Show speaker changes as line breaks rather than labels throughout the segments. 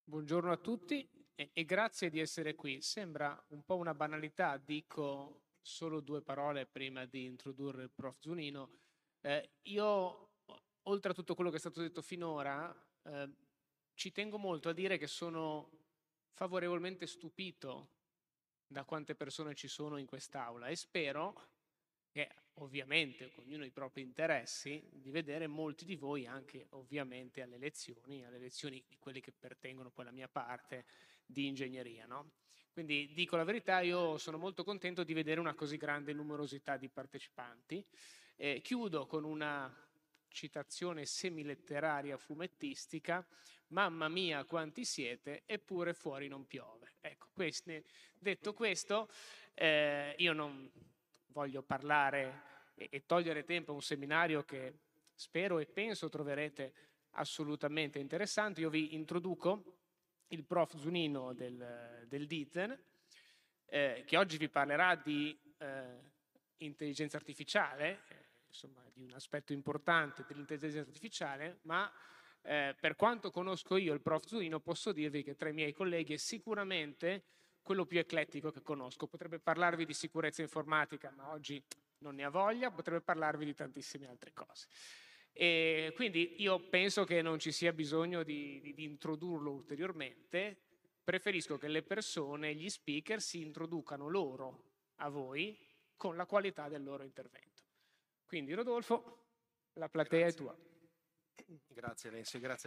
Buongiorno a tutti e grazie di essere qui. Sembra un po' una banalità, dico solo due parole prima di introdurre il prof Zunino. Io, oltre a tutto quello che è stato detto finora, ci tengo molto a dire che sono favorevolmente stupito da quante persone ci sono in quest'Aula e spero che ovviamente ognuno ha i propri interessi, di vedere molti di voi anche ovviamente alle elezioni di quelli che pertengono poi alla mia parte di ingegneria, no? Quindi dico la verità, io sono molto contento di vedere una così grande numerosità di partecipanti. Chiudo con una citazione semiletteraria fumettistica: mamma mia quanti siete, eppure fuori non piove. Ecco, detto questo, io non voglio parlare e togliere tempo a un seminario che spero e penso troverete assolutamente interessante. Io vi introduco il prof Zunino del DITEN, che oggi vi parlerà di intelligenza artificiale, insomma di un aspetto importante dell'intelligenza artificiale, ma per quanto conosco io il prof Zunino, posso dirvi che tra i miei colleghi è sicuramente quello più eclettico che conosco. Potrebbe parlarvi di sicurezza informatica, ma oggi non ne ha voglia, potrebbe parlarvi di tantissime altre cose. E quindi io penso che non ci sia bisogno di introdurlo ulteriormente. Preferisco che le persone, gli speaker, si introducano loro a voi con la qualità del loro intervento. Quindi Rodolfo, la platea è tua.
Grazie Alessio, grazie.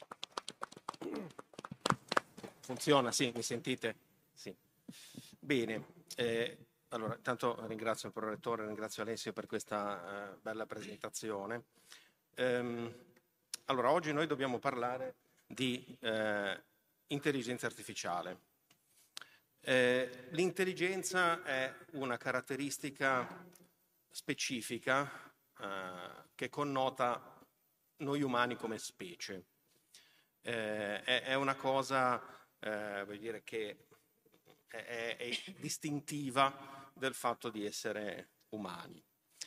Funziona, sì, mi sentite? Sì. Bene, allora intanto ringrazio il prorettore, ringrazio Alessio per questa bella presentazione. Allora, oggi noi dobbiamo parlare di intelligenza artificiale. L'intelligenza è una caratteristica specifica che connota noi umani come specie. È una cosa, voglio dire, che è distintiva del fatto di essere umani.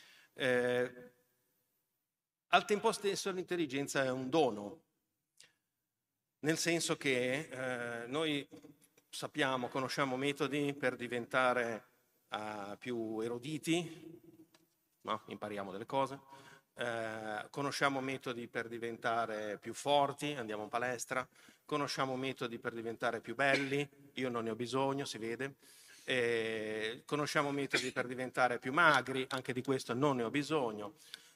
Al tempo stesso l'intelligenza è un dono, nel senso che noi sappiamo, conosciamo metodi per diventare più eruditi, no? Impariamo delle cose, conosciamo metodi per diventare più forti, andiamo in palestra, conosciamo metodi per diventare più belli, io non ne ho bisogno, si vede, conosciamo metodi per diventare più magri, anche di questo non ne ho bisogno,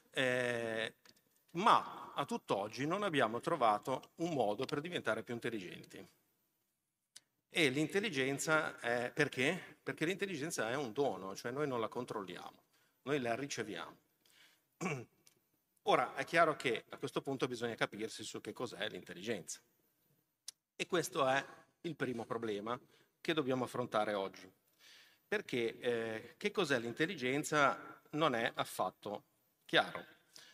ma a tutt'oggi non abbiamo trovato un modo per diventare più intelligenti. E l'intelligenza è perché? Perché l'intelligenza è un dono, cioè noi non la controlliamo, noi la riceviamo. Ora è chiaro che a questo punto bisogna capirsi su che cos'è l'intelligenza. E questo è il primo problema che dobbiamo affrontare oggi. Perché che cos'è l'intelligenza non è affatto chiaro.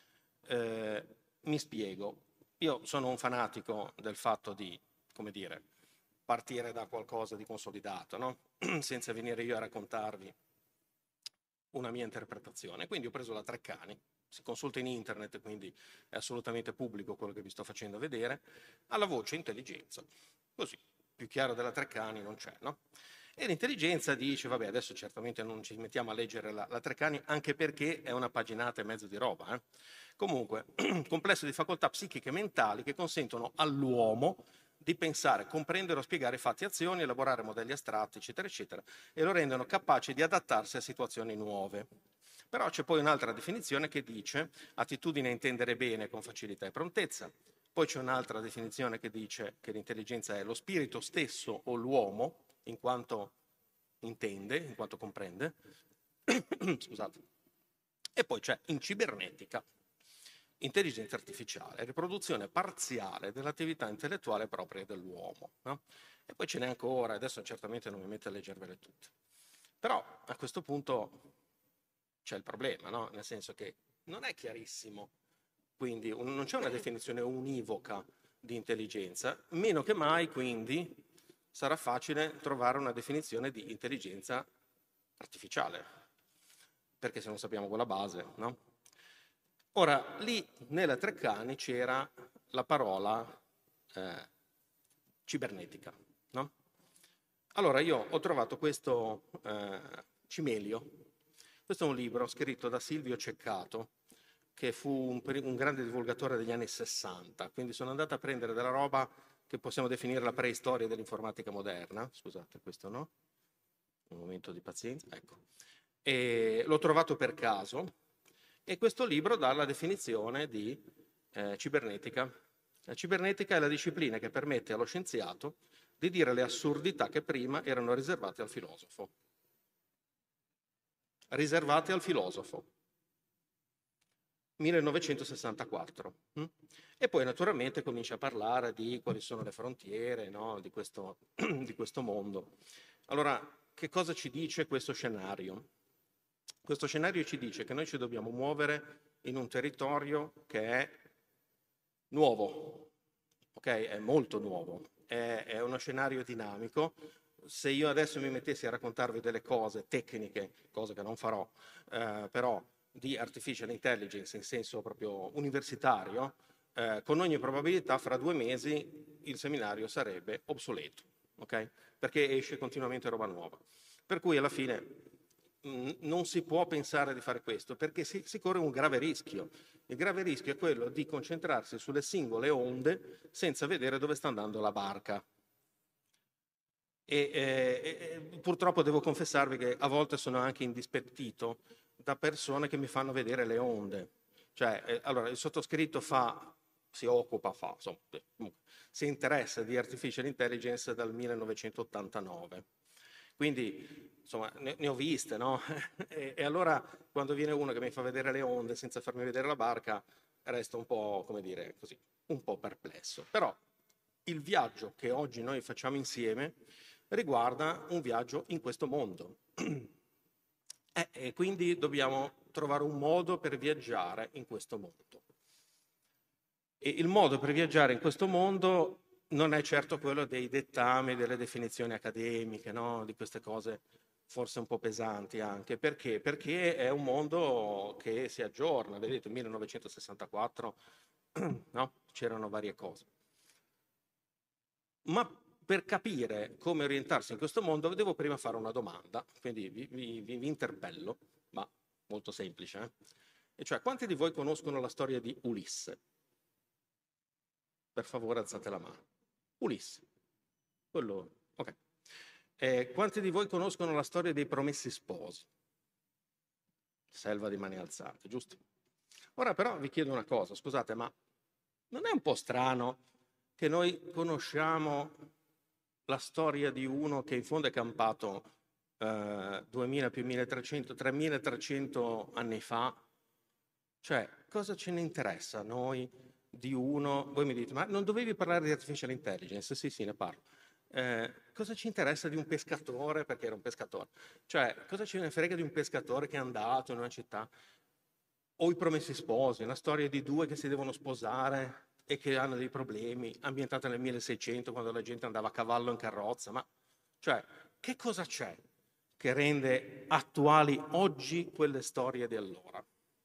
Mi spiego. Io sono un fanatico del fatto di, come dire, partire da qualcosa di consolidato, no? Senza venire io a raccontarvi una mia interpretazione. Quindi ho preso la Treccani, si consulta in internet, quindi è assolutamente pubblico quello che vi sto facendo vedere, alla voce intelligenza. Così, più chiaro della Treccani non c'è, no? E l'intelligenza dice, vabbè, adesso certamente non ci mettiamo a leggere la Treccani, anche perché è una paginata e mezzo di roba. Comunque, complesso di facoltà psichiche e mentali che consentono all'uomo di pensare, comprendere o spiegare fatti e azioni, elaborare modelli astratti, eccetera, eccetera, e lo rendono capace di adattarsi a situazioni nuove. Però c'è poi un'altra definizione che dice attitudine a intendere bene con facilità e prontezza. Poi c'è un'altra definizione che dice che l'intelligenza è lo spirito stesso o l'uomo, in quanto intende, in quanto comprende. Scusate. E poi c'è in cibernetica intelligenza artificiale, riproduzione parziale dell'attività intellettuale propria dell'uomo. No? E poi ce n'è ancora, adesso certamente non mi metto a leggervele tutte. Però a questo punto c'è il problema, no? Nel senso che non è chiarissimo, quindi non c'è una definizione univoca di intelligenza, meno che mai quindi sarà facile trovare una definizione di intelligenza artificiale, perché se non sappiamo quella base, no? Ora, lì nella Treccani c'era la parola cibernetica, no? Allora io ho trovato questo Cimelio. Questo è un libro scritto da Silvio Ceccato, che fu un grande divulgatore degli anni 60, quindi sono andato a prendere della roba che possiamo definire la preistoria dell'informatica moderna. Scusate, questo no? Un momento di pazienza, ecco. E l'ho trovato per caso, e questo libro dà la definizione di cibernetica. La cibernetica è la disciplina che permette allo scienziato di dire le assurdità che prima erano riservate al filosofo. Riservate al filosofo. 1964. E poi naturalmente comincia a parlare di quali sono le frontiere, no, di questo mondo. Allora, che cosa ci dice questo scenario? Questo scenario ci dice che noi ci dobbiamo muovere in un territorio che è nuovo, ok? È molto nuovo, è uno scenario dinamico. Se io adesso mi mettessi a raccontarvi delle cose tecniche, cose che non farò, però di artificial intelligence in senso proprio universitario, con ogni probabilità fra 2 mesi il seminario sarebbe obsoleto, ok? Perché esce continuamente roba nuova. Per cui alla fine non si può pensare di fare questo, perché si corre un grave rischio. Il grave rischio è quello di concentrarsi sulle singole onde senza vedere dove sta andando la barca. E purtroppo devo confessarvi che a volte sono anche indispettito da persone che mi fanno vedere le onde. Cioè, allora, il sottoscritto si interessa di artificial intelligence dal 1989. Quindi, insomma, ne ho viste, no? E allora, quando viene uno che mi fa vedere le onde senza farmi vedere la barca, resto un po', come dire, così, un po' perplesso. Però il viaggio che oggi noi facciamo insieme riguarda un viaggio in questo mondo. E quindi dobbiamo trovare un modo per viaggiare in questo mondo. E il modo per viaggiare in questo mondo non è certo quello dei dettami, delle definizioni accademiche, no? Di queste cose forse un po' pesanti anche. Perché? Perché è un mondo che si aggiorna. Vedete, nel 1964 no? C'erano varie cose. Ma per capire come orientarsi in questo mondo devo prima fare una domanda, quindi vi interpello, ma molto semplice. E cioè, quanti di voi conoscono la storia di Ulisse? Per favore alzate la mano. Ulisse. Quello, ok. Quanti di voi conoscono la storia dei Promessi Sposi? Selva di mani alzate, giusto? Ora però vi chiedo una cosa, scusate, ma non è un po' strano che noi conosciamo la storia di uno che in fondo è campato 2000 più 1300, 3300 anni fa? Cioè, cosa ce ne interessa a noi di uno? Voi mi dite, ma non dovevi parlare di artificial intelligence? Sì, ne parlo. Cosa ci interessa di un pescatore, perché era un pescatore? Cioè, cosa ce ne frega di un pescatore che è andato in una città? O i Promessi Sposi, una storia di 2 che si devono sposare e che hanno dei problemi, ambientata nel 1600, quando la gente andava a cavallo in carrozza. Ma, cioè, che cosa c'è che rende attuali oggi quelle storie di allora?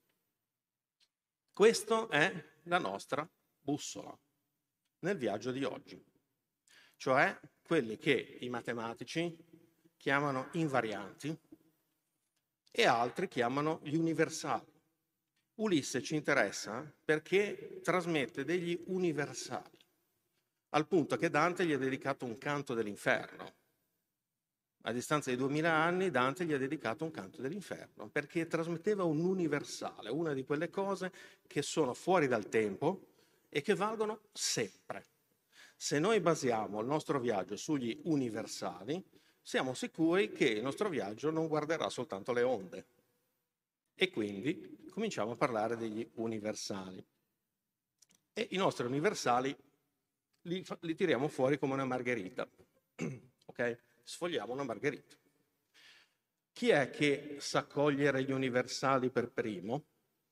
Questa è la nostra bussola nel viaggio di oggi, cioè quelli che i matematici chiamano invarianti e altri chiamano gli universali. Ulisse ci interessa perché trasmette degli universali, al punto che Dante gli ha dedicato un canto dell'inferno. A distanza di 2000 anni Dante gli ha dedicato un canto dell'inferno, perché trasmetteva un universale, una di quelle cose che sono fuori dal tempo e che valgono sempre. Se noi basiamo il nostro viaggio sugli universali, siamo sicuri che il nostro viaggio non guarderà soltanto le onde. E quindi cominciamo a parlare degli universali. E i nostri universali li tiriamo fuori come una margherita. Ok? Sfogliamo una margherita. Chi è che sa cogliere gli universali per primo?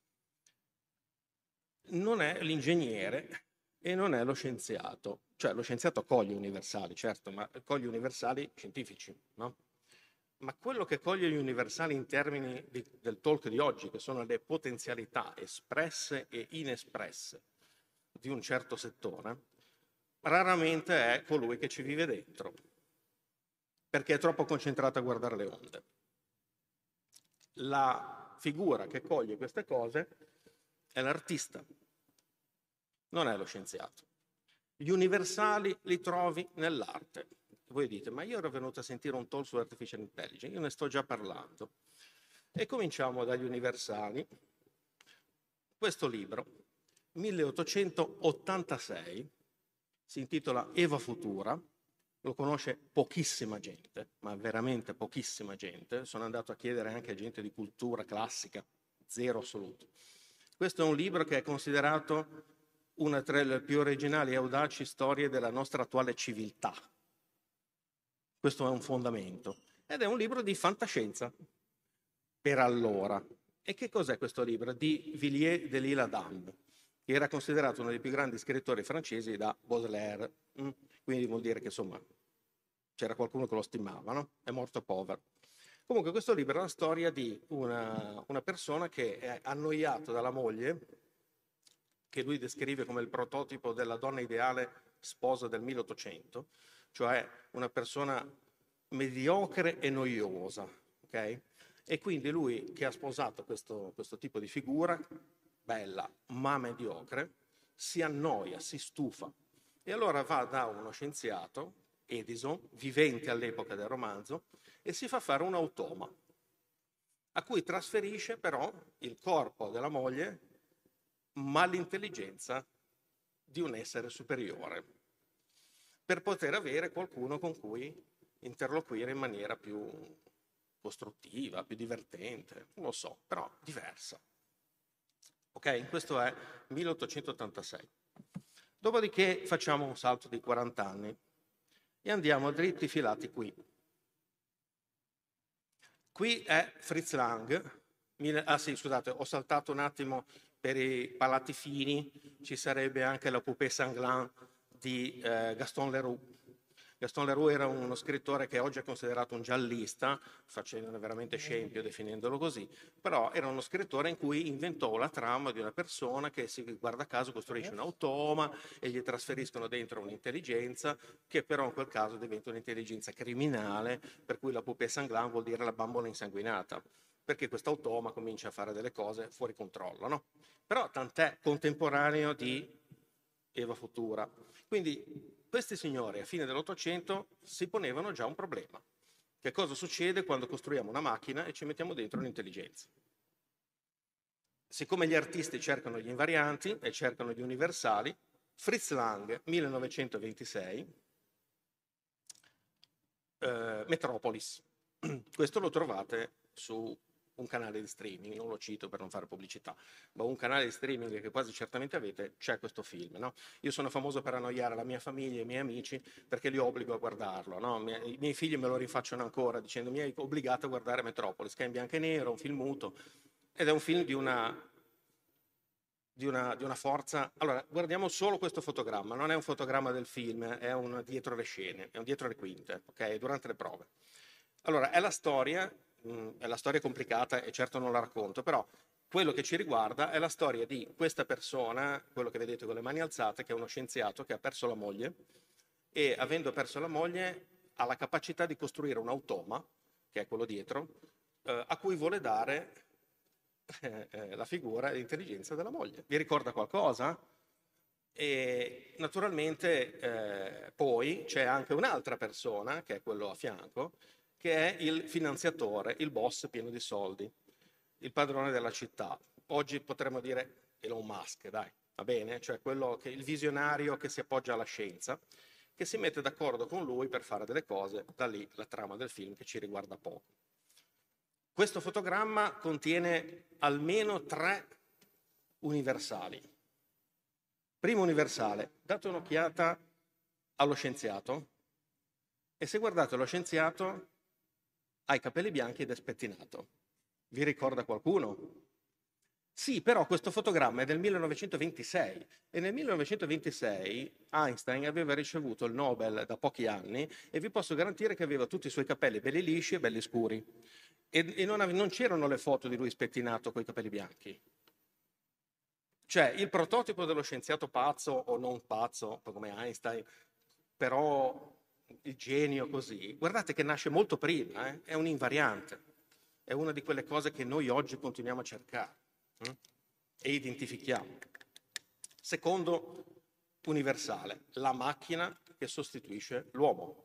Non è l'ingegnere e non è lo scienziato. Cioè, lo scienziato coglie universali, certo, ma coglie universali scientifici, no? Ma quello che coglie gli universali in termini del talk di oggi, che sono le potenzialità espresse e inespresse di un certo settore, raramente è colui che ci vive dentro, perché è troppo concentrato a guardare le onde. La figura che coglie queste cose è l'artista, non è lo scienziato. Gli universali li trovi nell'arte. Voi dite, ma io ero venuto a sentire un talk su Artificial Intelligence, io ne sto già parlando. E cominciamo dagli universali. Questo libro, 1886, si intitola Eva Futura, lo conosce pochissima gente, ma veramente pochissima gente. Sono andato a chiedere anche a gente di cultura classica, zero assoluto. Questo è un libro che è considerato una tra le più originali e audaci storie della nostra attuale civiltà. Questo è un fondamento. Ed è un libro di fantascienza, per allora. E che cos'è questo libro? Di Villiers de l'Isle-Adam, che era considerato uno dei più grandi scrittori francesi da Baudelaire. Quindi vuol dire che, insomma, c'era qualcuno che lo stimava, no? È morto povero. Comunque questo libro è la storia di una persona che è annoiato dalla moglie, che lui descrive come il prototipo della donna ideale sposa del 1800, cioè una persona mediocre e noiosa, ok? E quindi lui, che ha sposato questo tipo di figura, bella ma mediocre, si annoia, si stufa. E allora va da uno scienziato, Edison, vivente all'epoca del romanzo, e si fa fare un automa, a cui trasferisce però il corpo della moglie, ma l'intelligenza di un essere superiore, per poter avere qualcuno con cui interloquire in maniera più costruttiva, più divertente, non lo so, però diversa. Ok? Questo è 1886. Dopodiché facciamo un salto di 40 anni e andiamo dritti filati qui. Qui è Fritz Lang. Ah sì, scusate, ho saltato un attimo per i palati fini, ci sarebbe anche la Poupée Sanglante di Gaston Leroux. Gaston Leroux era uno scrittore che oggi è considerato un giallista, facendone veramente scempio definendolo così, però era uno scrittore in cui inventò la trama di una persona che, guarda caso, costruisce un automa e gli trasferiscono dentro un'intelligenza che però in quel caso diventa un'intelligenza criminale, per cui la Poupée Sanglante vuol dire la bambola insanguinata, perché questo automa comincia a fare delle cose fuori controllo, no? Però tant'è, contemporaneo di Eva Futura. Quindi questi signori a fine dell'Ottocento si ponevano già un problema. Che cosa succede quando costruiamo una macchina e ci mettiamo dentro un'intelligenza? Siccome gli artisti cercano gli invarianti e cercano gli universali, Fritz Lang, 1926, Metropolis. Questo lo trovate su un canale di streaming, non lo cito per non fare pubblicità, ma un canale di streaming che quasi certamente avete, c'è questo film, no? Io sono famoso per annoiare la mia famiglia e i miei amici perché li obbligo a guardarlo, no? I miei figli me lo rinfacciano ancora dicendomi hai obbligato a guardare Metropolis, che è in bianco e nero, un film muto, ed è un film di una forza. Allora, guardiamo solo questo fotogramma, non è un fotogramma del film, è un dietro le scene, è un dietro le quinte, ok? Durante le prove. Allora, è la storia complicata e certo non la racconto, però quello che ci riguarda è la storia di questa persona, quello che vedete con le mani alzate, che è uno scienziato che ha perso la moglie e avendo perso la moglie ha la capacità di costruire un automa, che è quello dietro, a cui vuole dare la figura e l'intelligenza della moglie. Vi ricorda qualcosa? E naturalmente poi c'è anche un'altra persona, che è quello a fianco, che è il finanziatore, il boss pieno di soldi, il padrone della città. Oggi potremmo dire Elon Musk, dai, va bene? Cioè il visionario che si appoggia alla scienza, che si mette d'accordo con lui per fare delle cose, da lì la trama del film che ci riguarda poco. Questo fotogramma contiene almeno 3 universali. Primo universale, date un'occhiata allo scienziato e se guardate lo scienziato ha i capelli bianchi ed è spettinato. Vi ricorda qualcuno? Sì, però questo fotogramma è del 1926 e nel 1926 Einstein aveva ricevuto il Nobel da pochi anni e vi posso garantire che aveva tutti i suoi capelli belli lisci e belli scuri e non c'erano le foto di lui spettinato con i capelli bianchi. Cioè, il prototipo dello scienziato pazzo o non pazzo, come Einstein, però il genio così, guardate che nasce molto prima, è un invariante, è una di quelle cose che noi oggi continuiamo a cercare e identifichiamo. Secondo universale, la macchina che sostituisce l'uomo.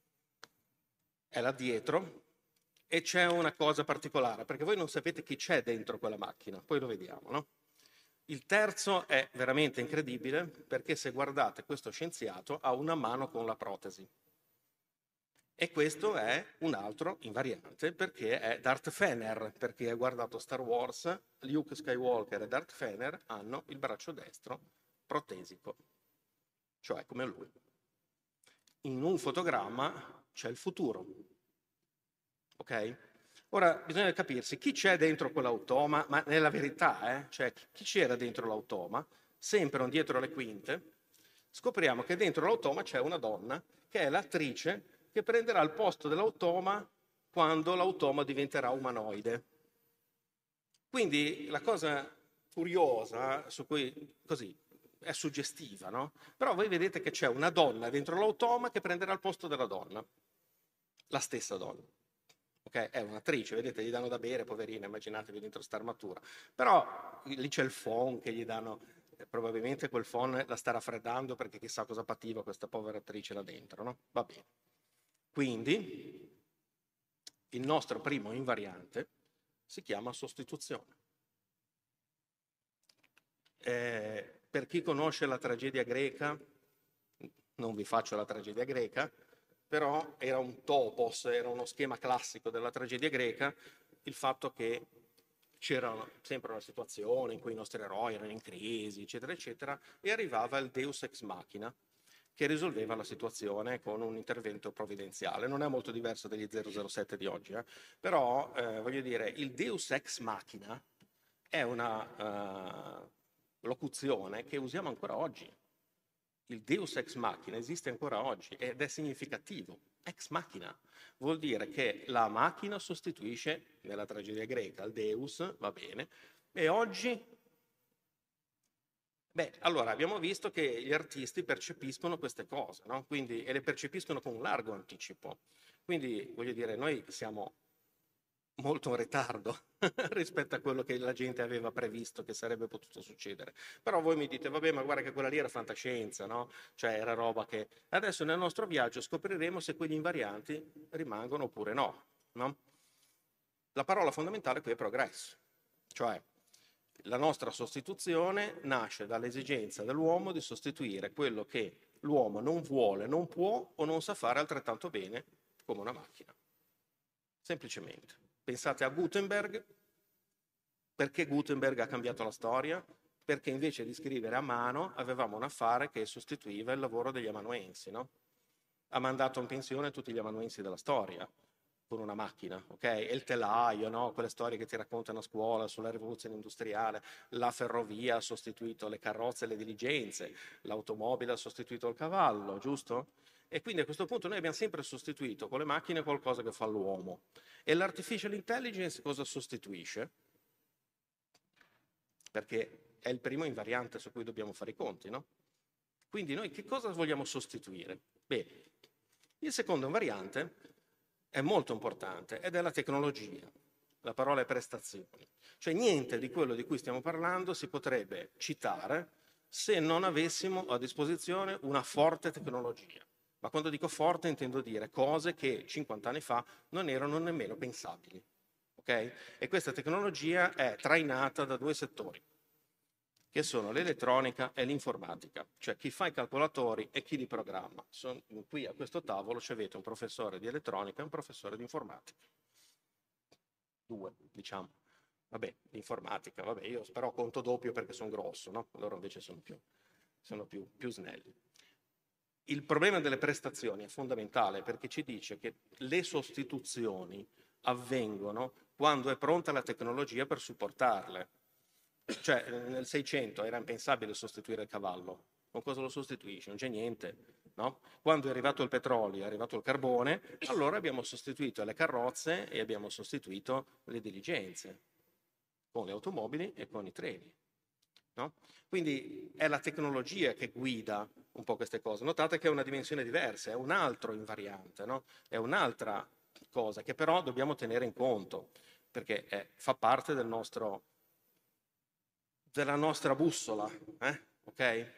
È là dietro e c'è una cosa particolare, perché voi non sapete chi c'è dentro quella macchina, poi lo vediamo, no? Il terzo è veramente incredibile, perché se guardate questo scienziato ha una mano con la protesi. E questo è un altro invariante, perché è Darth Fener, perché ha guardato Star Wars, Luke Skywalker e Darth Fener hanno il braccio destro protesico, cioè come lui. In un fotogramma c'è il futuro, ok? Ora bisogna capirsi chi c'è dentro quell'automa, ma nella verità, cioè chi c'era dentro l'automa, sempre un dietro le quinte, scopriamo che dentro l'automa c'è una donna che è l'attrice che prenderà il posto dell'automa quando l'automa diventerà umanoide. Quindi la cosa curiosa, su cui così è suggestiva, no? Però voi vedete che c'è una donna dentro l'automa che prenderà il posto della donna, la stessa donna. Okay? È un'attrice, vedete, gli danno da bere, poverina, immaginatevi dentro sta armatura. Però lì c'è il phon che gli danno, probabilmente quel phon la sta raffreddando perché chissà cosa pativa questa povera attrice là dentro, no? Va bene. Quindi il nostro primo invariante si chiama sostituzione. Per chi conosce la tragedia greca, non vi faccio la tragedia greca, però era un topos, era uno schema classico della tragedia greca, il fatto che c'era sempre una situazione in cui i nostri eroi erano in crisi, eccetera, eccetera, e arrivava il Deus ex machina, che risolveva la situazione con un intervento provvidenziale. Non è molto diverso degli 007 di oggi, però voglio dire, il Deus ex machina è una locuzione che usiamo ancora oggi. Il Deus ex machina esiste ancora oggi ed è significativo. Ex machina vuol dire che la macchina sostituisce, nella tragedia greca, il Deus, va bene, e oggi... Beh, allora abbiamo visto che gli artisti percepiscono queste cose, no? Quindi, e le percepiscono con un largo anticipo. Quindi, voglio dire, noi siamo molto in ritardo rispetto a quello che la gente aveva previsto che sarebbe potuto succedere. Però voi mi dite, vabbè, ma guarda che quella lì era fantascienza, no? Cioè era roba che... Adesso nel nostro viaggio scopriremo se quegli invarianti rimangono oppure no, no? La parola fondamentale qui è progresso, cioè la nostra sostituzione nasce dall'esigenza dell'uomo di sostituire quello che l'uomo non vuole, non può o non sa fare altrettanto bene come una macchina. Semplicemente. Pensate a Gutenberg. Perché Gutenberg ha cambiato la storia? Perché invece di scrivere a mano avevamo un affare che sostituiva il lavoro degli amanuensi, no? Ha mandato in pensione tutti gli amanuensi della storia con una macchina, ok? E il telaio, no? Quelle storie che ti raccontano a scuola sulla rivoluzione industriale, la ferrovia ha sostituito le carrozze e le diligenze, l'automobile ha sostituito il cavallo, giusto? E quindi a questo punto noi abbiamo sempre sostituito con le macchine qualcosa che fa l'uomo. E l'artificial intelligence cosa sostituisce? Perché è il primo invariante su cui dobbiamo fare i conti, no? Quindi noi che cosa vogliamo sostituire? Bene, il secondo invariante è molto importante ed è la tecnologia. La parola è prestazioni. Cioè niente di quello di cui stiamo parlando si potrebbe citare se non avessimo a disposizione una forte tecnologia. Ma quando dico forte intendo dire cose che 50 anni fa non erano nemmeno pensabili. Okay? E questa tecnologia è trainata da due settori, che sono l'elettronica e l'informatica, cioè chi fa i calcolatori e chi li programma. Qui a questo tavolo ci avete un professore di elettronica e un professore di informatica. Due, diciamo. Vabbè, l'informatica, vabbè, io però conto doppio perché sono grosso, no? Loro invece sono più snelli. Il problema delle prestazioni è fondamentale perché ci dice che le sostituzioni avvengono quando è pronta la tecnologia per supportarle. Cioè nel 600 era impensabile sostituire il cavallo. Con cosa lo sostituisci? Non c'è niente, no? Quando è arrivato il petrolio, è arrivato il carbone, allora abbiamo sostituito le carrozze e abbiamo sostituito le diligenze con le automobili e con i treni. no? Quindi è la tecnologia che guida un po' queste cose. Notate che è una dimensione diversa, è un altro invariante, no? È un'altra cosa che però dobbiamo tenere in conto, perché fa parte della nostra bussola, ok?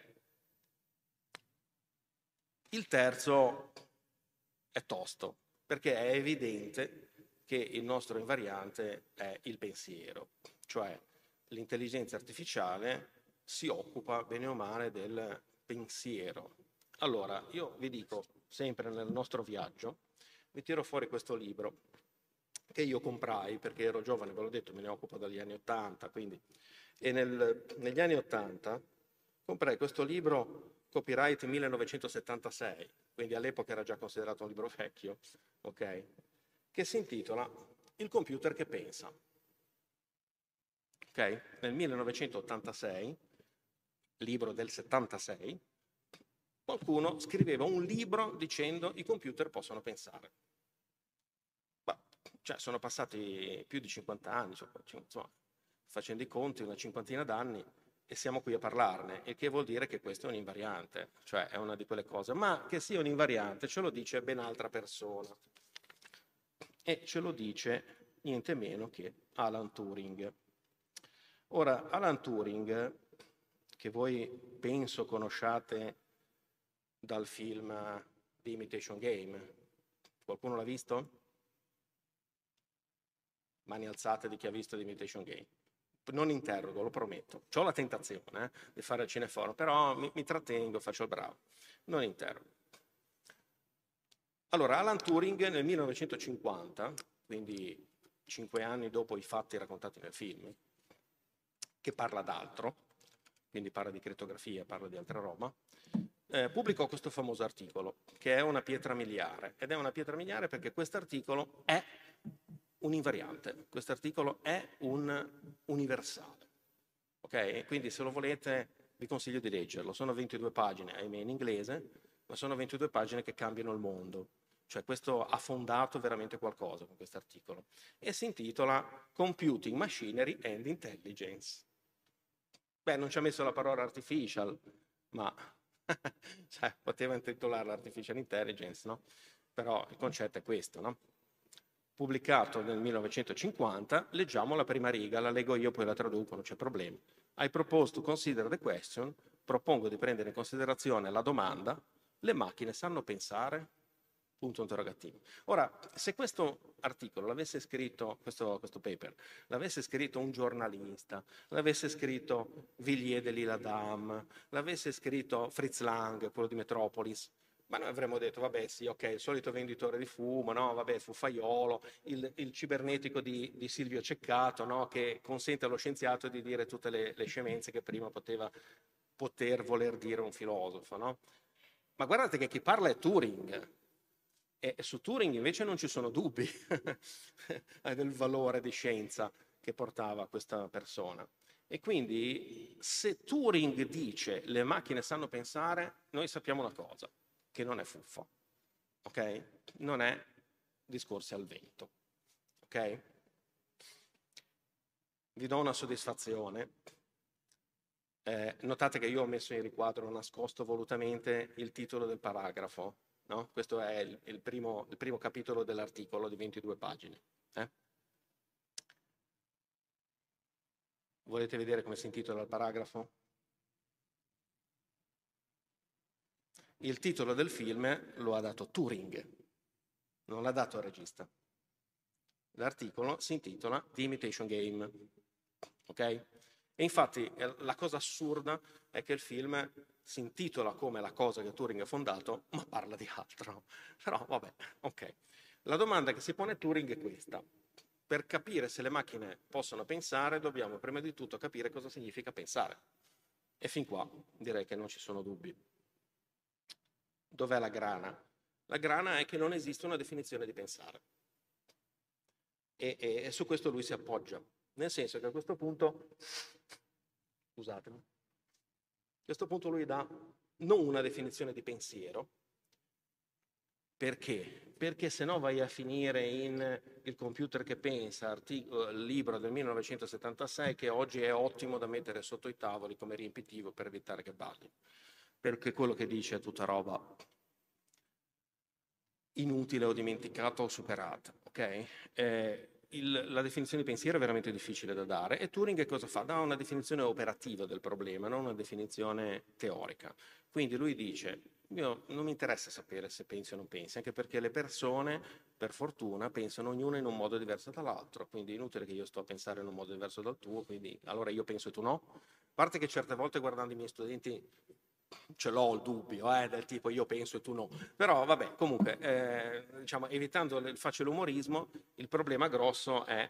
Il terzo è tosto, perché è evidente che il nostro invariante è il pensiero, cioè l'intelligenza artificiale si occupa bene o male del pensiero. Allora, io vi dico, sempre nel nostro viaggio, vi tiro fuori questo libro che io comprai perché ero giovane, ve l'ho detto, me ne occupo dagli anni '80, quindi, e negli anni '80 comprai questo libro Copyright 1976, quindi all'epoca era già considerato un libro vecchio, ok? Che si intitola Il computer che pensa. Ok? Nel 1986, libro del 76, qualcuno scriveva un libro dicendo i computer possono pensare. Cioè, sono passati più di 50 anni, insomma, facendo i conti, una cinquantina d'anni, e siamo qui a parlarne, il che vuol dire che questo è un invariante, cioè è una di quelle cose. Ma che sia un invariante ce lo dice ben altra persona. E ce lo dice niente meno che Alan Turing. Ora, Alan Turing, che voi penso conosciate dal film The Imitation Game, qualcuno l'ha visto? Mani alzate di chi ha visto The Imitation Game. Non interrogo, lo prometto. C'ho la tentazione di fare il cineforum, però mi trattengo, faccio il bravo. Non interrogo. Allora, Alan Turing nel 1950, quindi 5 anni dopo i fatti raccontati nel film, che parla d'altro, quindi parla di crittografia, parla di altra roba, pubblicò questo famoso articolo, che è una pietra miliare. Ed è una pietra miliare perché questo articolo è un invariante, questo articolo è un universale. Ok? Quindi se lo volete vi consiglio di leggerlo. Sono 22 pagine, ahimè in inglese, ma sono 22 pagine che cambiano il mondo. Cioè questo ha fondato veramente qualcosa con questo articolo. E si intitola Computing Machinery and Intelligence. Beh, non ci ha messo la parola artificial, ma cioè, poteva intitolarla Artificial Intelligence, no? Però il concetto è questo, no? Pubblicato nel 1950, leggiamo la prima riga, la leggo io, poi la traduco, non c'è problema. I propose to consider the question, propongo di prendere in considerazione la domanda, le macchine sanno pensare? Punto interrogativo. Ora, se questo articolo l'avesse scritto, questo paper, l'avesse scritto un giornalista, l'avesse scritto Villiers de l'Isle-Adam, l'avesse scritto Fritz Lang, quello di Metropolis, ma noi avremmo detto, vabbè sì, ok, il solito venditore di fumo, no? Vabbè, fufaiolo, il cibernetico di Silvio Ceccato, no? Che consente allo scienziato di dire tutte le scemenze che prima poter voler dire un filosofo, no? Ma guardate che chi parla è Turing, e su Turing invece non ci sono dubbi del valore di scienza che portava questa persona. E quindi se Turing dice le macchine sanno pensare, noi sappiamo una cosa, che non è fuffa, ok? Non è discorsi al vento, ok? Vi do una soddisfazione. Notate che io ho messo in riquadro, ho nascosto volutamente il titolo del paragrafo, no? Questo è il primo capitolo dell'articolo di 22 pagine. Volete vedere come si intitola il paragrafo? Il titolo del film lo ha dato Turing, non l'ha dato il regista. L'articolo si intitola The Imitation Game, ok? E infatti la cosa assurda è che il film si intitola come la cosa che Turing ha fondato, ma parla di altro. Però vabbè, ok. La domanda che si pone Turing è questa. Per capire se le macchine possono pensare, dobbiamo prima di tutto capire cosa significa pensare. E fin qua direi che non ci sono dubbi. Dov'è la grana? La grana è che non esiste una definizione di pensare. E su questo lui si appoggia. Nel senso che a questo punto, scusatemi, a questo punto lui dà non una definizione di pensiero, perché perché se no vai a finire in Il computer che pensa, libro del 1976, che oggi è ottimo da mettere sotto i tavoli come riempitivo per evitare che balli, perché quello che dice è tutta roba inutile o dimenticata o superata, ok? La definizione di pensiero è veramente difficile da dare e Turing cosa fa? Dà una definizione operativa del problema, non una definizione teorica. Quindi lui dice, io non mi interessa sapere se pensi o non pensi, anche perché le persone, per fortuna, pensano ognuna in un modo diverso dall'altro, quindi è inutile che io sto a pensare in un modo diverso dal tuo, quindi allora io penso e tu no. A parte che certe volte guardando i miei studenti ce l'ho il dubbio, del tipo io penso e tu no. Però vabbè, comunque, diciamo, evitando il facile umorismo, il problema grosso è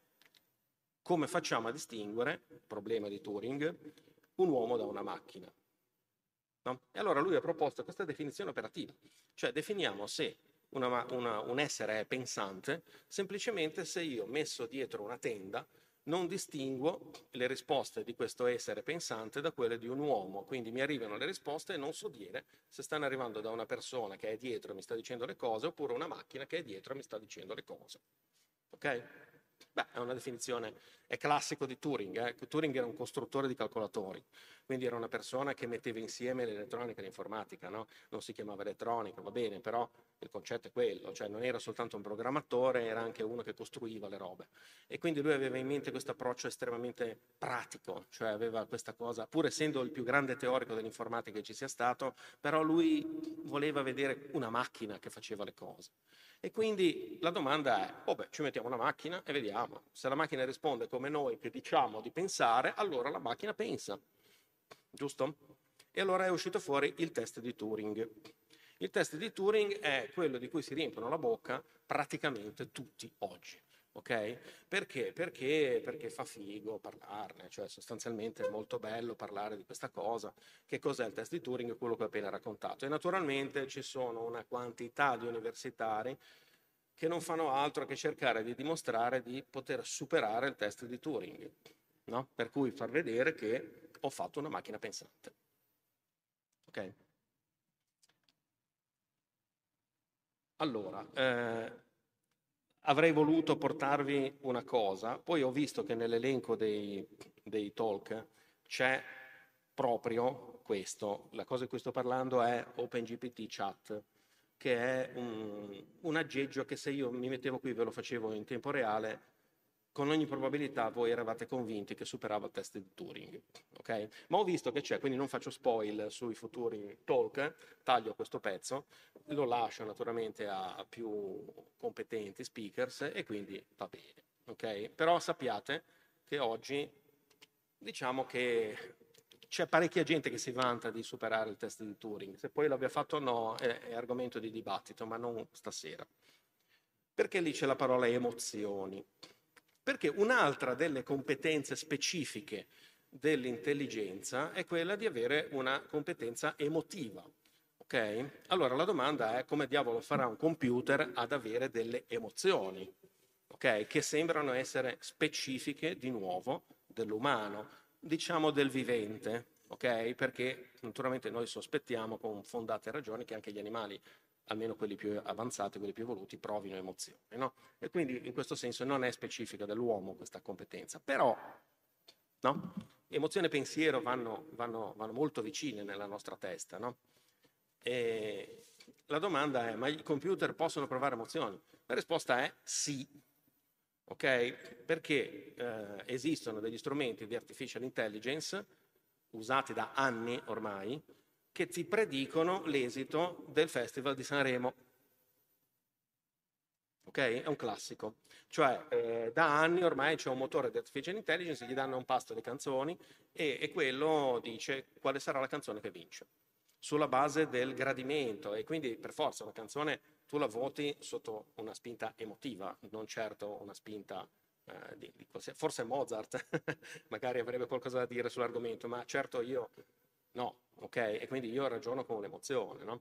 come facciamo a distinguere, problema di Turing, un uomo da una macchina. No? E allora lui ha proposto questa definizione operativa, cioè definiamo se un essere è pensante semplicemente se io, messo dietro una tenda, non distinguo le risposte di questo essere pensante da quelle di un uomo, quindi mi arrivano le risposte e non so dire se stanno arrivando da una persona che è dietro e mi sta dicendo le cose oppure una macchina che è dietro e mi sta dicendo le cose. Ok? Beh, è una definizione, è classico di Turing. Turing era un costruttore di calcolatori, quindi era una persona che metteva insieme l'elettronica e l'informatica, no? Non si chiamava elettronica, va bene, però il concetto è quello, cioè non era soltanto un programmatore, era anche uno che costruiva le robe. E quindi lui aveva in mente questo approccio estremamente pratico, cioè aveva questa cosa, pur essendo il più grande teorico dell'informatica che ci sia stato, però lui voleva vedere una macchina che faceva le cose. E quindi la domanda è, oh beh, ci mettiamo una macchina e vediamo. Se la macchina risponde come noi che diciamo di pensare, allora la macchina pensa, giusto? E allora è uscito fuori il test di Turing. Il test di Turing è quello di cui si riempiono la bocca praticamente tutti oggi. Ok? Perché? Perché fa figo parlarne, cioè sostanzialmente è molto bello parlare di questa cosa. Che cos'è il test di Turing? Quello che ho appena raccontato. E naturalmente ci sono una quantità di universitari che non fanno altro che cercare di dimostrare di poter superare il test di Turing, no? Per cui far vedere che ho fatto una macchina pensante. Ok? Allora, avrei voluto portarvi una cosa, poi ho visto che nell'elenco dei talk c'è proprio questo. La cosa di cui sto parlando è OpenGPT Chat, che è un aggeggio che se io mi mettevo qui e ve lo facevo in tempo reale, con ogni probabilità voi eravate convinti che superava il test di Turing. Okay? Ma ho visto che c'è, quindi non faccio spoil sui futuri talk, taglio questo pezzo, lo lascio naturalmente a più competenti speakers e quindi va bene. Okay? Però sappiate che oggi diciamo che c'è parecchia gente che si vanta di superare il test di Turing. Se poi l'abbia fatto o no è argomento di dibattito, ma non stasera. Perché lì c'è la parola emozioni? Perché un'altra delle competenze specifiche dell'intelligenza è quella di avere una competenza emotiva. Ok? Allora la domanda è come diavolo farà un computer ad avere delle emozioni, ok? Che sembrano essere specifiche di nuovo dell'umano, diciamo del vivente, ok? Perché naturalmente noi sospettiamo con fondate ragioni che anche gli animali, almeno quelli più avanzati, quelli più evoluti, provino emozioni, no? E quindi in questo senso non è specifica dell'uomo questa competenza, però, no? Emozione e pensiero vanno molto vicine nella nostra testa, no? E la domanda è, ma i computer possono provare emozioni? La risposta è sì, ok? Perché esistono degli strumenti di artificial intelligence usati da anni ormai che ti predicono l'esito del Festival di Sanremo. Ok? È un classico. Cioè, da anni ormai c'è un motore di artificial intelligence, gli danno un pasto di canzoni e quello dice quale sarà la canzone che vince sulla base del gradimento e quindi per forza una canzone tu la voti sotto una spinta emotiva, non certo una spinta forse Mozart magari avrebbe qualcosa da dire sull'argomento, ma certo io no, ok? E quindi io ragiono con un'emozione, no?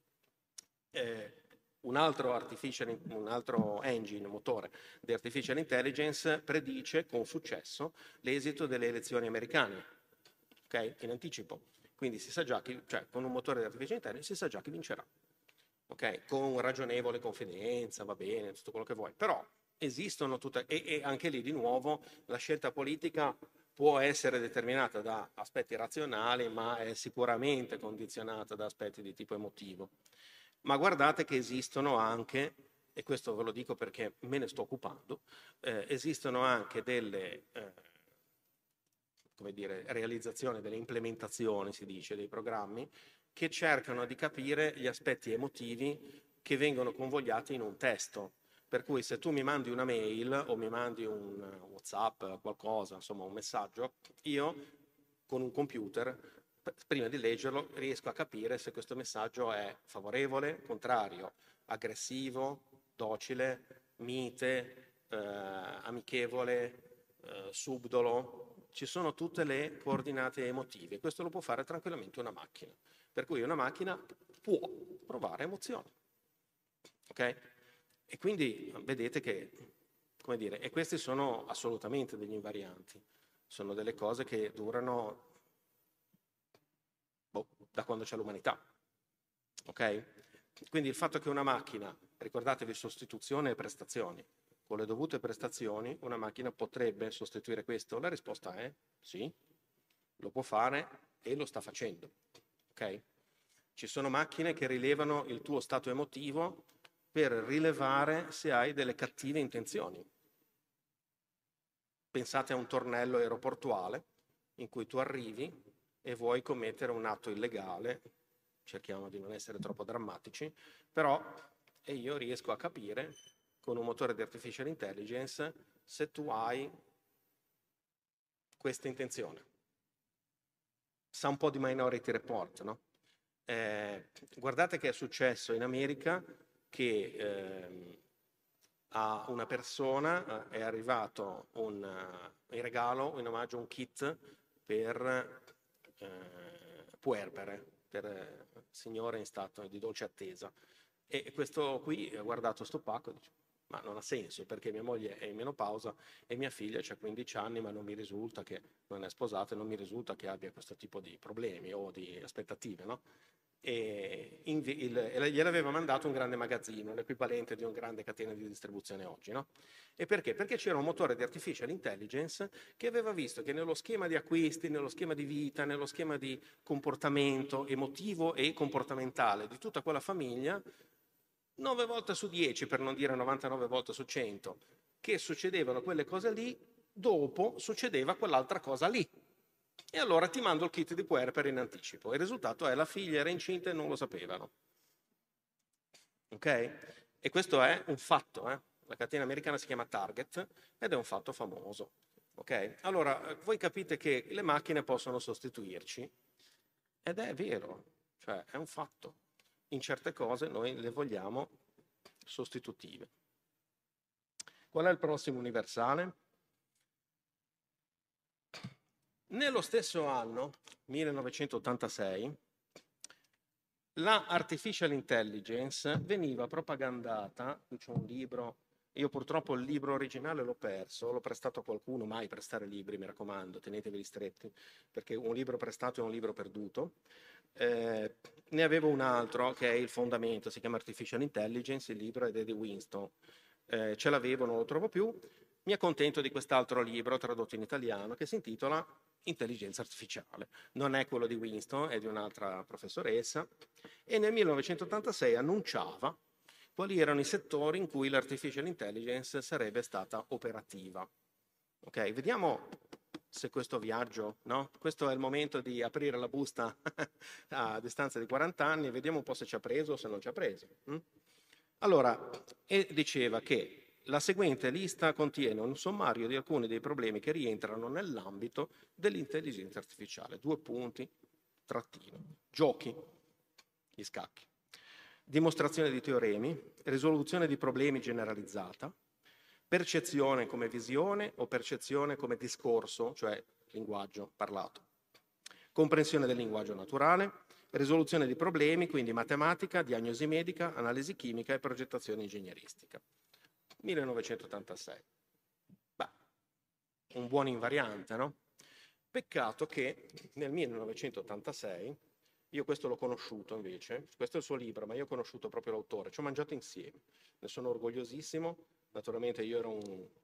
Un altro engine, motore di artificial intelligence predice con successo l'esito delle elezioni americane, ok? In anticipo. Quindi si sa già che, cioè con un motore di artificial intelligence si sa già chi vincerà. ok? Con ragionevole confidenza, va bene, tutto quello che vuoi, però esistono tutte, e anche lì di nuovo la scelta politica può essere determinata da aspetti razionali, ma è sicuramente condizionata da aspetti di tipo emotivo. Ma guardate che esistono anche, e questo ve lo dico perché me ne sto occupando, esistono anche delle come dire, realizzazioni, delle implementazioni, si dice, dei programmi, che cercano di capire gli aspetti emotivi che vengono convogliati in un testo. Per cui se tu mi mandi una mail o mi mandi un WhatsApp, qualcosa, insomma un messaggio, io con un computer, prima di leggerlo, riesco a capire se questo messaggio è favorevole, contrario, aggressivo, docile, mite, amichevole, subdolo. Ci sono tutte le coordinate emotive. Questo lo può fare tranquillamente una macchina. Per cui una macchina può provare emozioni. Ok? E quindi vedete che, come dire, e questi sono assolutamente degli invarianti. Sono delle cose che durano da quando c'è l'umanità. Ok? Quindi il fatto che una macchina, ricordatevi sostituzione e prestazioni, con le dovute prestazioni una macchina potrebbe sostituire questo? La risposta è sì, lo può fare e lo sta facendo. Ok? Ci sono macchine che rilevano il tuo stato emotivo per rilevare se hai delle cattive intenzioni. Pensate a un tornello aeroportuale in cui tu arrivi e vuoi commettere un atto illegale, cerchiamo di non essere troppo drammatici, però io riesco a capire con un motore di artificial intelligence se tu hai questa intenzione. Sa un po' di Minority Report, no? Guardate che è successo in America che a una persona è arrivato in regalo, in omaggio, un kit per puerpere, per signore in stato di dolce attesa. E questo qui ha guardato sto pacco e dice: ma non ha senso, perché mia moglie è in menopausa e mia figlia ha 15 anni, ma non mi risulta che non è sposata e non mi risulta che abbia questo tipo di problemi o di aspettative, no? E gliel'aveva mandato un grande magazzino, l'equivalente di una grande catena di distribuzione oggi, no? E perché? Perché c'era un motore di artificial intelligence che aveva visto che nello schema di acquisti, nello schema di vita, nello schema di comportamento emotivo e comportamentale di tutta quella famiglia, 9 volte su 10, per non dire 99 volte su 100, che succedevano quelle cose lì, dopo succedeva quell'altra cosa lì. E allora ti mando il kit di puerperi in anticipo. Il risultato è la figlia era incinta e non lo sapevano. Ok? E questo è un fatto, eh? La catena americana si chiama Target ed è un fatto famoso. Ok? Allora, voi capite che le macchine possono sostituirci ed è vero, cioè è un fatto. In certe cose noi le vogliamo sostitutive. Qual è il prossimo universale? Nello stesso anno, 1986, la artificial intelligence veniva propagandata, qui c'è un libro, io purtroppo il libro originale l'ho perso, l'ho prestato a qualcuno, mai prestare libri, mi raccomando, tenetevi stretti, perché un libro prestato è un libro perduto. Ne avevo un altro che è il fondamento, si chiama Artificial Intelligence, il libro è di Eddie Winston. Ce l'avevo, non lo trovo più, mi accontento di quest'altro libro tradotto in italiano che si intitola Intelligenza artificiale. Non è quello di Winston, è di un'altra professoressa, e nel 1986 annunciava quali erano i settori in cui l'artificial intelligence sarebbe stata operativa. Ok, vediamo se questo viaggio, no? Questo è il momento di aprire la busta a distanza di 40 anni e vediamo un po' se ci ha preso o se non ci ha preso. Allora, e diceva che la seguente lista contiene un sommario di alcuni dei problemi che rientrano nell'ambito dell'intelligenza artificiale. 2 punti, trattino. Giochi, gli scacchi. Dimostrazione di teoremi, risoluzione di problemi generalizzata, percezione come visione o percezione come discorso, cioè linguaggio parlato. Comprensione del linguaggio naturale, risoluzione di problemi, quindi matematica, diagnosi medica, analisi chimica e progettazione ingegneristica. 1986. Beh, un buon invariante, no? Peccato che nel 1986 Io questo l'ho conosciuto invece, questo è il suo libro, ma io ho conosciuto proprio l'autore, ci ho mangiato insieme, ne sono orgogliosissimo. Naturalmente io ero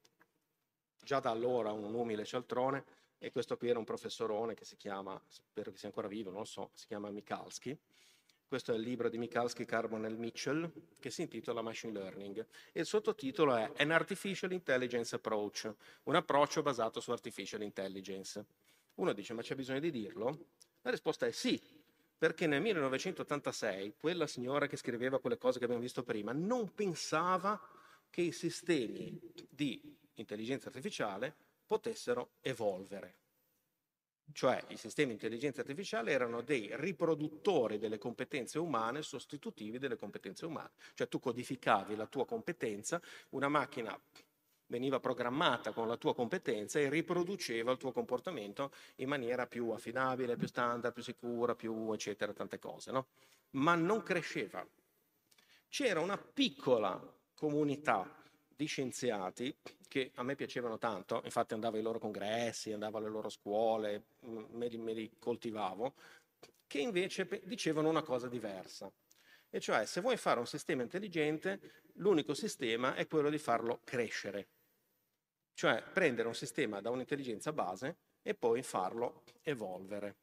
già da allora un umile cialtrone, e questo qui era un professorone che si chiama, spero che sia ancora vivo, non lo so, si chiama Michalski. Questo è il libro di Michalski, Carbonell Mitchell, che si intitola Machine Learning, e il sottotitolo è An Artificial Intelligence Approach, un approccio basato su Artificial Intelligence. Uno dice, ma c'è bisogno di dirlo? La risposta è sì, perché nel 1986 quella signora che scriveva quelle cose che abbiamo visto prima non pensava che i sistemi di intelligenza artificiale potessero evolvere. Cioè i sistemi di intelligenza artificiale erano dei riproduttori delle competenze umane, sostitutivi delle competenze umane. Cioè tu codificavi la tua competenza, una macchina veniva programmata con la tua competenza e riproduceva il tuo comportamento in maniera più affidabile, più standard, più sicura, più eccetera, tante cose, no? Ma non cresceva. C'era una piccola comunità di scienziati che a me piacevano tanto, infatti andavo ai loro congressi, andavo alle loro scuole, me li coltivavo, che invece dicevano una cosa diversa. E cioè, se vuoi fare un sistema intelligente, l'unico sistema è quello di farlo crescere. Cioè, prendere un sistema da un'intelligenza base e poi farlo evolvere.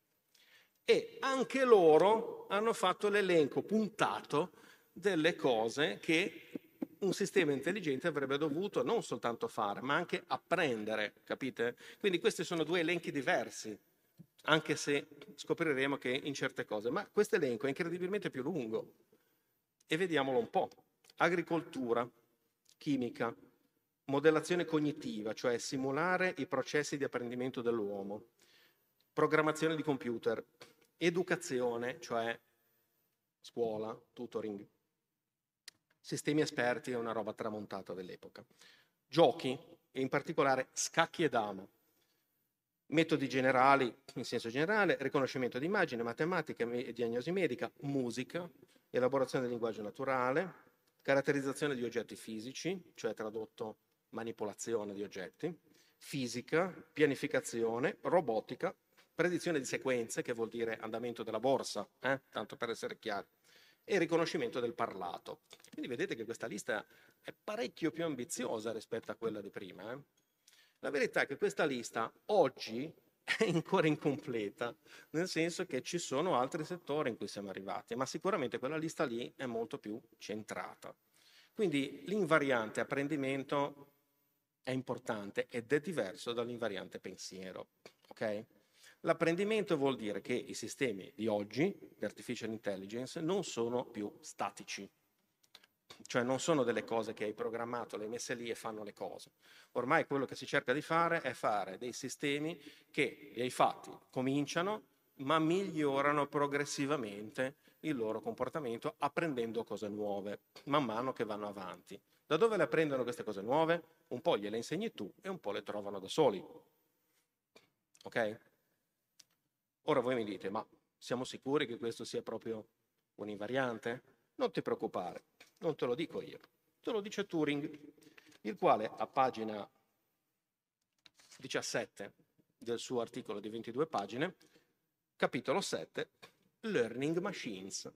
E anche loro hanno fatto l'elenco puntato delle cose che un sistema intelligente avrebbe dovuto non soltanto fare, ma anche apprendere, capite? Quindi questi sono due elenchi diversi, anche se scopriremo che in certe cose, ma questo elenco è incredibilmente più lungo. E vediamolo un po'. Agricoltura, chimica, modellazione cognitiva, cioè simulare i processi di apprendimento dell'uomo, programmazione di computer, educazione, cioè scuola, tutoring, sistemi esperti è una roba tramontata dell'epoca, giochi, e in particolare scacchi e dama, metodi generali, in senso generale, riconoscimento di immagine, matematica e diagnosi medica, musica, elaborazione del linguaggio naturale, caratterizzazione di oggetti fisici, cioè tradotto manipolazione di oggetti, fisica, pianificazione, robotica, predizione di sequenze, che vuol dire andamento della borsa, tanto per essere chiari, e riconoscimento del parlato. Quindi vedete che questa lista è parecchio più ambiziosa rispetto a quella di prima. La verità è che questa lista oggi è ancora incompleta, nel senso che ci sono altri settori in cui siamo arrivati, ma sicuramente quella lista lì è molto più centrata. Quindi l'invariante apprendimento è importante ed è diverso dall'invariante pensiero, ok? L'apprendimento vuol dire che i sistemi di oggi, di artificial intelligence, non sono più statici, cioè non sono delle cose che hai programmato, le hai messe lì e fanno le cose. Ormai quello che si cerca di fare è fare dei sistemi che li hai fatti, cominciano, ma migliorano progressivamente il loro comportamento apprendendo cose nuove, man mano che vanno avanti. Da dove le apprendono queste cose nuove? Un po' gliele insegni tu e un po' le trovano da soli. Ok? Ora voi mi dite, ma siamo sicuri che questo sia proprio un invariante? Non ti preoccupare, non te lo dico io, te lo dice Turing, il quale a pagina 17 del suo articolo di 22 pagine, capitolo 7, Learning Machines,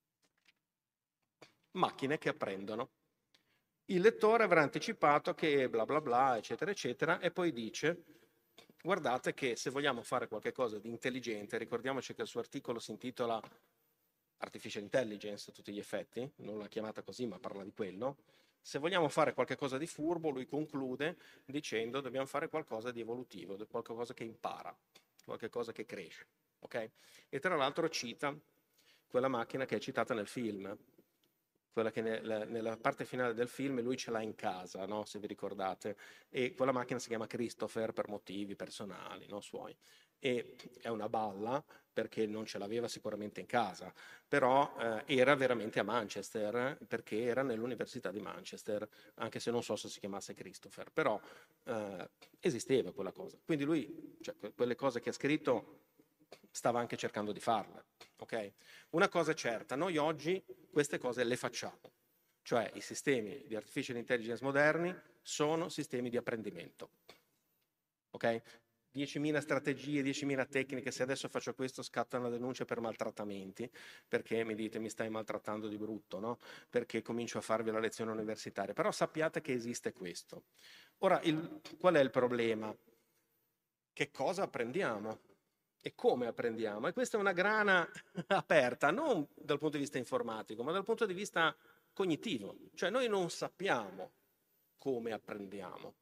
macchine che apprendono. Il lettore avrà anticipato che bla bla bla, eccetera, eccetera, e poi dice, guardate che se vogliamo fare qualcosa di intelligente, ricordiamoci che il suo articolo si intitola Artificial Intelligence a tutti gli effetti, non l'ha chiamata così ma parla di quello, se vogliamo fare qualcosa di furbo lui conclude dicendo dobbiamo fare qualcosa di evolutivo, qualcosa che impara, qualcosa che cresce, ok? E tra l'altro cita quella macchina che è citata nel film, quella che nella parte finale del film lui ce l'ha in casa, no? Se vi ricordate, e quella macchina si chiama Christopher per motivi personali, no? Suoi. E è una balla perché non ce l'aveva sicuramente in casa, però era veramente a Manchester, perché era nell'Università di Manchester, anche se non so se si chiamasse Christopher, però esisteva quella cosa. Quindi lui, cioè, quelle cose che ha scritto, stava anche cercando di farle, ok? Una cosa è certa, noi oggi queste cose le facciamo, cioè i sistemi di artificial intelligence moderni sono sistemi di apprendimento, ok? 10.000 strategie, 10.000 tecniche, se adesso faccio questo scatta una denuncia per maltrattamenti, perché mi dite mi stai maltrattando di brutto, no? Perché comincio a farvi la lezione universitaria, però sappiate che esiste questo. Ora, qual è il problema? Che cosa apprendiamo? E come apprendiamo? E questa è una grana aperta, non dal punto di vista informatico, ma dal punto di vista cognitivo. Cioè noi non sappiamo come apprendiamo.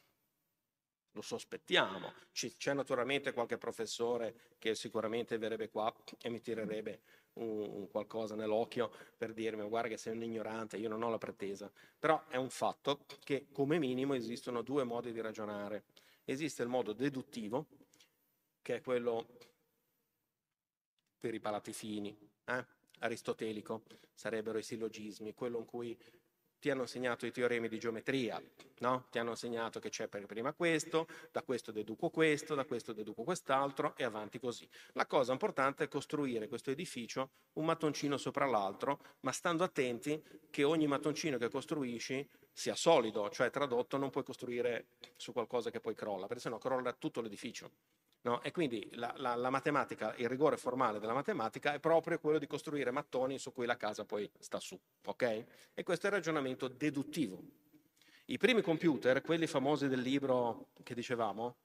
Lo sospettiamo. C'è naturalmente qualche professore che sicuramente verrebbe qua e mi tirerebbe qualcosa nell'occhio per dirmi guarda che sei un ignorante, io non ho la pretesa. Però è un fatto che come minimo esistono due modi di ragionare. Esiste il modo deduttivo, che è quello per i palati fini, aristotelico, sarebbero i sillogismi, quello in cui ti hanno insegnato i teoremi di geometria, no? Ti hanno insegnato che c'è per prima questo, da questo deduco quest'altro e avanti così. La cosa importante è costruire questo edificio un mattoncino sopra l'altro, ma stando attenti che ogni mattoncino che costruisci sia solido, cioè tradotto non puoi costruire su qualcosa che poi crolla, perché sennò crolla tutto l'edificio. No? E quindi la matematica, il rigore formale della matematica è proprio quello di costruire mattoni su cui la casa poi sta su, ok? E questo è il ragionamento deduttivo. I primi computer, quelli famosi del libro che dicevamo,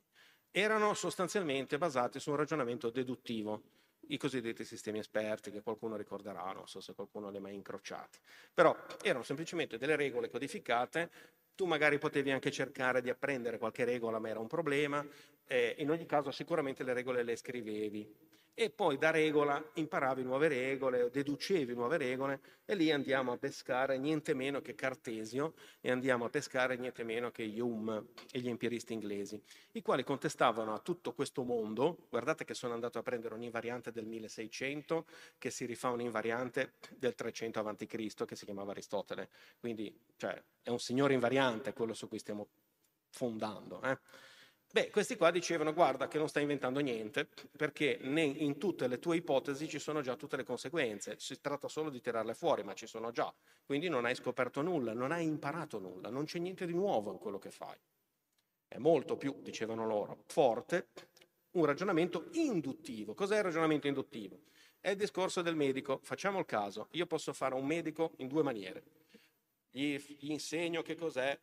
erano sostanzialmente basati su un ragionamento deduttivo, i cosiddetti sistemi esperti che qualcuno ricorderà, non so se qualcuno li ha mai incrociati, però erano semplicemente delle regole codificate. Tu magari potevi anche cercare di apprendere qualche regola, ma era un problema. In ogni caso sicuramente le regole le scrivevi e poi da regola imparavi nuove regole, deducevi nuove regole e lì andiamo a pescare niente meno che Cartesio e andiamo a pescare niente meno che Hume e gli empiristi inglesi, i quali contestavano a tutto questo mondo. Guardate che sono andato a prendere un'invariante del 1600 che si rifà un'invariante del 300 a.C. che si chiamava Aristotele, quindi cioè, è un signore invariante quello su cui stiamo fondando. Beh, questi qua dicevano guarda che non stai inventando niente perché in tutte le tue ipotesi ci sono già tutte le conseguenze, si tratta solo di tirarle fuori, ma ci sono già, quindi non hai scoperto nulla, non hai imparato nulla, non c'è niente di nuovo in quello che fai. È molto più, dicevano loro, forte un ragionamento induttivo. Cos'è il ragionamento induttivo? È il discorso del medico. Facciamo il caso, io posso fare un medico in due maniere. Gli insegno che cos'è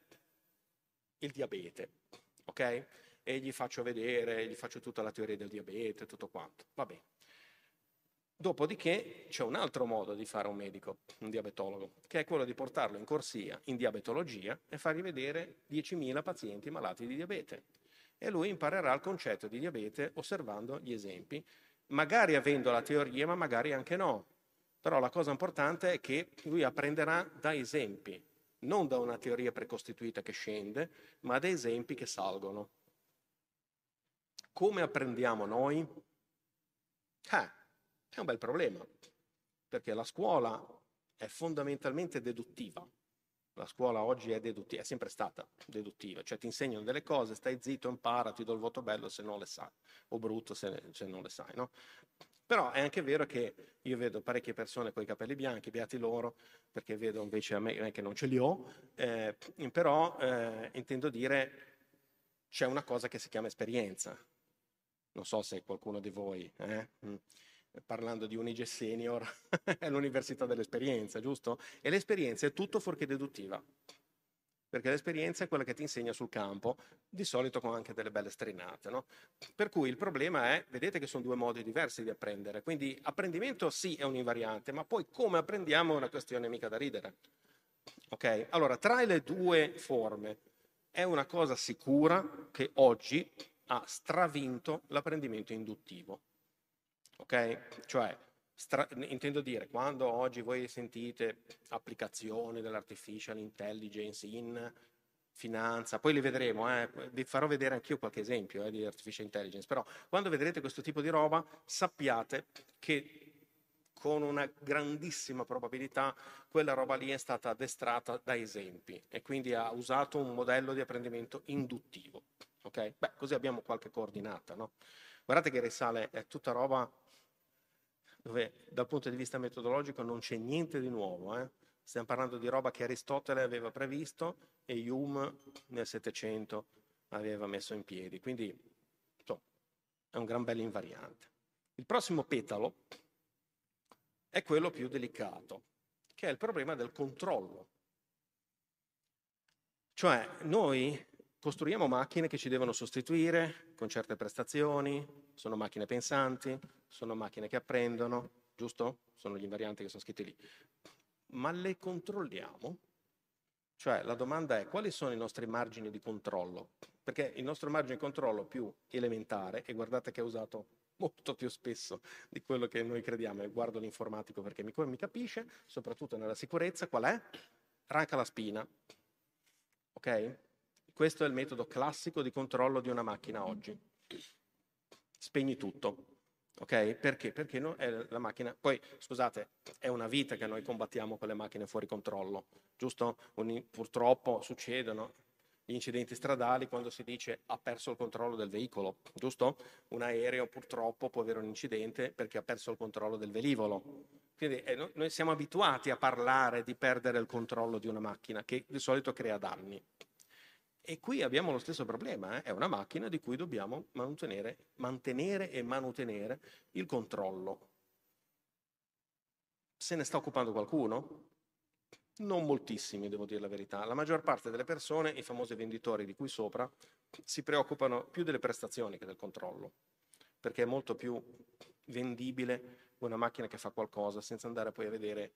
il diabete, ok? E gli faccio vedere, gli faccio tutta la teoria del diabete, tutto quanto. Va bene. Dopodiché c'è un altro modo di fare un medico, un diabetologo, che è quello di portarlo in corsia in diabetologia e fargli vedere 10.000 pazienti malati di diabete. E lui imparerà il concetto di diabete osservando gli esempi, magari avendo la teoria, ma magari anche no. Però la cosa importante è che lui apprenderà da esempi, non da una teoria precostituita che scende, ma da esempi che salgono. Come apprendiamo noi? È un bel problema, perché la scuola è fondamentalmente deduttiva. La scuola oggi è deduttiva, è sempre stata deduttiva, cioè ti insegnano delle cose, stai zitto, impara, ti do il voto bello se non le sai, o brutto se non le sai, no? Però è anche vero che io vedo parecchie persone con i capelli bianchi, beati loro, perché vedo invece a me che non ce li ho, però intendo dire c'è una cosa che si chiama esperienza. Non so se qualcuno di voi, parlando di Unige Senior, è l'università dell'esperienza, giusto? E l'esperienza è tutto fuorché deduttiva, perché l'esperienza è quella che ti insegna sul campo, di solito con anche delle belle strinate, no? Per cui il problema è, vedete che sono due modi diversi di apprendere, quindi apprendimento sì è un invariante, ma poi come apprendiamo è una questione mica da ridere. Ok? Allora, tra le due forme è una cosa sicura che oggi ha stravinto l'apprendimento induttivo. Ok? Cioè, intendo dire, quando oggi voi sentite applicazioni dell'artificial intelligence in finanza, poi li vedremo, vi farò vedere anch'io qualche esempio di artificial intelligence, però quando vedrete questo tipo di roba sappiate che con una grandissima probabilità quella roba lì è stata addestrata da esempi e quindi ha usato un modello di apprendimento induttivo. Ok? Beh, così abbiamo qualche coordinata, no? Guardate che risale, è tutta roba dove dal punto di vista metodologico non c'è niente di nuovo. Stiamo parlando di roba che Aristotele aveva previsto e Hume nel 700 aveva messo in piedi. Quindi è un gran bel invariante. Il prossimo petalo è quello più delicato, che è il problema del controllo. Cioè, noi costruiamo macchine che ci devono sostituire con certe prestazioni, sono macchine pensanti, sono macchine che apprendono, giusto? Sono gli invarianti che sono scritti lì. Ma le controlliamo? Cioè, la domanda è: quali sono i nostri margini di controllo? Perché il nostro margine di controllo più elementare, e guardate che è usato molto più spesso di quello che noi crediamo, e guardo l'informatico perché mi capisce, soprattutto nella sicurezza, qual è? Arranca la spina. Ok? Questo è il metodo classico di controllo di una macchina oggi. Spegni tutto. Ok? Perché? Perché la macchina... Poi, scusate, è una vita che noi combattiamo con le macchine fuori controllo, giusto? Purtroppo succedono gli incidenti stradali quando si dice ha perso il controllo del veicolo, giusto? Un aereo purtroppo può avere un incidente perché ha perso il controllo del velivolo. Quindi noi siamo abituati a parlare di perdere il controllo di una macchina che di solito crea danni. E qui abbiamo lo stesso problema, è una macchina di cui dobbiamo mantenere e manutenere il controllo. Se ne sta occupando qualcuno? Non moltissimi, devo dire la verità. La maggior parte delle persone, i famosi venditori di cui sopra, si preoccupano più delle prestazioni che del controllo, perché è molto più vendibile una macchina che fa qualcosa senza andare poi a vedere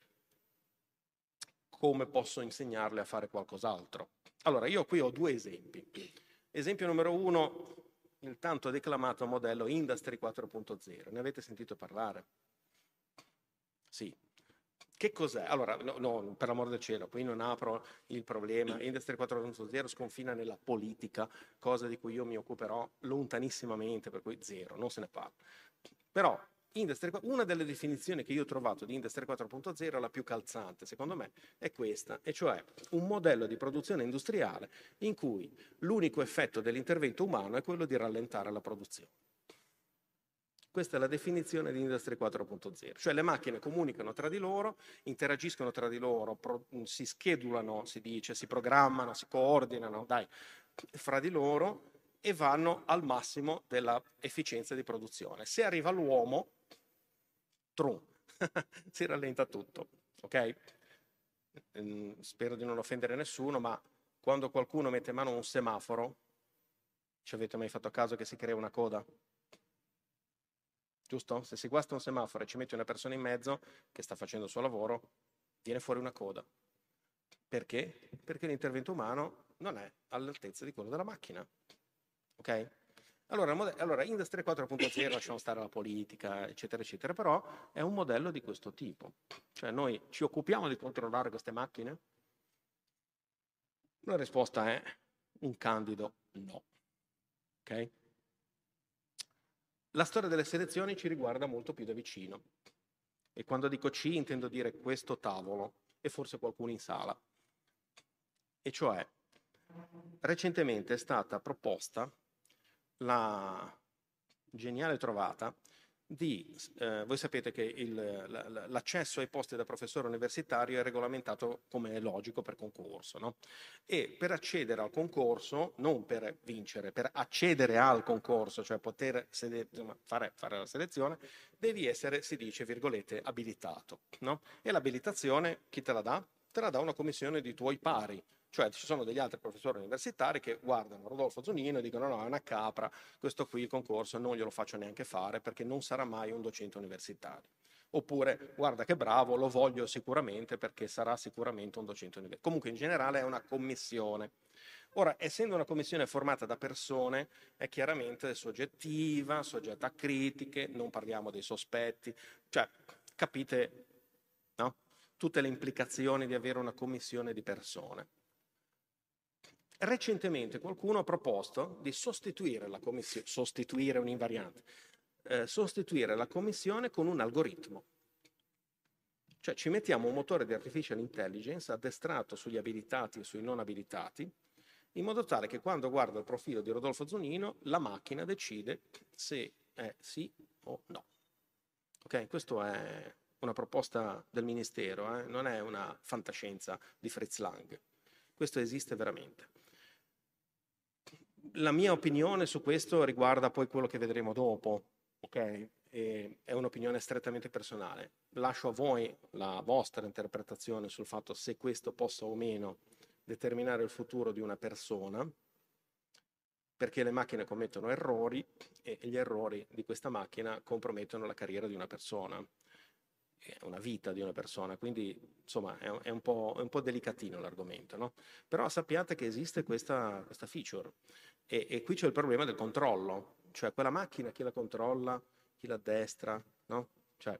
come posso insegnarle a fare qualcos'altro. Allora, io qui ho due esempi. Esempio numero 1, il tanto declamato modello Industry 4.0. Ne avete sentito parlare? Sì. Che cos'è? Allora, no, per l'amor del cielo, qui non apro il problema. Industry 4.0 sconfina nella politica, cosa di cui io mi occuperò lontanissimamente, per cui zero, non se ne parla. Però una delle definizioni che io ho trovato di Industry 4.0, la più calzante, secondo me, è questa, e cioè un modello di produzione industriale in cui l'unico effetto dell'intervento umano è quello di rallentare la produzione. Questa è la definizione di Industry 4.0, cioè le macchine comunicano tra di loro, interagiscono tra di loro, si schedulano, si dice, si programmano, si coordinano, fra di loro e vanno al massimo della efficienza di produzione. Se arriva l'uomo, si rallenta tutto, ok? Spero di non offendere nessuno, ma quando qualcuno mette in mano un semaforo, ci avete mai fatto caso che si crea una coda? Giusto? Se si guasta un semaforo e ci metti una persona in mezzo che sta facendo il suo lavoro, viene fuori una coda. Perché? Perché l'intervento umano non è all'altezza di quello della macchina. Ok? Allora Industry 4.0, lasciamo stare la politica, eccetera, eccetera, però è un modello di questo tipo. Cioè noi ci occupiamo di controllare queste macchine? La risposta è un candido no. Ok? La storia delle selezioni ci riguarda molto più da vicino. E quando dico ci intendo dire questo tavolo e forse qualcuno in sala. E cioè, recentemente è stata proposta la geniale trovata di, voi sapete che l'accesso ai posti da professore universitario è regolamentato come è logico per concorso, no? E per accedere al concorso, non per vincere, per accedere al concorso, cioè poter fare la selezione, devi essere, si dice, virgolette, abilitato, no? E l'abilitazione chi te la dà? Te la dà una commissione di tuoi pari. Cioè ci sono degli altri professori universitari che guardano Rodolfo Zunino e dicono no, è una capra, questo qui il concorso non glielo faccio neanche fare perché non sarà mai un docente universitario. Oppure guarda che bravo, lo voglio sicuramente perché sarà sicuramente un docente universitario. Comunque in generale è una commissione. Ora, essendo una commissione formata da persone, è chiaramente soggettiva, soggetta a critiche, non parliamo dei sospetti, cioè capite, no? Tutte le implicazioni di avere una commissione di persone. Recentemente qualcuno ha proposto di sostituire la commissione, sostituire un invariante, sostituire la commissione con un algoritmo. Cioè ci mettiamo un motore di artificial intelligence addestrato sugli abilitati e sui non abilitati, in modo tale che quando guarda il profilo di Rodolfo Zunino, la macchina decide se è sì o no. Ok, questo è una proposta del Ministero, non è una fantascienza di Fritz Lang. Questo esiste veramente. La mia opinione su questo riguarda poi quello che vedremo dopo, ok? È un'opinione strettamente personale. Lascio a voi la vostra interpretazione sul fatto se questo possa o meno determinare il futuro di una persona, perché le macchine commettono errori e gli errori di questa macchina compromettono la carriera di una persona, una vita di una persona, quindi insomma è un po' delicatino l'argomento, no? Però sappiate che esiste questa feature e qui c'è il problema del controllo, cioè quella macchina chi la controlla, chi la addestra, no? Cioè,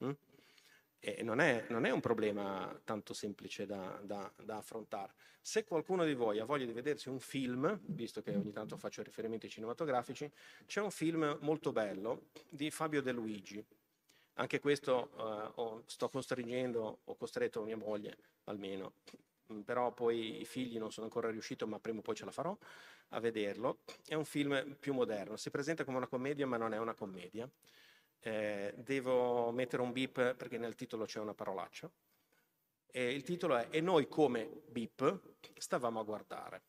e non è un problema tanto semplice da affrontare. Se qualcuno di voi ha voglia di vedersi un film, visto che ogni tanto faccio riferimenti cinematografici, c'è un film molto bello di Fabio De Luigi. Anche questo sto ho costretto mia moglie almeno, però poi i figli non sono ancora riuscito, ma prima o poi ce la farò a vederlo. È un film più moderno, si presenta come una commedia ma non è una commedia. Devo mettere un beep perché nel titolo c'è una parolaccia. Il titolo è E noi come beep stavamo a guardare.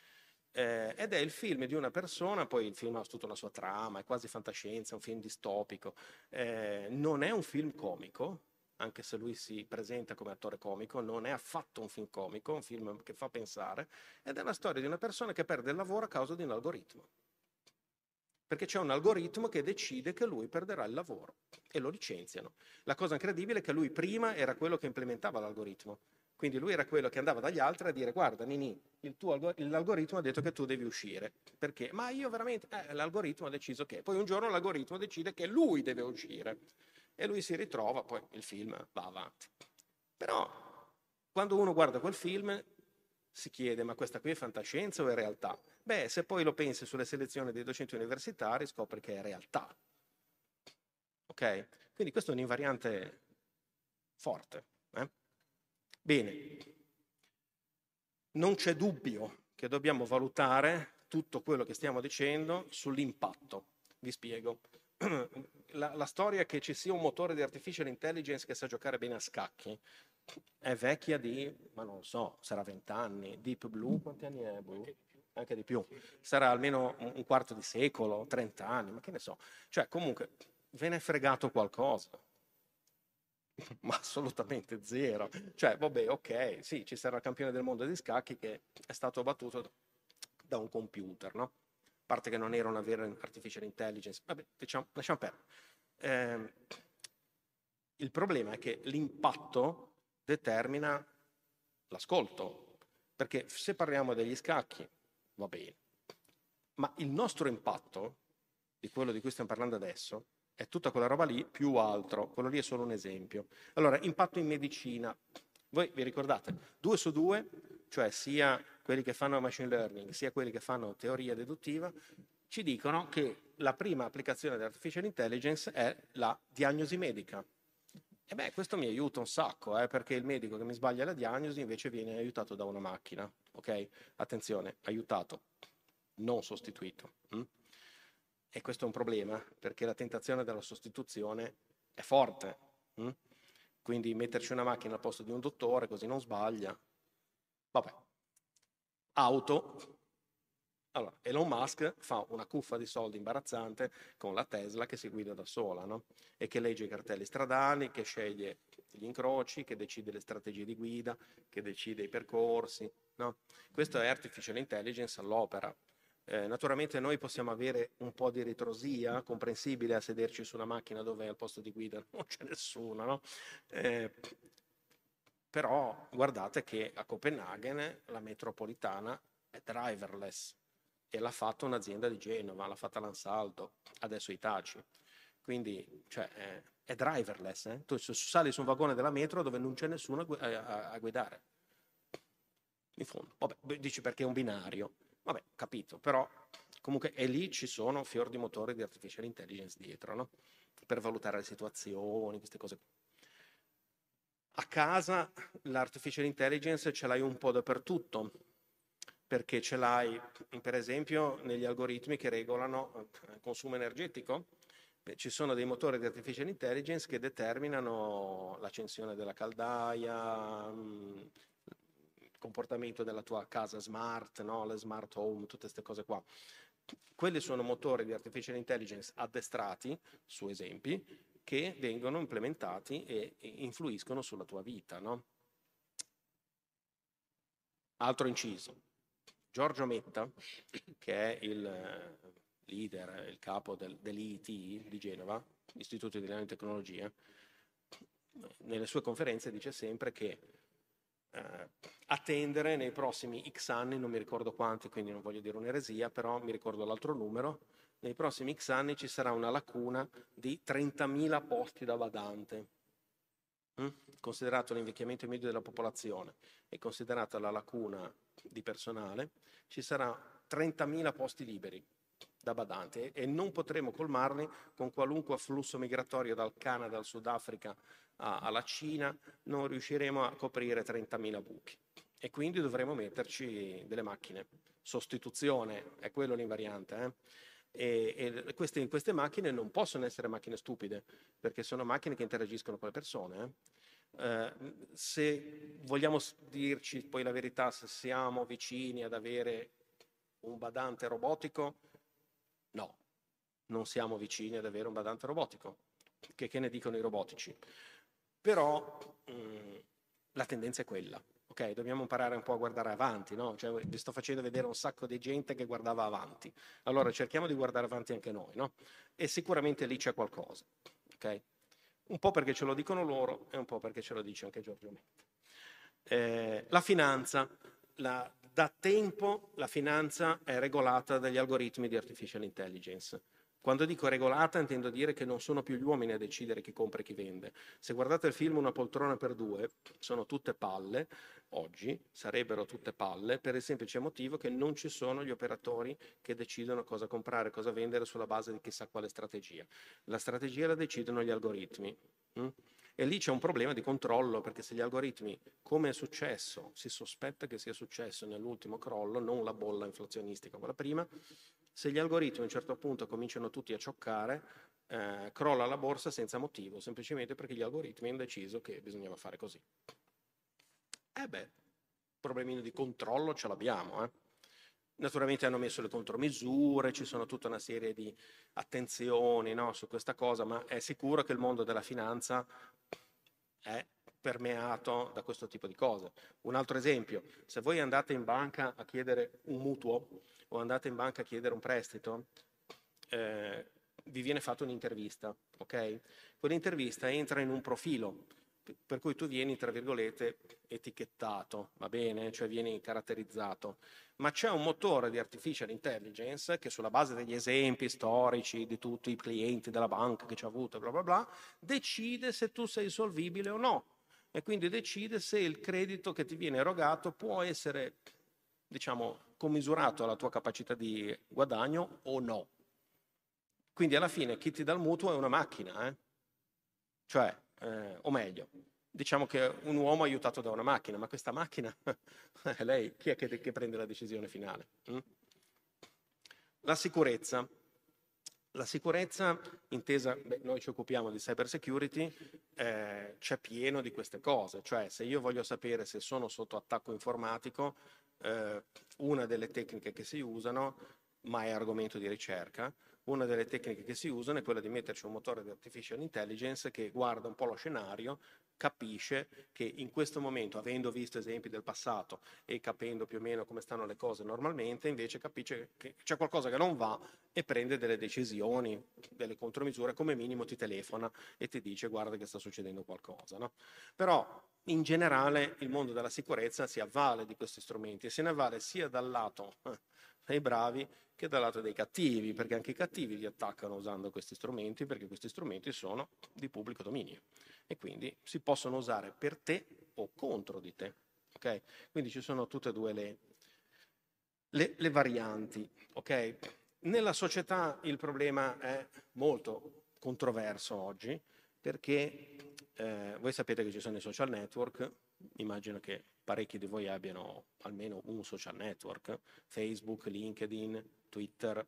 Ed è il film di una persona, poi il film ha tutta una sua trama, è quasi fantascienza, è un film distopico, non è un film comico, anche se lui si presenta come attore comico, non è affatto un film comico, è un film che fa pensare, ed è la storia di una persona che perde il lavoro a causa di un algoritmo. Perché c'è un algoritmo che decide che lui perderà il lavoro e lo licenziano. La cosa incredibile è che lui prima era quello che implementava l'algoritmo. Quindi lui era quello che andava dagli altri a dire guarda Nini, l'algoritmo ha detto che tu devi uscire. Perché? Ma io veramente, l'algoritmo ha deciso che. Poi un giorno l'algoritmo decide che lui deve uscire. E lui si ritrova, poi il film va avanti. Però quando uno guarda quel film si chiede ma questa qui è fantascienza o è realtà? Beh, se poi lo pensi sulle selezioni dei docenti universitari scopri che è realtà. Ok? Quindi questo è un'invariante forte. Bene, non c'è dubbio che dobbiamo valutare tutto quello che stiamo dicendo sull'impatto. Vi spiego. La storia è che ci sia un motore di artificial intelligence che sa giocare bene a scacchi è vecchia di, ma non so, sarà 20 anni. Deep Blue, quanti anni è? Anche di più. Sarà almeno un quarto di secolo, 30 anni, ma che ne so. Cioè, comunque, ve ne è fregato qualcosa. Ma assolutamente zero. Cioè, vabbè, ok, sì, ci sarà il campione del mondo di scacchi che è stato battuto da un computer, no? A parte che non era una vera artificial intelligence. Vabbè, diciamo, lasciamo perdere. Il problema è che l'impatto determina l'ascolto, perché se parliamo degli scacchi, va bene, ma il nostro impatto, di quello di cui stiamo parlando adesso, è tutta quella roba lì più altro, quello lì è solo un esempio. Allora, impatto in medicina. Voi vi ricordate? 2 su 2, cioè sia quelli che fanno machine learning, sia quelli che fanno teoria deduttiva, ci dicono che la prima applicazione dell'artificial intelligence è la diagnosi medica. E beh, questo mi aiuta un sacco, perché il medico che mi sbaglia la diagnosi invece viene aiutato da una macchina, ok? Attenzione, aiutato, non sostituito. E questo è un problema, perché la tentazione della sostituzione è forte. Quindi metterci una macchina al posto di un dottore, così non sbaglia. Vabbè. Auto. Allora, Elon Musk fa una cuffa di soldi imbarazzante con la Tesla che si guida da sola, no? E che legge i cartelli stradali, che sceglie gli incroci, che decide le strategie di guida, che decide i percorsi, no? Questo è artificial intelligence all'opera. Naturalmente noi possiamo avere un po' di ritrosia, comprensibile a sederci su una macchina dove al posto di guida non c'è nessuno, no? Però guardate che a Copenaghen la metropolitana è driverless e l'ha fatto un'azienda di Genova, l'ha fatta l'Ansaldo, adesso Hitachi. Quindi cioè, è driverless. Tu sali su un vagone della metro dove non c'è nessuno a guidare. In fondo, vabbè, dici perché è un binario. Vabbè, capito, però comunque e lì ci sono fior di motori di artificial intelligence dietro, no? Per valutare le situazioni, queste cose. A casa l'artificial intelligence ce l'hai un po' dappertutto, perché ce l'hai, per esempio, negli algoritmi che regolano il consumo energetico. Ci sono dei motori di artificial intelligence che determinano l'accensione della caldaia, comportamento della tua casa smart, no? Le smart home, tutte queste cose qua. Quelli sono motori di artificial intelligence addestrati su esempi che vengono implementati e influiscono sulla tua vita, no? Altro inciso. Giorgio Metta, che è il leader, il capo dell'IIT di Genova, Istituto Italiano di Tecnologia, nelle sue conferenze dice sempre che attendere nei prossimi X anni, non mi ricordo quanti, quindi non voglio dire un'eresia, però mi ricordo l'altro numero, nei prossimi X anni ci sarà una lacuna di 30.000 posti da badante. Considerato l'invecchiamento medio della popolazione e considerata la lacuna di personale, ci sarà 30.000 posti liberi da badante e non potremo colmarli con qualunque afflusso migratorio dal Canada al Sudafrica alla Cina, non riusciremo a coprire 30.000 buchi e quindi dovremo metterci delle macchine. Sostituzione, è quello l'invariante, E queste macchine non possono essere macchine stupide, perché sono macchine che interagiscono con le persone. Se vogliamo dirci poi la verità, se siamo vicini ad avere un badante robotico, no, non siamo vicini ad avere un badante robotico. Che ne dicono i robotici? Però la tendenza è quella. Ok, dobbiamo imparare un po' a guardare avanti, no? Cioè, vi sto facendo vedere un sacco di gente che guardava avanti. Allora cerchiamo di guardare avanti anche noi, no? E sicuramente lì c'è qualcosa, ok? Un po' perché ce lo dicono loro e un po' perché ce lo dice anche Giorgio Metta. La finanza, da tempo la finanza è regolata dagli algoritmi di artificial intelligence. Quando dico regolata intendo dire che non sono più gli uomini a decidere chi compra e chi vende. Se guardate il film Una poltrona per due, sono tutte palle, oggi sarebbero tutte palle, per il semplice motivo che non ci sono gli operatori che decidono cosa comprare, cosa vendere sulla base di chissà quale strategia. La strategia la decidono gli algoritmi. E lì c'è un problema di controllo, perché se gli algoritmi, come è successo, si sospetta che sia successo nell'ultimo crollo, non la bolla inflazionistica, quella prima, se gli algoritmi a un certo punto cominciano tutti a cioccare, crolla la borsa senza motivo, semplicemente perché gli algoritmi hanno deciso che bisognava fare così. Problemino di controllo ce l'abbiamo, Naturalmente hanno messo le contromisure, ci sono tutta una serie di attenzioni, no, su questa cosa, ma è sicuro che il mondo della finanza è permeato da questo tipo di cose. Un altro esempio, se voi andate in banca a chiedere un mutuo o andate in banca a chiedere un prestito, vi viene fatta un'intervista, ok? Quell'intervista entra in un profilo, per cui tu vieni, tra virgolette, etichettato, va bene? Cioè vieni caratterizzato. Ma c'è un motore di artificial intelligence che sulla base degli esempi storici di tutti i clienti della banca che ci ha avuto, bla bla bla, decide se tu sei solvibile o no. E quindi decide se il credito che ti viene erogato può essere, diciamo, commisurato alla tua capacità di guadagno o no. Quindi alla fine chi ti dà il mutuo è una macchina, Cioè, o meglio, diciamo che è un uomo aiutato da una macchina, ma questa macchina, lei, chi è che prende la decisione finale? La sicurezza. La sicurezza intesa, noi ci occupiamo di cyber security, c'è pieno di queste cose, cioè se io voglio sapere se sono sotto attacco informatico, una delle tecniche che si usano, ma è argomento di ricerca, una delle tecniche che si usano è quella di metterci un motore di artificial intelligence che guarda un po' lo scenario, capisce che in questo momento, avendo visto esempi del passato e capendo più o meno come stanno le cose normalmente, invece capisce che c'è qualcosa che non va e prende delle decisioni, delle contromisure, come minimo ti telefona e ti dice guarda che sta succedendo qualcosa, no? Però in generale il mondo della sicurezza si avvale di questi strumenti e se ne avvale sia dal lato dei bravi che dal lato dei cattivi, perché anche i cattivi li attaccano usando questi strumenti, perché questi strumenti sono di pubblico dominio e quindi si possono usare per te o contro di te, ok? Quindi ci sono tutte e due le varianti, ok? Nella società il problema è molto controverso oggi, perché voi sapete che ci sono i social network, immagino che parecchi di voi abbiano almeno un social network, Facebook, LinkedIn, Twitter,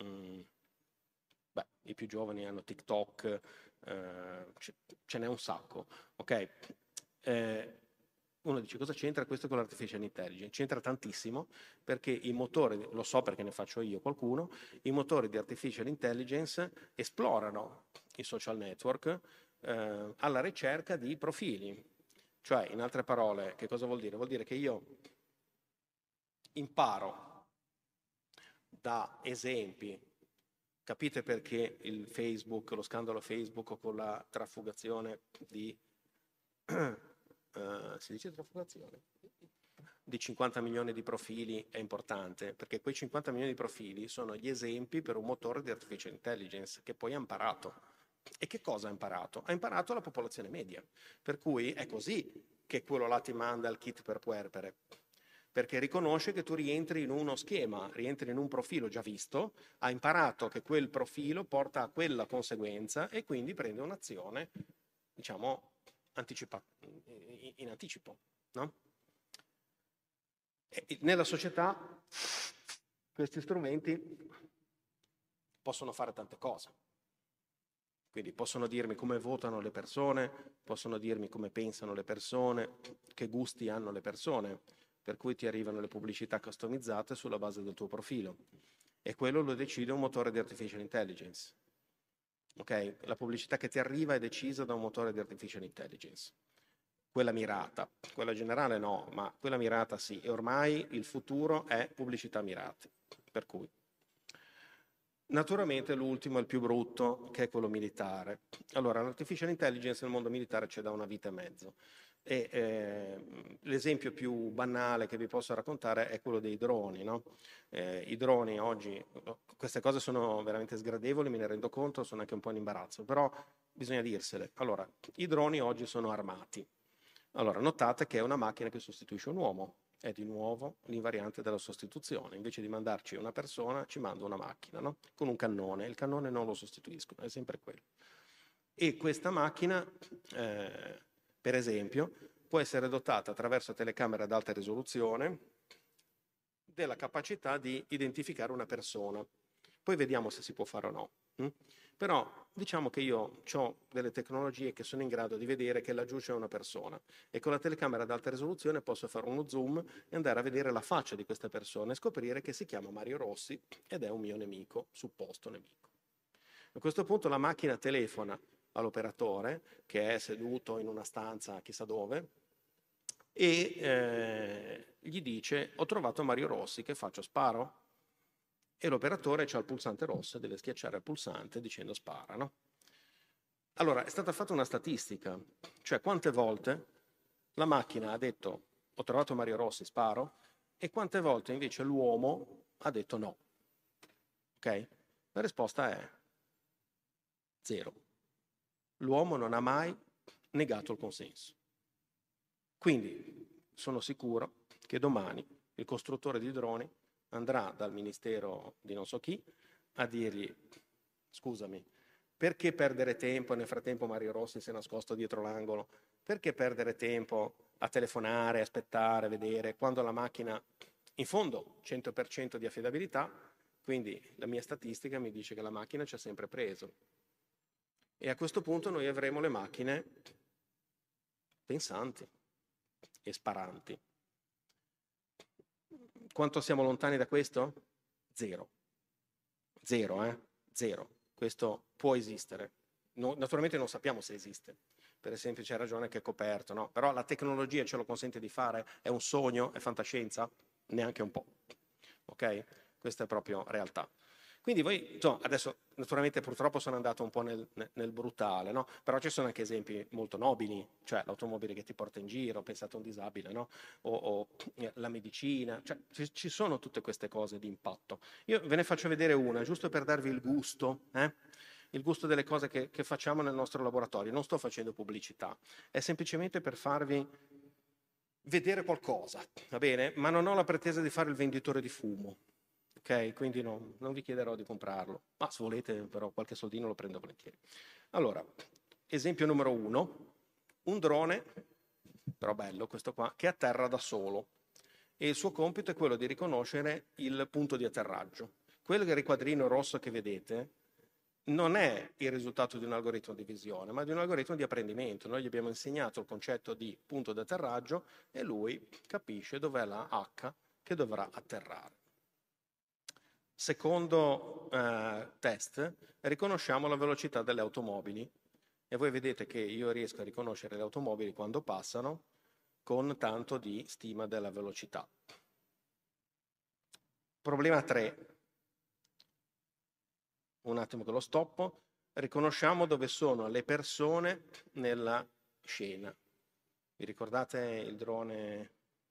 i più giovani hanno TikTok, ce n'è un sacco, ok? Uno dice cosa c'entra questo con l'artificial intelligence? C'entra tantissimo perché i motori, lo so perché ne faccio io qualcuno, i motori di artificial intelligence esplorano i social network alla ricerca di profili. Cioè, in altre parole, che cosa vuol dire? Vuol dire che io imparo da esempi. Capite perché il Facebook, lo scandalo Facebook con la trafugazione di si dice trafugazione? Di 50 milioni di profili è importante, perché quei 50 milioni di profili sono gli esempi per un motore di artificial intelligence che poi ha imparato. E che cosa ha imparato? Ha imparato la popolazione media, per cui è così che quello là ti manda il kit per puerpere, perché riconosce che tu rientri in uno schema, rientri in un profilo già visto, ha imparato che quel profilo porta a quella conseguenza e quindi prende un'azione, diciamo, in anticipo, no? E nella società questi strumenti possono fare tante cose. Quindi possono dirmi come votano le persone, possono dirmi come pensano le persone, che gusti hanno le persone, per cui ti arrivano le pubblicità customizzate sulla base del tuo profilo. E quello lo decide un motore di artificial intelligence. Ok? La pubblicità che ti arriva è decisa da un motore di artificial intelligence. Quella mirata, quella generale no, ma quella mirata sì. E ormai il futuro è pubblicità mirate. Per cui. Naturalmente l'ultimo è il più brutto, che è quello militare. Allora, l'artificial intelligence nel mondo militare c'è da una vita e mezzo. E l'esempio più banale che vi posso raccontare è quello dei droni, no? I droni oggi, queste cose sono veramente sgradevoli, me ne rendo conto, sono anche un po' in imbarazzo, però bisogna dirsele. Allora, i droni oggi sono armati. Allora, notate che è una macchina che sostituisce un uomo. È di nuovo l'invariante della sostituzione. Invece di mandarci una persona, ci manda una macchina, no? Con un cannone. Il cannone non lo sostituiscono, è sempre quello. E questa macchina, per esempio, può essere dotata attraverso telecamere ad alta risoluzione della capacità di identificare una persona. Poi vediamo se si può fare o no. Però diciamo che io ho delle tecnologie che sono in grado di vedere che laggiù c'è una persona e con la telecamera ad alta risoluzione posso fare uno zoom e andare a vedere la faccia di questa persona e scoprire che si chiama Mario Rossi ed è un mio nemico, supposto nemico. A questo punto la macchina telefona all'operatore che è seduto in una stanza chissà dove e gli dice: ho trovato Mario Rossi, che faccio? Sparo? E l'operatore c'ha il pulsante rosso e deve schiacciare il pulsante dicendo spara, no? Allora, è stata fatta una statistica, cioè quante volte la macchina ha detto ho trovato Mario Rossi, sparo, e quante volte invece l'uomo ha detto no. Ok? La risposta è 0. L'uomo non ha mai negato il consenso. Quindi sono sicuro che domani il costruttore di droni andrà dal ministero di non so chi a dirgli: scusami, perché perdere tempo? Nel frattempo Mario Rossi si è nascosto dietro l'angolo. Perché perdere tempo a telefonare, aspettare, vedere, quando la macchina, in fondo, 100% di affidabilità, quindi la mia statistica mi dice che la macchina ci ha sempre preso. E a questo punto noi avremo le macchine pensanti e sparanti. Quanto siamo lontani da questo? 0. 0, 0. Questo può esistere. No, naturalmente non sappiamo se esiste, per la semplice ragione che è coperto, no? Però la tecnologia ce lo consente di fare, è un sogno, è fantascienza? Neanche un po'. Ok? Questa è proprio realtà. Quindi voi, insomma, adesso naturalmente purtroppo sono andato un po' nel brutale, no? Però ci sono anche esempi molto nobili, cioè l'automobile che ti porta in giro, pensate a un disabile, no? O la medicina, cioè ci sono tutte queste cose di impatto. Io ve ne faccio vedere una, giusto per darvi il gusto delle cose che facciamo nel nostro laboratorio. Non sto facendo pubblicità, è semplicemente per farvi vedere qualcosa, va bene? Ma non ho la pretesa di fare il venditore di fumo. Ok, quindi non vi chiederò di comprarlo, ma se volete però qualche soldino lo prendo volentieri. Allora, esempio numero 1, un drone, però bello questo qua, che atterra da solo e il suo compito è quello di riconoscere il punto di atterraggio. Quel riquadrino rosso che vedete non è il risultato di un algoritmo di visione, ma di un algoritmo di apprendimento. Noi gli abbiamo insegnato il concetto di punto di atterraggio e lui capisce dov'è la H che dovrà atterrare. Secondo test, riconosciamo la velocità delle automobili e voi vedete che io riesco a riconoscere le automobili quando passano con tanto di stima della velocità. Problema 3. Un attimo che lo stoppo. Riconosciamo dove sono le persone nella scena. Vi ricordate il drone?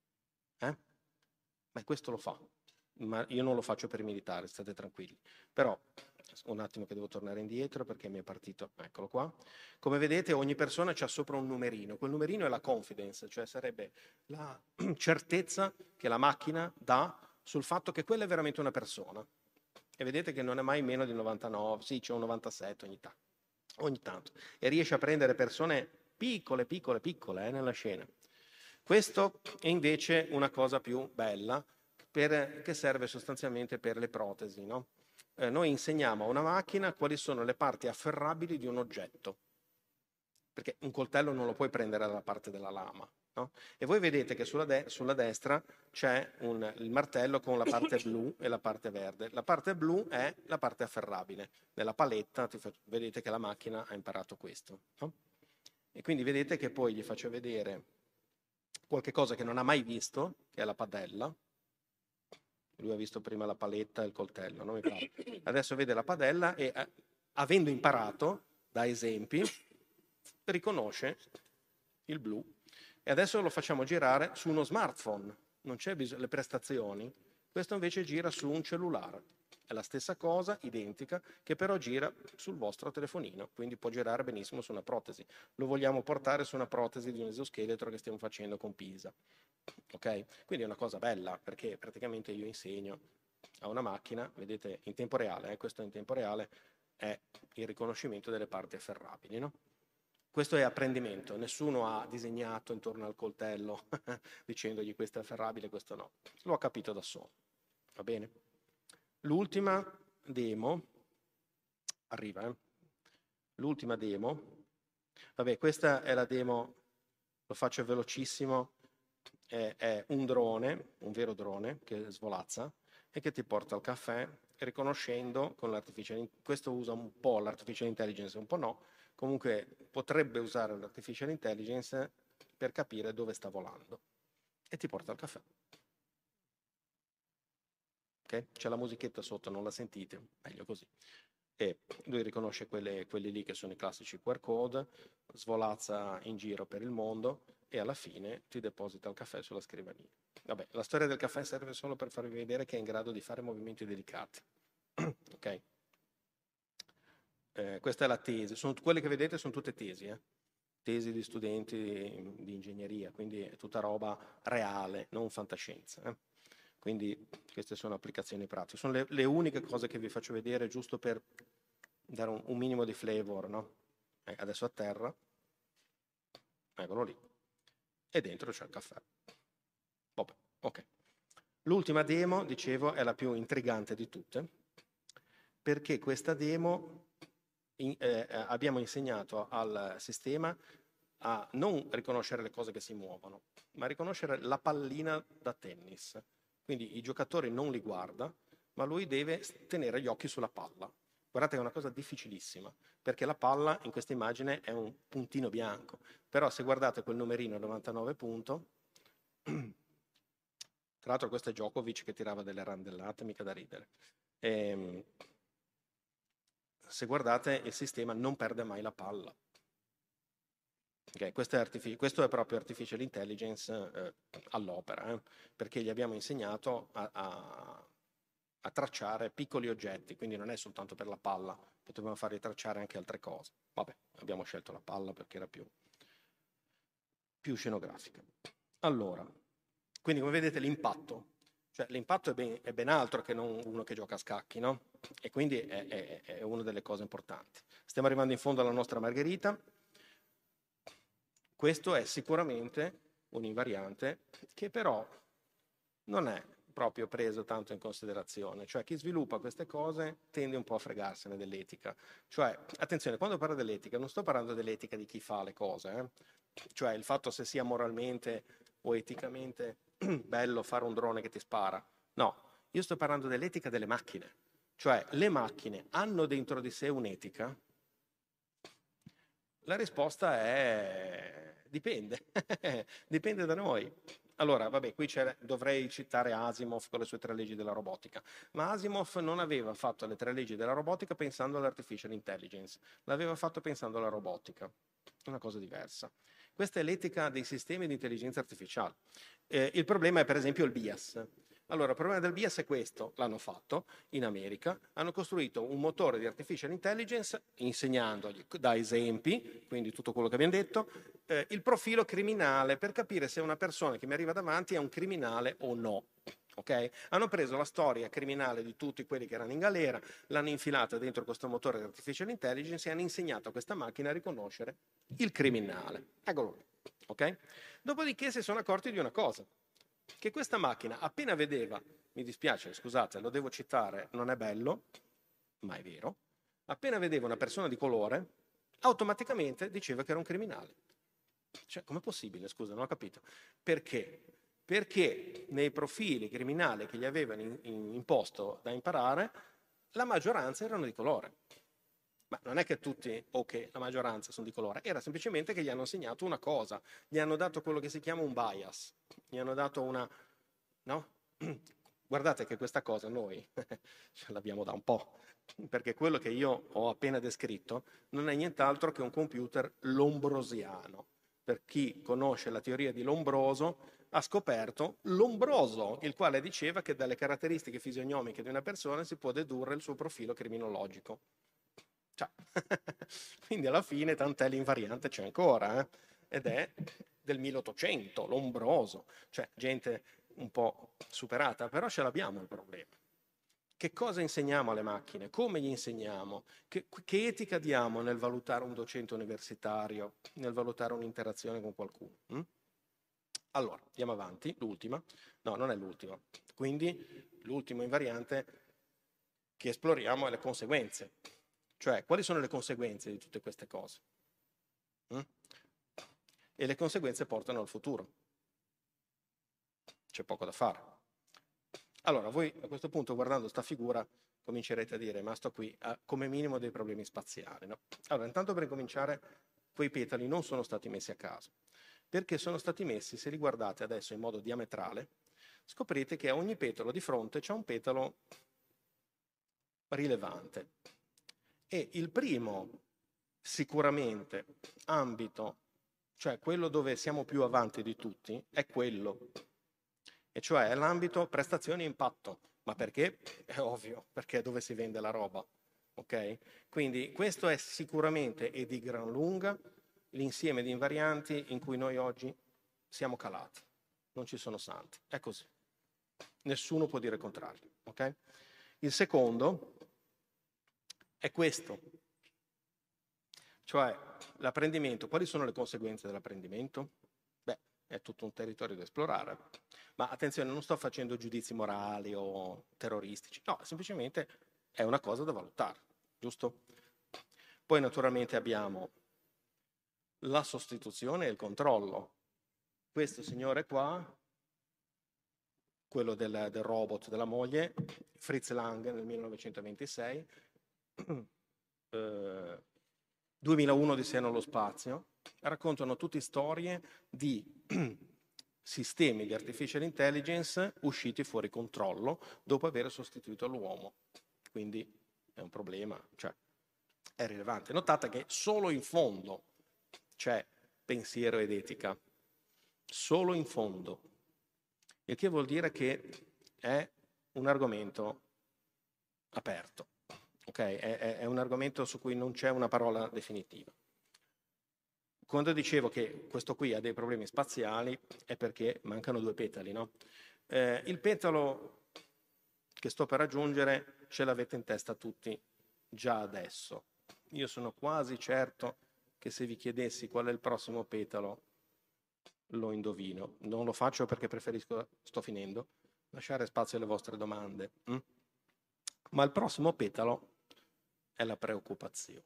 Beh, questo lo fa, ma io non lo faccio per i militari, state tranquilli. Però, un attimo che devo tornare indietro perché mi è partito, eccolo qua. Come vedete ogni persona c'ha sopra un numerino, quel numerino è la confidence, cioè sarebbe la certezza che la macchina dà sul fatto che quella è veramente una persona. E vedete che non è mai meno di 99, sì, c'è un 97 ogni tanto. E riesce a prendere persone piccole nella scena. Questo è invece una cosa più bella che serve sostanzialmente per le protesi, no? Noi insegniamo a una macchina quali sono le parti afferrabili di un oggetto, perché un coltello non lo puoi prendere dalla parte della lama, no? E voi vedete che sulla destra c'è il martello con la parte blu e la parte verde. La parte blu è la parte afferrabile. Nella paletta vedete che la macchina ha imparato questo, no? E quindi vedete che poi gli faccio vedere qualche cosa che non ha mai visto, che è la padella. Lui ha visto prima la paletta e il coltello, no? Mi pare. Adesso vede la padella e, avendo imparato da esempi, riconosce il blu. E adesso lo facciamo girare su uno smartphone. Non c'è bisogno, le prestazioni. Questo invece gira su un cellulare. È la stessa cosa, identica, che però gira sul vostro telefonino, quindi può girare benissimo su una protesi. Lo vogliamo portare su una protesi di un esoscheletro che stiamo facendo con Pisa. Ok? Quindi è una cosa bella, perché praticamente io insegno a una macchina, vedete, in tempo reale, questo in tempo reale è il riconoscimento delle parti afferrabili, no? Questo è apprendimento, nessuno ha disegnato intorno al coltello dicendogli questo è afferrabile, questo no. Lo ha capito da solo, va bene? L'ultima demo, arriva, l'ultima demo, vabbè, questa è la demo, lo faccio velocissimo, è un drone, un vero drone che svolazza e che ti porta al caffè riconoscendo con l'artificial intelligence, questo usa un po' l'artificial intelligence, un po' no, comunque potrebbe usare l'artificial intelligence per capire dove sta volando e ti porta al caffè. Okay? C'è la musichetta sotto, non la sentite? Meglio così. E lui riconosce quelli lì che sono i classici QR code, svolazza in giro per il mondo e alla fine ti deposita il caffè sulla scrivania. Vabbè, la storia del caffè serve solo per farvi vedere che è in grado di fare movimenti delicati. Ok? Questa è la tesi. Quelle che vedete sono tutte tesi, tesi di studenti di ingegneria, quindi è tutta roba reale, non fantascienza. Quindi queste sono applicazioni pratiche. Sono le uniche cose che vi faccio vedere giusto per dare un minimo di flavor, no? Adesso a terra, eccolo lì, e dentro c'è il caffè. Vabbè, ok. L'ultima demo, dicevo, è la più intrigante di tutte, perché questa demo abbiamo insegnato al sistema a non riconoscere le cose che si muovono, ma a riconoscere la pallina da tennis. Quindi i giocatori non li guarda, ma lui deve tenere gli occhi sulla palla. Guardate che è una cosa difficilissima, perché la palla in questa immagine è un puntino bianco. Però se guardate quel numerino 99 punto, tra l'altro questo è Djokovic che tirava delle randellate, mica da ridere. Se guardate il sistema non perde mai la palla. Okay, questo è proprio artificial intelligence all'opera, perché gli abbiamo insegnato a tracciare piccoli oggetti, quindi non è soltanto per la palla, potevamo fargli tracciare anche altre cose. Vabbè, abbiamo scelto la palla perché era più scenografica. Allora, quindi come vedete l'impatto, cioè l'impatto è ben altro che non uno che gioca a scacchi, no? E quindi è una delle cose importanti. Stiamo arrivando in fondo alla nostra margherita. Questo è sicuramente un invariante che però non è proprio preso tanto in considerazione. Cioè chi sviluppa queste cose tende un po' a fregarsene dell'etica. Cioè, attenzione, quando parlo dell'etica non sto parlando dell'etica di chi fa le cose, cioè il fatto se sia moralmente o eticamente bello fare un drone che ti spara. No, io sto parlando dell'etica delle macchine. Cioè, le macchine hanno dentro di sé un'etica? La risposta è dipende, dipende da noi. Allora, vabbè, qui dovrei citare Asimov con le sue 3 leggi della robotica, ma Asimov non aveva fatto le 3 leggi della robotica pensando all'artificial intelligence, l'aveva fatto pensando alla robotica, una cosa diversa. Questa è l'etica dei sistemi di intelligenza artificiale. Il problema è per esempio il bias. Allora, il problema del bias è questo, l'hanno fatto in America, hanno costruito un motore di artificial intelligence insegnandogli da esempi, quindi tutto quello che abbiamo detto, il profilo criminale per capire se una persona che mi arriva davanti è un criminale o no. Okay? Hanno preso la storia criminale di tutti quelli che erano in galera, l'hanno infilata dentro questo motore di artificial intelligence e hanno insegnato a questa macchina a riconoscere il criminale. Eccolo lì. Okay? Dopodiché si sono accorti di una cosa, che questa macchina appena vedeva, mi dispiace, scusate, lo devo citare, non è bello, ma è vero, appena vedeva una persona di colore, automaticamente diceva che era un criminale. Cioè, com'è possibile? Scusa, non ho capito. Perché? Perché nei profili criminali che gli avevano imposto da imparare, la maggioranza erano di colore. Ma non è che tutti o che la maggioranza sono di colore, era semplicemente che gli hanno insegnato una cosa, gli hanno dato quello che si chiama un bias, gli hanno dato una... no? Guardate che questa cosa noi ce l'abbiamo da un po', perché quello che io ho appena descritto non è nient'altro che un computer lombrosiano. Per chi conosce la teoria di Lombroso, ha scoperto Lombroso, il quale diceva che dalle caratteristiche fisionomiche di una persona si può dedurre il suo profilo criminologico. Cioè, quindi alla fine tant'è l'invariante c'è ancora, ed è del 1800, Lombroso, cioè gente un po' superata, però ce l'abbiamo il problema. Che cosa insegniamo alle macchine? Come gli insegniamo? Che etica diamo nel valutare un docente universitario, nel valutare un'interazione con qualcuno? Allora, andiamo avanti, l'ultima. No, non è l'ultima. Quindi l'ultimo invariante che esploriamo è le conseguenze. Cioè, quali sono le conseguenze di tutte queste cose? E le conseguenze portano al futuro. C'è poco da fare. Allora, voi a questo punto, guardando sta figura, comincerete a dire, ma sto qui ha come minimo dei problemi spaziali. No? Allora, intanto per cominciare, quei petali non sono stati messi a caso, perché sono stati messi, se li guardate adesso in modo diametrale, scoprite che a ogni petalo di fronte c'è un petalo rilevante. E il primo, sicuramente, ambito, cioè quello dove siamo più avanti di tutti, è quello, e cioè è l'ambito prestazioni e impatto. Ma perché? È ovvio, perché è dove si vende la roba, ok? Quindi questo è sicuramente e di gran lunga l'insieme di invarianti in cui noi oggi siamo calati. Non ci sono santi, è così. Nessuno può dire il contrario, ok? Il secondo è questo, cioè l'apprendimento. Quali sono le conseguenze dell'apprendimento? Beh, è tutto un territorio da esplorare. Ma attenzione, non sto facendo giudizi morali o terroristici, no, semplicemente è una cosa da valutare, giusto? Poi naturalmente abbiamo la sostituzione e il controllo. Questo signore qua, quello del robot della moglie, Fritz Lang nel 1926, 2001 Odissea nello spazio, raccontano tutte storie di sistemi di artificial intelligence usciti fuori controllo dopo aver sostituito l'uomo. Quindi è un problema, cioè è rilevante. Notate che solo in fondo c'è pensiero ed etica, solo in fondo, il che vuol dire che è un argomento aperto, ok? È un argomento su cui non c'è una parola definitiva. Quando dicevo che questo qui ha dei problemi spaziali è perché mancano 2 petali, no? Il petalo che sto per raggiungere ce l'avete in testa tutti già adesso. Io sono quasi certo che se vi chiedessi qual è il prossimo petalo lo indovino. Non lo faccio perché preferisco, sto finendo, lasciare spazio alle vostre domande. Ma il prossimo petalo è la preoccupazione.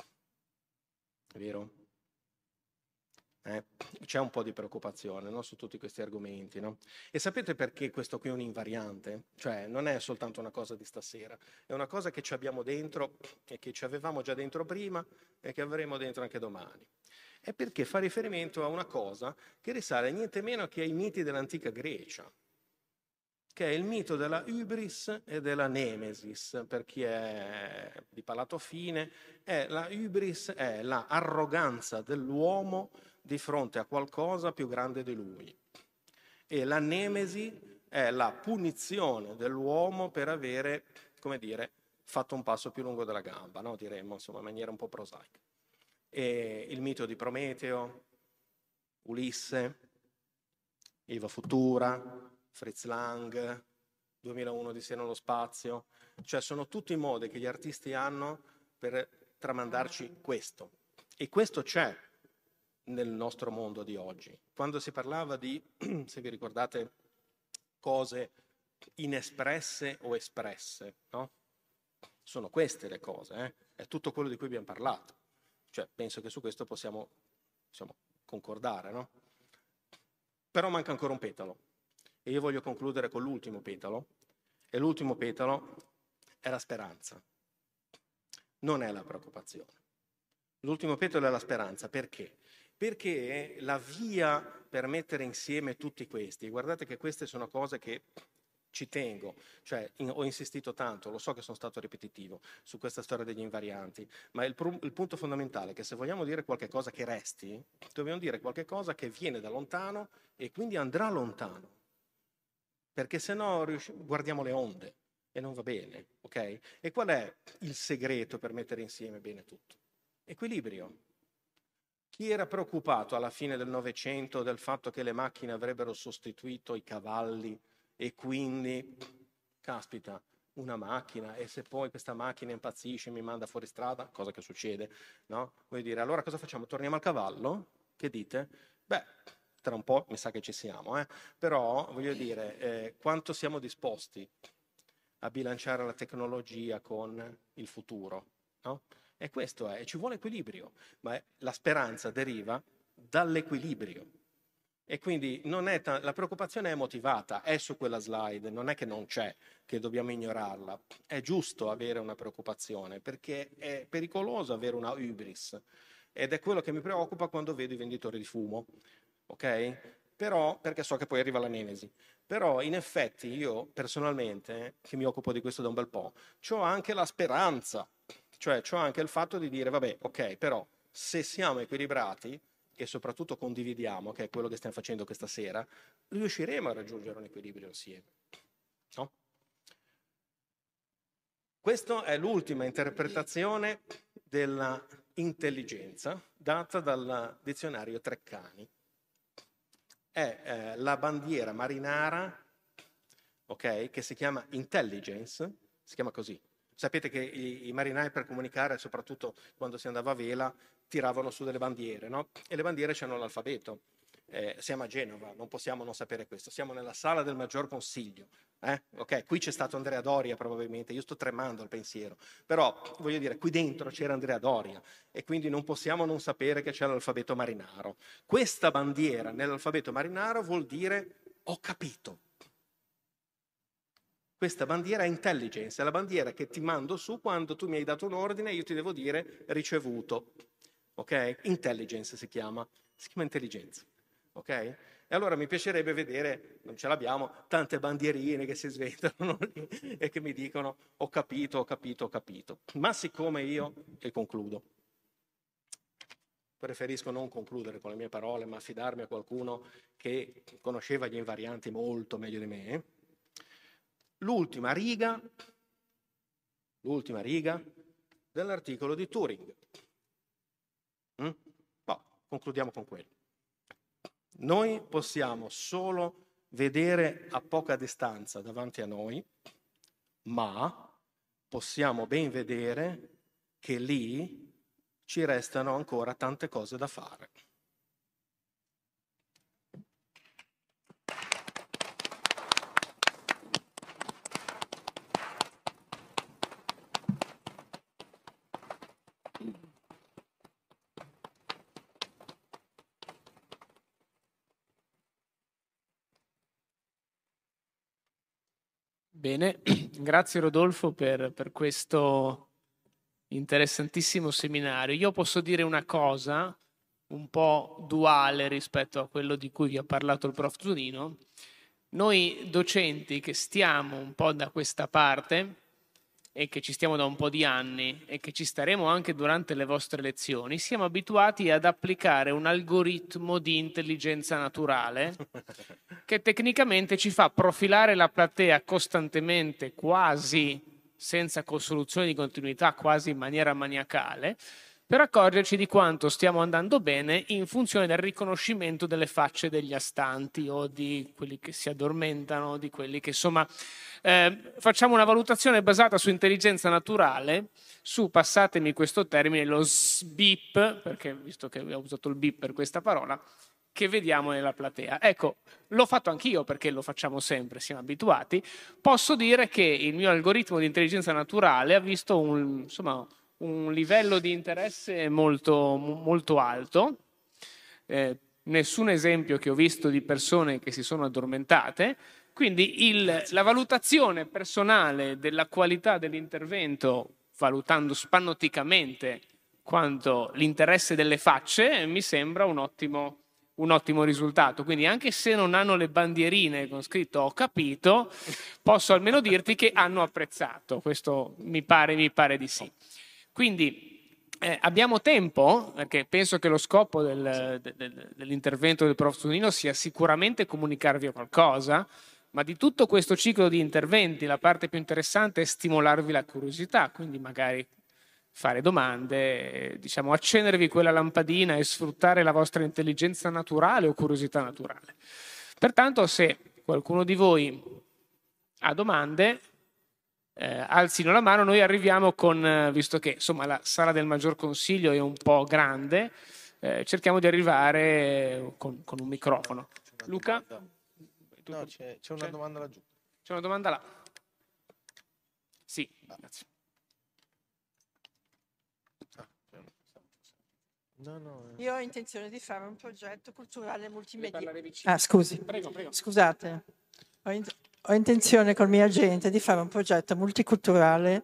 È vero? C'è un po' di preoccupazione, no? Su tutti questi argomenti, no? E sapete perché questo qui è un invariante? Cioè non è soltanto una cosa di stasera, è una cosa che ci abbiamo dentro e che ci avevamo già dentro prima e che avremo dentro anche domani. È perché fa riferimento a una cosa che risale niente meno che ai miti dell'antica Grecia, che è il mito della hybris e della nemesis. Per chi è di palato fine, la hybris è la arroganza dell'uomo di fronte a qualcosa più grande di lui, e la nemesi è la punizione dell'uomo per avere, come dire, fatto un passo più lungo della gamba, no? Diremmo, insomma, in maniera un po' prosaica. E il mito di Prometeo, Ulisse, Eva Futura, Fritz Lang, 2001 Odissea nello spazio, cioè sono tutti i modi che gli artisti hanno per tramandarci questo. E questo c'è nel nostro mondo di oggi. Quando si parlava di, se vi ricordate, cose inespresse o espresse, no? Sono queste le cose, è tutto quello di cui abbiamo parlato. Cioè, penso che su questo possiamo concordare, no? Però manca ancora un petalo. E io voglio concludere con l'ultimo petalo. E l'ultimo petalo è la speranza. Non è la preoccupazione. L'ultimo petalo è la speranza. Perché? Perché la via per mettere insieme tutti questi, guardate che queste sono cose che ci tengo, cioè ho insistito tanto, lo so che sono stato ripetitivo su questa storia degli invarianti, ma il punto fondamentale è che se vogliamo dire qualche cosa che resti, dobbiamo dire qualche cosa che viene da lontano e quindi andrà lontano, perché se no guardiamo le onde e non va bene, ok? E qual è il segreto per mettere insieme bene tutto? Equilibrio. Chi era preoccupato alla fine del Novecento del fatto che le macchine avrebbero sostituito i cavalli e quindi, caspita, una macchina, e se poi questa macchina impazzisce e mi manda fuori strada, cosa che succede, no? Vuol dire, allora cosa facciamo? Torniamo al cavallo? Che dite? Beh, tra un po' mi sa che ci siamo, però voglio dire, quanto siamo disposti a bilanciare la tecnologia con il futuro, no? E questo è, ci vuole equilibrio, ma la speranza deriva dall'equilibrio. E quindi non è la preoccupazione è motivata, è su quella slide, non è che non c'è, che dobbiamo ignorarla. È giusto avere una preoccupazione, perché è pericoloso avere una hybris. Ed è quello che mi preoccupa quando vedo i venditori di fumo, ok? Però, perché so che poi arriva la nemesi. Però in effetti io personalmente, che mi occupo di questo da un bel po', ho anche la speranza, cioè ho anche il fatto di dire, vabbè, ok, però se siamo equilibrati e soprattutto condividiamo, che è quello che stiamo facendo questa sera, riusciremo a raggiungere un equilibrio insieme. No? Questa è l'ultima interpretazione della intelligenza data dal dizionario Treccani. È la bandiera marinara, ok, che si chiama intelligence, si chiama così. Sapete che i marinai per comunicare, soprattutto quando si andava a vela, tiravano su delle bandiere, no? E le bandiere c'hanno l'alfabeto. Siamo a Genova, non possiamo non sapere questo. Siamo nella sala del Maggior Consiglio. Ok, qui c'è stato Andrea Doria probabilmente, io sto tremando al pensiero. Però, voglio dire, qui dentro c'era Andrea Doria e quindi non possiamo non sapere che c'è l'alfabeto marinaro. Questa bandiera nell'alfabeto marinaro vuol dire ho capito. Questa bandiera è intelligence, è la bandiera che ti mando su quando tu mi hai dato un ordine e io ti devo dire ricevuto. Ok? Intelligence si chiama intelligenza. Ok? E allora mi piacerebbe vedere, non ce l'abbiamo, tante bandierine che si sventolano lì e che mi dicono ho capito, ho capito, ho capito. Ma siccome io, e concludo, preferisco non concludere con le mie parole, ma affidarmi a qualcuno che conosceva gli invarianti molto meglio di me, l'ultima riga dell'articolo di Turing. Concludiamo con quello. Noi possiamo solo vedere a poca distanza davanti a noi, ma possiamo ben vedere che lì ci restano ancora tante cose da fare.
Bene, grazie Rodolfo per questo interessantissimo seminario. Io posso dire una cosa un po' duale rispetto a quello di cui vi ha parlato il prof Zunino. Noi docenti che stiamo un po' da questa parte e che ci stiamo da un po' di anni e che ci staremo anche durante le vostre lezioni, siamo abituati ad applicare un algoritmo di intelligenza naturale che tecnicamente ci fa profilare la platea costantemente, quasi senza soluzione di continuità, quasi in maniera maniacale, per accorgerci di quanto stiamo andando bene in funzione del riconoscimento delle facce degli astanti o di quelli che si addormentano, di quelli che insomma facciamo una valutazione basata su intelligenza naturale, su, passatemi questo termine, lo SBIP, perché visto che ho usato il BIP per questa parola, che vediamo nella platea. Ecco, l'ho fatto anch'io perché lo facciamo sempre, siamo abituati. Posso dire che il mio algoritmo di intelligenza naturale ha visto un livello di interesse molto alto. Nessun esempio che ho visto di persone che si sono addormentate. Quindi la valutazione personale della qualità dell'intervento, valutando spannoticamente quanto l'interesse delle facce, mi sembra un ottimo risultato. Quindi anche se non hanno le bandierine con scritto ho capito, posso almeno dirti che hanno apprezzato. Questo mi pare di sì. Quindi abbiamo tempo, perché penso che lo scopo dell'intervento del prof Zunino sia sicuramente comunicarvi qualcosa, ma di tutto questo ciclo di interventi la parte più interessante è stimolarvi la curiosità, quindi magari fare domande, diciamo accendervi quella lampadina e sfruttare la vostra intelligenza naturale o curiosità naturale. Pertanto se qualcuno di voi ha domande, alzino la mano, noi arriviamo con, visto che insomma la sala del maggior consiglio è un po' grande, cerchiamo di arrivare con un microfono. Luca?
No, c'è una domanda laggiù.
C'è una domanda là. Sì, grazie.
Io ho intenzione di fare un progetto culturale multimediale.
Scusi.
Prego. Scusate. Ho intenzione col mio agente di fare un progetto multiculturale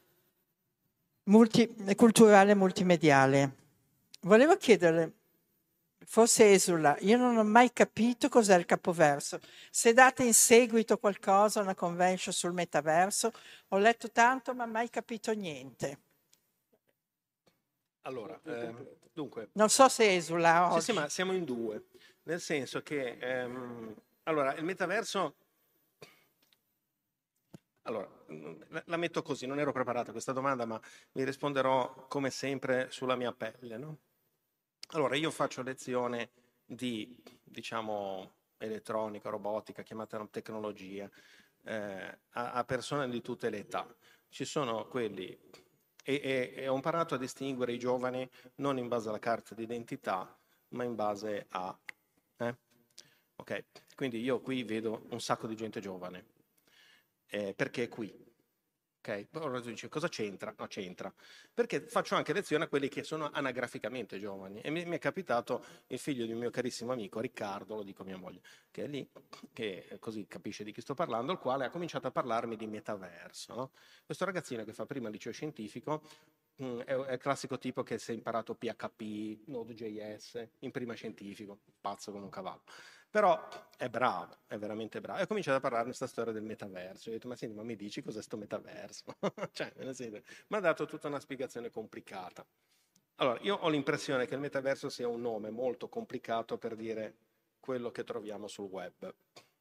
multimediale. Volevo chiederle, forse esula, io non ho mai capito cos'è il capoverso. Se date in seguito qualcosa, una convention sul metaverso, ho letto tanto ma mai capito niente.
Allora, dunque...
Non so se esula oggi.
Sì, ma siamo in due, nel senso che... allora, il metaverso... Allora, la metto così, non ero preparato a questa domanda, ma vi risponderò come sempre sulla mia pelle, no? Allora, io faccio lezione di, diciamo, elettronica, robotica, chiamatela tecnologia, a persone di tutte le età. Ci sono quelli, e ho imparato a distinguere i giovani non in base alla carta d'identità, ma in base a... Ok, quindi io qui vedo un sacco di gente giovane. Perché è qui? Ok, allora tu dici cosa c'entra? No, c'entra. Perché faccio anche lezione a quelli che sono anagraficamente giovani. E mi è capitato il figlio di un mio carissimo amico, Riccardo, lo dico a mia moglie, che è lì, che così capisce di chi sto parlando, il quale ha cominciato a parlarmi di metaverso. No? Questo ragazzino che fa prima il liceo scientifico è il classico tipo che si è imparato PHP, Node.js, in prima scientifico, pazzo come un cavallo. Però è bravo, è veramente bravo. E ho cominciato a parlarne questa storia del metaverso. Io ho detto, ma senti, ma mi dici cos'è sto metaverso? Cioè, mi ha dato tutta una spiegazione complicata. Allora, io ho l'impressione che il metaverso sia un nome molto complicato per dire quello che troviamo sul web.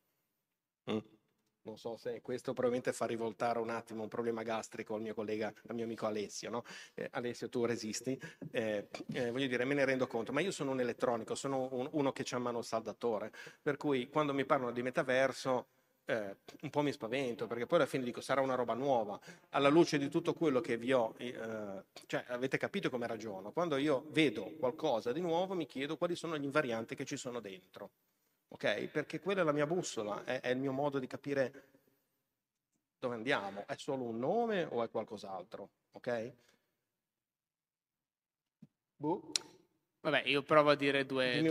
Non so se questo probabilmente fa rivoltare un attimo un problema gastrico al mio collega, al mio amico Alessio, no? Alessio, tu resisti, voglio dire, me ne rendo conto, ma io sono un elettronico, sono uno che c'ha a mano il saldatore, per cui quando mi parlano di metaverso un po' mi spavento, perché poi alla fine dico sarà una roba nuova, alla luce di tutto quello che vi ho, cioè avete capito come ragiono, quando io vedo qualcosa di nuovo mi chiedo quali sono gli invarianti che ci sono dentro. Ok? Perché quella è la mia bussola, è il mio modo di capire dove andiamo. È solo un nome o è qualcos'altro? Ok?
Vabbè, io provo a dire due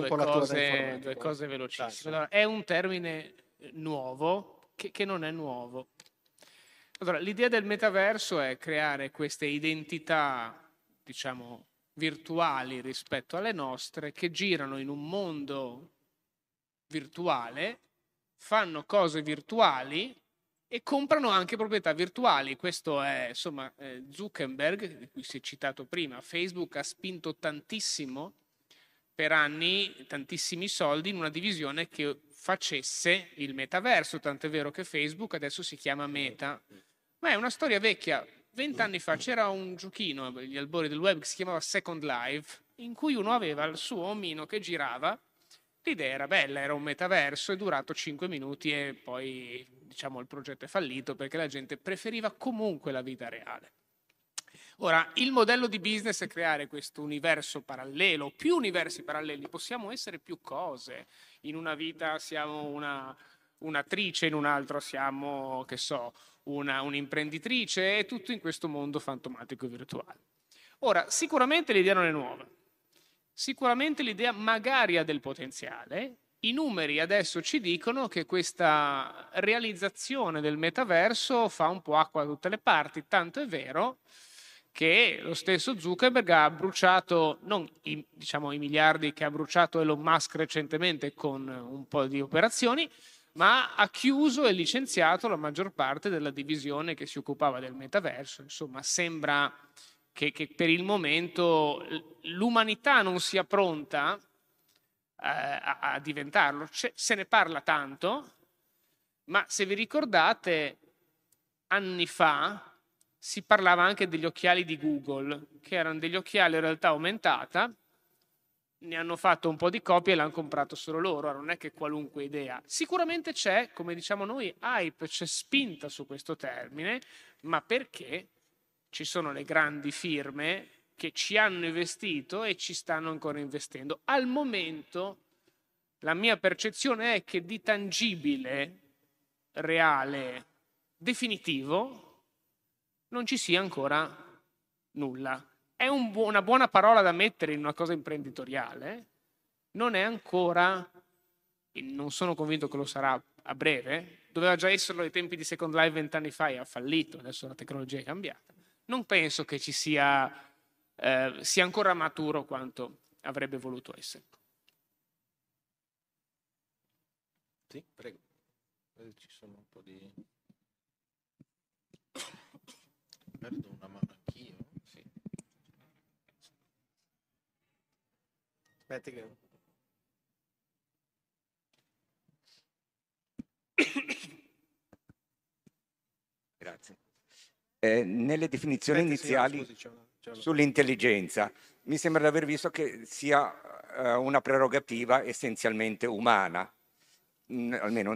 cose velocissime. Allora, è un termine nuovo che non è nuovo. Allora, l'idea del metaverso è creare queste identità, diciamo, virtuali rispetto alle nostre, che girano in un mondo virtuale, fanno cose virtuali e comprano anche proprietà virtuali. Questo è, insomma, Zuckerberg, di cui si è citato prima. Facebook ha spinto tantissimo per anni, tantissimi soldi in una divisione che facesse il metaverso, tant'è vero che Facebook adesso si chiama Meta. Ma è una storia vecchia. 20 anni fa c'era un giochino agli albori del web che si chiamava Second Life, in cui uno aveva il suo omino che girava. L'idea era bella, era un metaverso, è durato 5 minuti e poi, diciamo, il progetto è fallito perché la gente preferiva comunque la vita reale. Ora, il modello di business è creare questo universo parallelo, più universi paralleli, possiamo essere più cose. In una vita siamo un'attrice, in un altro siamo, che so, un'imprenditrice, e tutto in questo mondo fantomatico e virtuale. Ora, sicuramente l'idea non è nuova, sicuramente l'idea magari ha del potenziale. I numeri adesso ci dicono che questa realizzazione del metaverso fa un po' acqua da tutte le parti, tanto è vero che lo stesso Zuckerberg ha bruciato, non i miliardi che ha bruciato Elon Musk recentemente con un po' di operazioni, ma ha chiuso e licenziato la maggior parte della divisione che si occupava del metaverso. Insomma, sembra che per il momento l'umanità non sia pronta a diventarlo. Se ne parla tanto, ma se vi ricordate, anni fa si parlava anche degli occhiali di Google, che erano degli occhiali in realtà aumentata, ne hanno fatto un po' di copie e l'hanno comprato solo loro, non è che qualunque idea. Sicuramente c'è, come diciamo noi, hype, c'è spinta su questo termine, ma perché ci sono le grandi firme che ci hanno investito e ci stanno ancora investendo. Al momento la mia percezione è che di tangibile, reale, definitivo non ci sia ancora nulla. È una buona parola da mettere in una cosa imprenditoriale, non è ancora, e non sono convinto che lo sarà a breve, doveva già esserlo ai tempi di Second Life 20 anni fa e ha fallito, adesso la tecnologia è cambiata. Non penso che ci sia ancora maturo quanto avrebbe voluto essere.
Sì, prego. Ci sono un po' di...
Perdo una mano anch'io.
Sì. Aspetti che...
Grazie. Nelle definizioni iniziali
c'è una...
sull'intelligenza, mi sembra di aver visto che sia una prerogativa essenzialmente umana. Almeno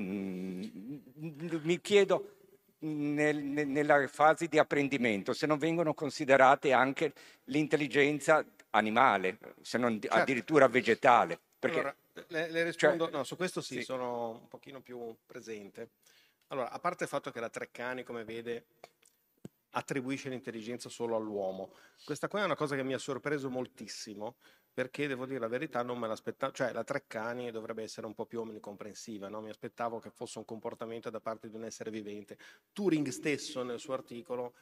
mi chiedo, nella fase di apprendimento, se non vengono considerate anche l'intelligenza animale, se non addirittura vegetale. Perché,
allora, le rispondo, no, su questo sì, sono un pochino più presente. Allora, a parte il fatto che la Treccani, come vede, attribuisce l'intelligenza solo all'uomo, questa qua è una cosa che mi ha sorpreso moltissimo, perché devo dire la verità, non me l'aspettavo, cioè la Treccani dovrebbe essere un po' più omnicomprensiva, no? Mi aspettavo che fosse un comportamento da parte di un essere vivente. Turing stesso nel suo articolo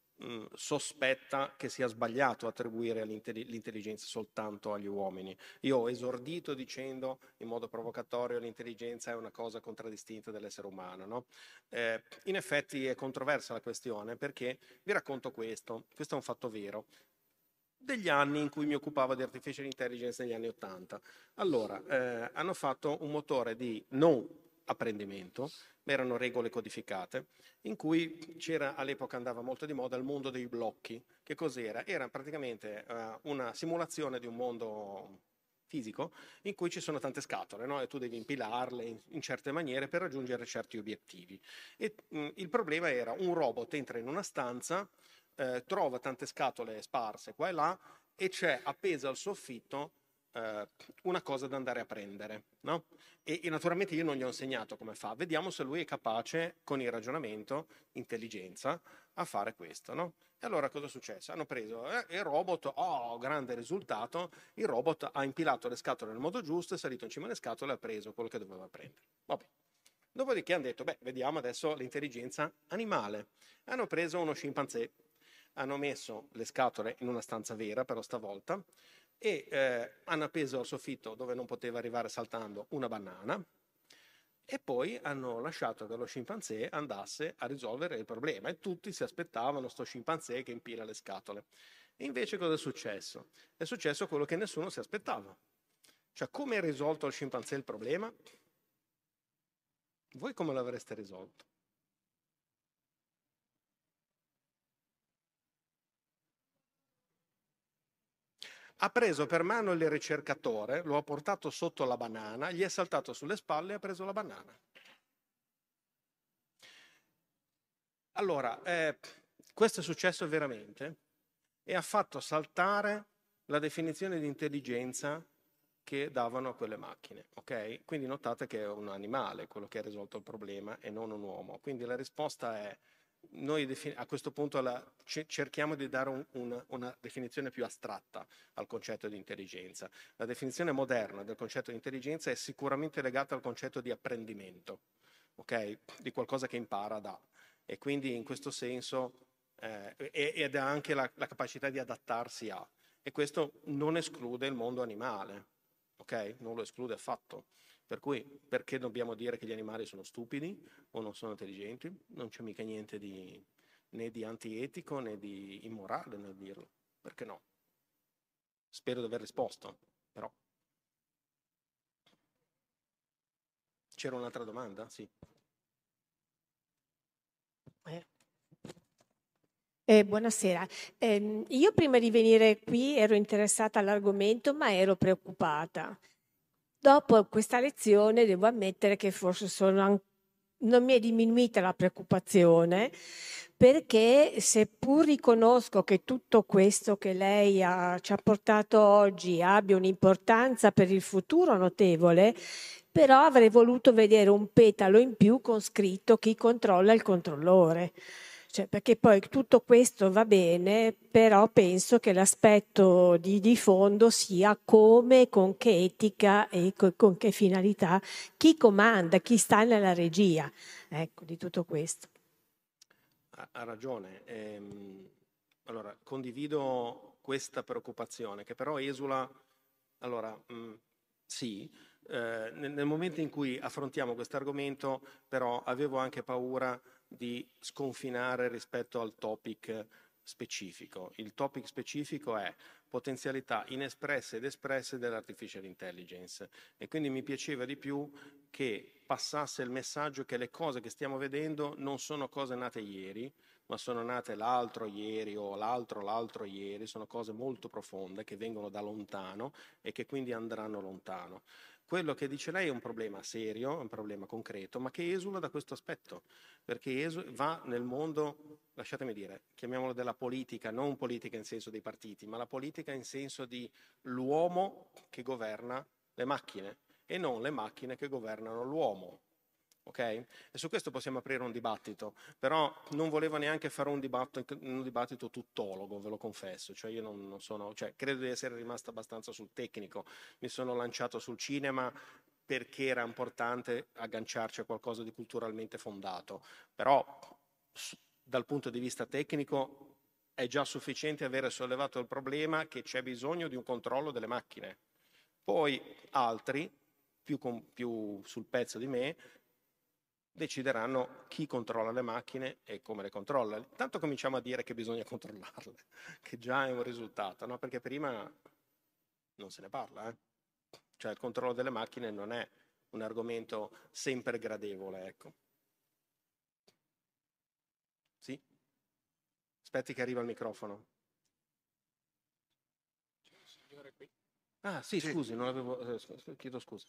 sospetta che sia sbagliato attribuire l'intelligenza soltanto agli uomini. Io ho esordito dicendo in modo provocatorio che l'intelligenza è una cosa contraddistinta dall'essere umano, no? In effetti è controversa la questione, perché vi racconto questo è un fatto vero, degli anni in cui mi occupavo di artificial intelligence negli anni 80. Allora, hanno fatto un motore di non apprendimento, erano regole codificate, in cui c'era, all'epoca andava molto di moda, il mondo dei blocchi. Che cos'era? Era praticamente una simulazione di un mondo fisico in cui ci sono tante scatole, no? E tu devi impilarle in certe maniere per raggiungere certi obiettivi. E il problema era: un robot entra in una stanza, trova tante scatole sparse qua e là e c'è appesa al soffitto una cosa da andare a prendere, no? E naturalmente io non gli ho insegnato come fa, vediamo se lui è capace con il ragionamento, intelligenza, a fare questo, no? E allora cosa è successo? Hanno preso il robot, grande risultato, il robot ha impilato le scatole nel modo giusto, è salito in cima alle scatole e ha preso quello che doveva prendere. Vabbè. Dopodiché hanno detto, beh, vediamo adesso l'intelligenza animale. Hanno preso uno scimpanzé, hanno messo le scatole in una stanza vera, però stavolta, e hanno appeso al soffitto, dove non poteva arrivare saltando, una banana, e poi hanno lasciato che lo scimpanzé andasse a risolvere il problema, e tutti si aspettavano sto scimpanzé che impila le scatole. E invece cosa è successo? È successo quello che nessuno si aspettava. Cioè, come ha risolto il scimpanzé il problema? Voi come l'avreste risolto? Ha preso per mano il ricercatore, lo ha portato sotto la banana, gli è saltato sulle spalle e ha preso la banana. Allora, questo è successo veramente e ha fatto saltare la definizione di intelligenza che davano a quelle macchine, ok? Quindi notate che è un animale quello che ha risolto il problema e non un uomo. Quindi la risposta è, noi a questo punto cerchiamo di dare una definizione più astratta al concetto di intelligenza. La definizione moderna del concetto di intelligenza è sicuramente legata al concetto di apprendimento, ok? Di qualcosa che impara da. E quindi in questo senso, ed ha anche la capacità di adattarsi a. E questo non esclude il mondo animale, ok? Non lo esclude affatto. Per cui, perché dobbiamo dire che gli animali sono stupidi o non sono intelligenti? Non c'è mica niente né di antietico né di immorale nel dirlo. Perché no? Spero di aver risposto, però. C'era un'altra domanda? Sì.
Buonasera. Io prima di venire qui ero interessata all'argomento, ma ero preoccupata. Dopo questa lezione devo ammettere che forse non mi è diminuita la preoccupazione, perché seppur riconosco che tutto questo che lei ci ha portato oggi abbia un'importanza per il futuro notevole, però avrei voluto vedere un petalo in più con scritto chi controlla il controllore. Cioè, perché poi tutto questo va bene, però penso che l'aspetto di fondo sia come, con che etica e con che finalità, chi comanda, chi sta nella regia, ecco, di tutto questo.
Ha ragione. Allora, condivido questa preoccupazione, che però esula. Allora, sì, nel momento in cui affrontiamo questo argomento, però avevo anche paura di sconfinare rispetto al topic specifico. Il topic specifico è potenzialità inespresse ed espresse dell'artificial intelligence, e quindi mi piaceva di più che passasse il messaggio che le cose che stiamo vedendo non sono cose nate ieri, ma sono nate l'altro ieri o l'altro ieri, sono cose molto profonde che vengono da lontano e che quindi andranno lontano. Quello che dice lei è un problema serio, è un problema concreto, ma che esula da questo aspetto, perché va nel mondo, lasciatemi dire, chiamiamolo della politica, non politica in senso dei partiti, ma la politica in senso di l'uomo che governa le macchine e non le macchine che governano l'uomo. Ok? E su questo possiamo aprire un dibattito, però non volevo neanche fare un dibattito tuttologo, ve lo confesso, cioè io non sono, cioè credo di essere rimasto abbastanza sul tecnico, mi sono lanciato sul cinema perché era importante agganciarci a qualcosa di culturalmente fondato, però dal punto di vista tecnico è già sufficiente avere sollevato il problema che c'è bisogno di un controllo delle macchine. Poi altri, più sul pezzo di me, decideranno chi controlla le macchine e come le controlla. Intanto cominciamo a dire che bisogna controllarle, che già è un risultato, no? Perché prima non se ne parla, Cioè il controllo delle macchine non è un argomento sempre gradevole, ecco. Sì? Aspetti che arriva il microfono. Ah, sì, scusi, non avevo... chiedo scusa.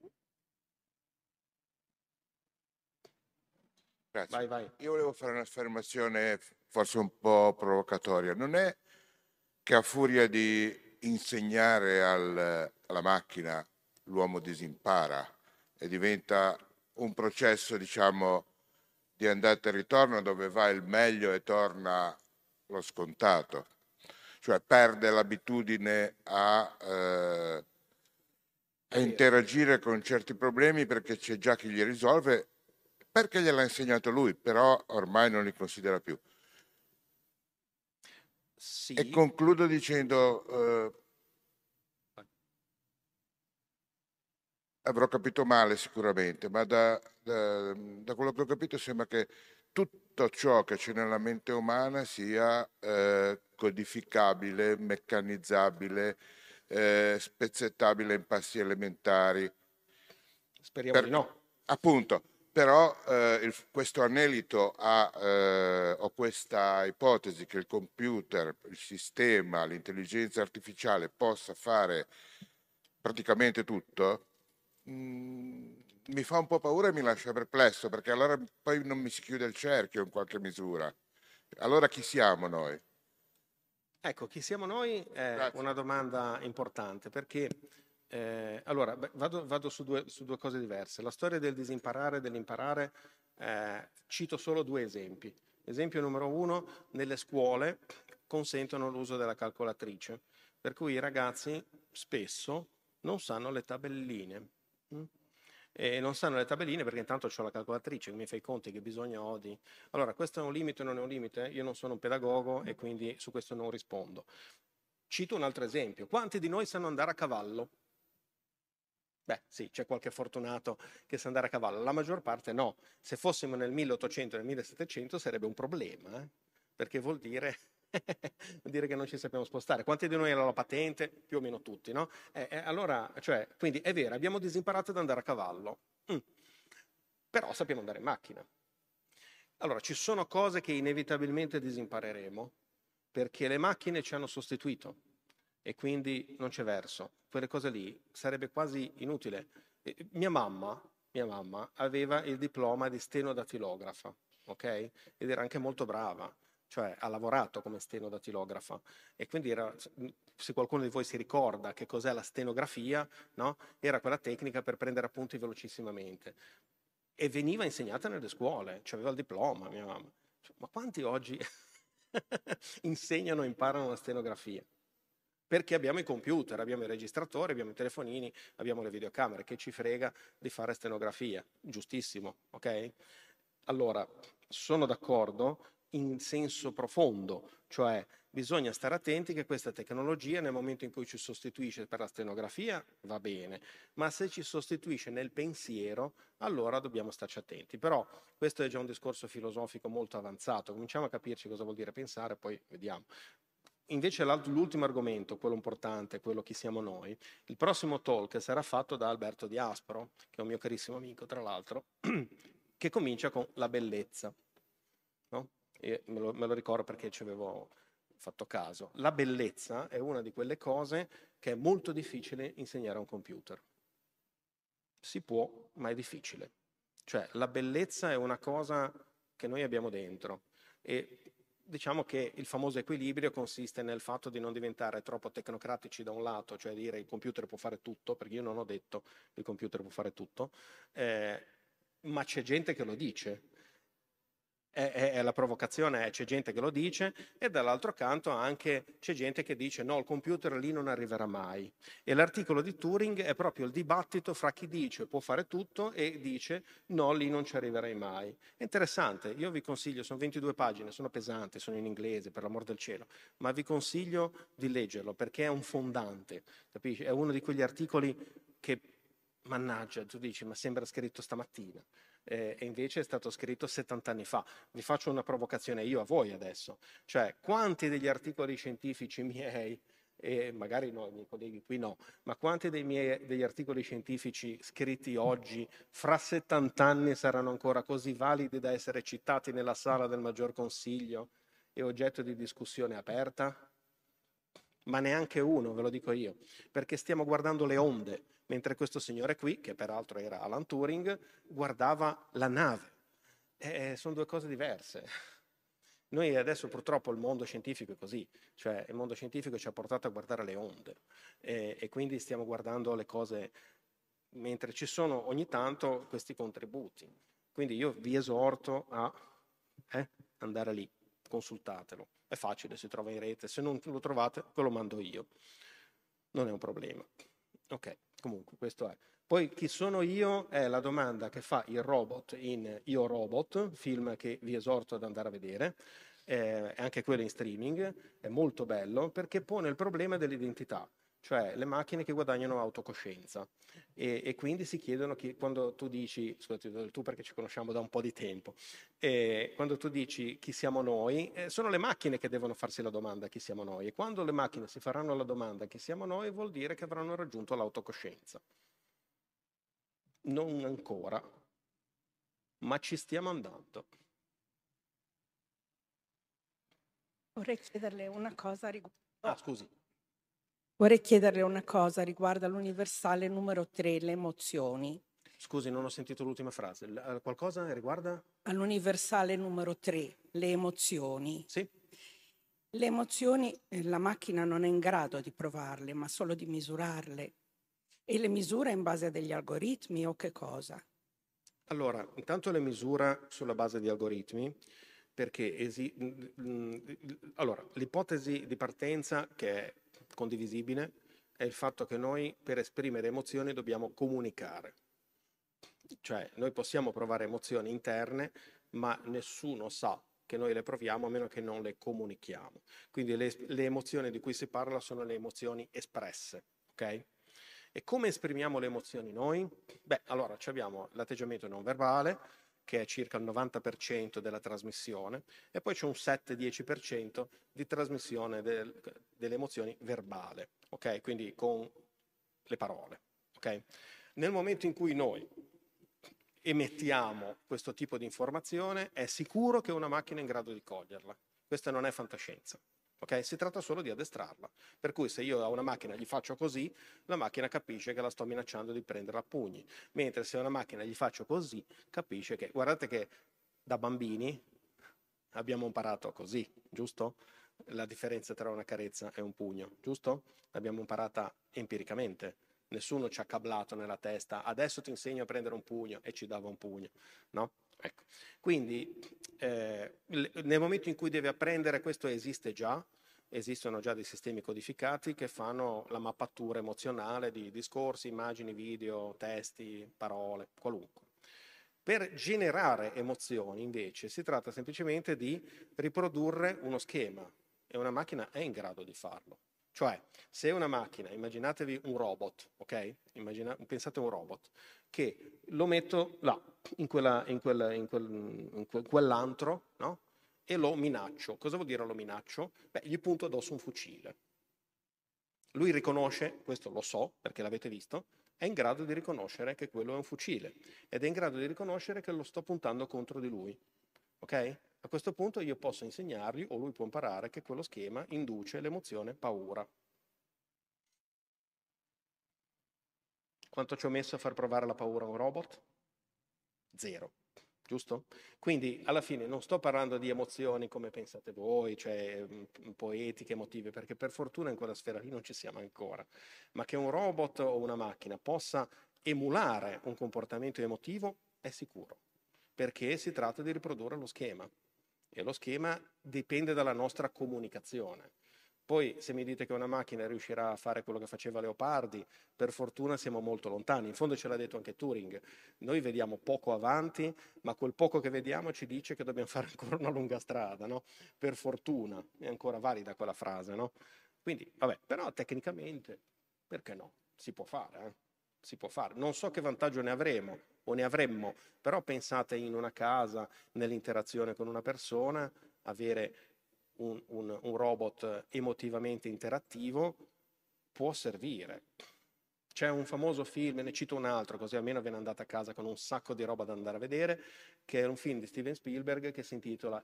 Grazie.
Vai.
Io volevo fare un'affermazione forse un po' provocatoria. Non è che a furia di insegnare alla macchina l'uomo disimpara e diventa un processo, diciamo, di andata e ritorno dove va il meglio e torna lo scontato. Cioè perde l'abitudine a interagire con certi problemi perché c'è già chi li risolve perché gliel'ha insegnato lui, però ormai non li considera più.
Sì.
E concludo dicendo, avrò capito male sicuramente, ma da quello che ho capito sembra che tutto ciò che c'è nella mente umana sia codificabile, meccanizzabile, spezzettabile in passi elementari.
Speriamo di no.
Appunto, però questo anelito o questa ipotesi che il computer, il sistema, l'intelligenza artificiale possa fare praticamente tutto, mi fa un po' paura e mi lascia perplesso, perché allora poi non mi si chiude il cerchio in qualche misura. Allora chi siamo noi?
Ecco, chi siamo noi è
Grazie.
una domanda importante, perché allora vado su due cose diverse. La storia del disimparare e dell'imparare, cito solo due esempi. Esempio numero uno: nelle scuole consentono l'uso della calcolatrice, per cui i ragazzi spesso non sanno le tabelline. E non sanno le tabelline perché intanto c'ho la calcolatrice che mi fa i conti, che bisogno ho di... Allora, questo è un limite o non è un limite? Io non sono un pedagogo e quindi su questo non rispondo. Cito un altro esempio. Quanti di noi sanno andare a cavallo? Beh, sì, c'è qualche fortunato che sa andare a cavallo. La maggior parte no. Se fossimo nel 1800 e nel 1700 sarebbe un problema, perché vuol dire che non ci sappiamo spostare. Quanti di noi hanno la patente? Più o meno tutti, no? Allora, cioè, quindi è vero, abbiamo disimparato ad andare a cavallo, però sappiamo andare in macchina. Allora, ci sono cose che inevitabilmente disimpareremo, perché le macchine ci hanno sostituito e quindi non c'è verso. Quelle cose lì sarebbe quasi inutile. Mia mamma aveva il diploma di stenodatilografa, ok? Ed era anche molto brava. Cioè ha lavorato come stenodatilografa e quindi era, se qualcuno di voi si ricorda che cos'è la stenografia, no? Era quella tecnica per prendere appunti velocissimamente e veniva insegnata nelle scuole, cioè aveva il diploma mia mamma. Ma quanti oggi insegnano e imparano la stenografia? Perché abbiamo i computer, abbiamo i registratori, abbiamo i telefonini, abbiamo le videocamere, che ci frega di fare stenografia, giustissimo, ok? Allora, sono d'accordo in senso profondo, cioè bisogna stare attenti che questa tecnologia nel momento in cui ci sostituisce per la stenografia va bene, ma se ci sostituisce nel pensiero allora dobbiamo starci attenti. Però questo è già un discorso filosofico molto avanzato, cominciamo a capirci cosa vuol dire pensare, poi vediamo. Invece l'ultimo argomento, quello importante, quello chi siamo noi, il prossimo talk sarà fatto da Alberto Diaspro, che è un mio carissimo amico tra l'altro, che comincia con la bellezza. No? E me lo ricordo perché ci avevo fatto caso. La bellezza è una di quelle cose che è molto difficile insegnare a un computer. Si può, ma è difficile. Cioè, la bellezza è una cosa che noi abbiamo dentro e diciamo che il famoso equilibrio consiste nel fatto di non diventare troppo tecnocratici da un lato, cioè dire il computer può fare tutto, perché io non ho detto il computer può fare tutto, ma c'è gente che lo dice. La provocazione c'è gente che lo dice e dall'altro canto anche c'è gente che dice no, il computer lì non arriverà mai. E l'articolo di Turing è proprio il dibattito fra chi dice può fare tutto e dice no, lì non ci arriverai mai. È interessante, io vi consiglio, sono 22 pagine, sono pesanti, sono in inglese per l'amor del cielo, ma vi consiglio di leggerlo perché è un fondante, capisci? È uno di quegli articoli che, mannaggia, tu dici ma sembra scritto stamattina. E invece è stato scritto 70 anni fa. Vi faccio una provocazione io a voi adesso, cioè quanti degli articoli scientifici miei, e magari no, i miei colleghi qui no, ma quanti degli articoli scientifici scritti oggi, fra 70 anni saranno ancora così validi da essere citati nella sala del Maggior Consiglio e oggetto di discussione aperta? Ma neanche uno, ve lo dico io, perché stiamo guardando le onde, mentre questo signore qui, che peraltro era Alan Turing, guardava la nave. Sono due cose diverse. Noi adesso purtroppo il mondo scientifico è così, cioè il mondo scientifico ci ha portato a guardare le onde e quindi stiamo guardando le cose mentre ci sono ogni tanto questi contributi. Quindi io vi esorto a andare lì, consultatelo. È facile, si trova in rete, se non lo trovate ve lo mando io. Non è un problema. Ok, comunque questo è. Poi chi sono io è la domanda che fa il robot in Io Robot, film che vi esorto ad andare a vedere, anche quello in streaming, è molto bello perché pone il problema dell'identità, cioè le macchine che guadagnano autocoscienza e quindi si chiedono quando tu dici, scusate tu perché ci conosciamo da un po' di tempo, quando tu dici chi siamo noi, sono le macchine che devono farsi la domanda chi siamo noi e quando le macchine si faranno la domanda chi siamo noi vuol dire che avranno raggiunto l'autocoscienza. Non ancora, ma ci stiamo andando.
Vorrei chiederle una cosa
Scusi.
Vorrei chiederle una cosa riguardo all'universale numero 3, le emozioni.
Scusi, non ho sentito l'ultima frase. Qualcosa riguarda?
All'universale numero 3, le emozioni.
Sì.
Le emozioni, la macchina non è in grado di provarle, ma solo di misurarle. E le misura in base a degli algoritmi o che cosa?
Allora, intanto le misura sulla base di algoritmi, perché allora, l'ipotesi di partenza che è condivisibile è il fatto che noi per esprimere emozioni dobbiamo comunicare. Cioè, noi possiamo provare emozioni interne, ma nessuno sa che noi le proviamo a meno che non le comunichiamo. Quindi le emozioni di cui si parla sono le emozioni espresse, ok? E come esprimiamo le emozioni noi? Beh, allora abbiamo l'atteggiamento non verbale, che è circa il 90% della trasmissione, e poi c'è un 7-10% di trasmissione delle emozioni verbale, ok? Quindi con le parole, ok? Nel momento in cui noi emettiamo questo tipo di informazione, è sicuro che una macchina è in grado di coglierla. Questa non è fantascienza. Okay? Si tratta solo di addestrarla. Per cui se io a una macchina gli faccio così, la macchina capisce che la sto minacciando di prenderla a pugni. Mentre se a una macchina gli faccio così, capisce che... Guardate che da bambini abbiamo imparato così, giusto? La differenza tra una carezza e un pugno, giusto? L'abbiamo imparata empiricamente. Nessuno ci ha cablato nella testa, adesso ti insegno a prendere un pugno e ci dava un pugno, no? Ecco. Quindi nel momento in cui deve apprendere, questo esiste già, esistono già dei sistemi codificati che fanno la mappatura emozionale di discorsi, immagini, video, testi, parole, qualunque. Per generare emozioni, invece, si tratta semplicemente di riprodurre uno schema e una macchina è in grado di farlo. Cioè, se una macchina, immaginatevi un robot, ok? Pensate a un robot, che lo metto là, in quell'antro, no? E lo minaccio. Cosa vuol dire lo minaccio? Beh, gli punto addosso un fucile. Lui riconosce, questo lo so perché l'avete visto, è in grado di riconoscere che quello è un fucile ed è in grado di riconoscere che lo sto puntando contro di lui, ok? A questo punto io posso insegnargli, o lui può imparare, che quello schema induce l'emozione paura. Quanto ci ho messo a far provare la paura a un robot? 0, giusto? Quindi alla fine non sto parlando di emozioni come pensate voi, cioè poetiche, emotive, perché per fortuna in quella sfera lì non ci siamo ancora, ma che un robot o una macchina possa emulare un comportamento emotivo è sicuro, perché si tratta di riprodurre lo schema. E lo schema dipende dalla nostra comunicazione. Poi se mi dite che una macchina riuscirà a fare quello che faceva Leopardi, per fortuna siamo molto lontani. In fondo ce l'ha detto anche Turing. Noi vediamo poco avanti, ma quel poco che vediamo ci dice che dobbiamo fare ancora una lunga strada, no? Per fortuna, è ancora valida quella frase, no? Quindi, vabbè, però tecnicamente, perché no? Si può fare, eh? Si può fare. Non so che vantaggio ne avremo o ne avremmo, però pensate in una casa, nell'interazione con una persona, avere un robot emotivamente interattivo può servire. C'è un famoso film, ne cito un altro, così almeno ve ne andate a casa con un sacco di roba da andare a vedere, che è un film di Steven Spielberg che si intitola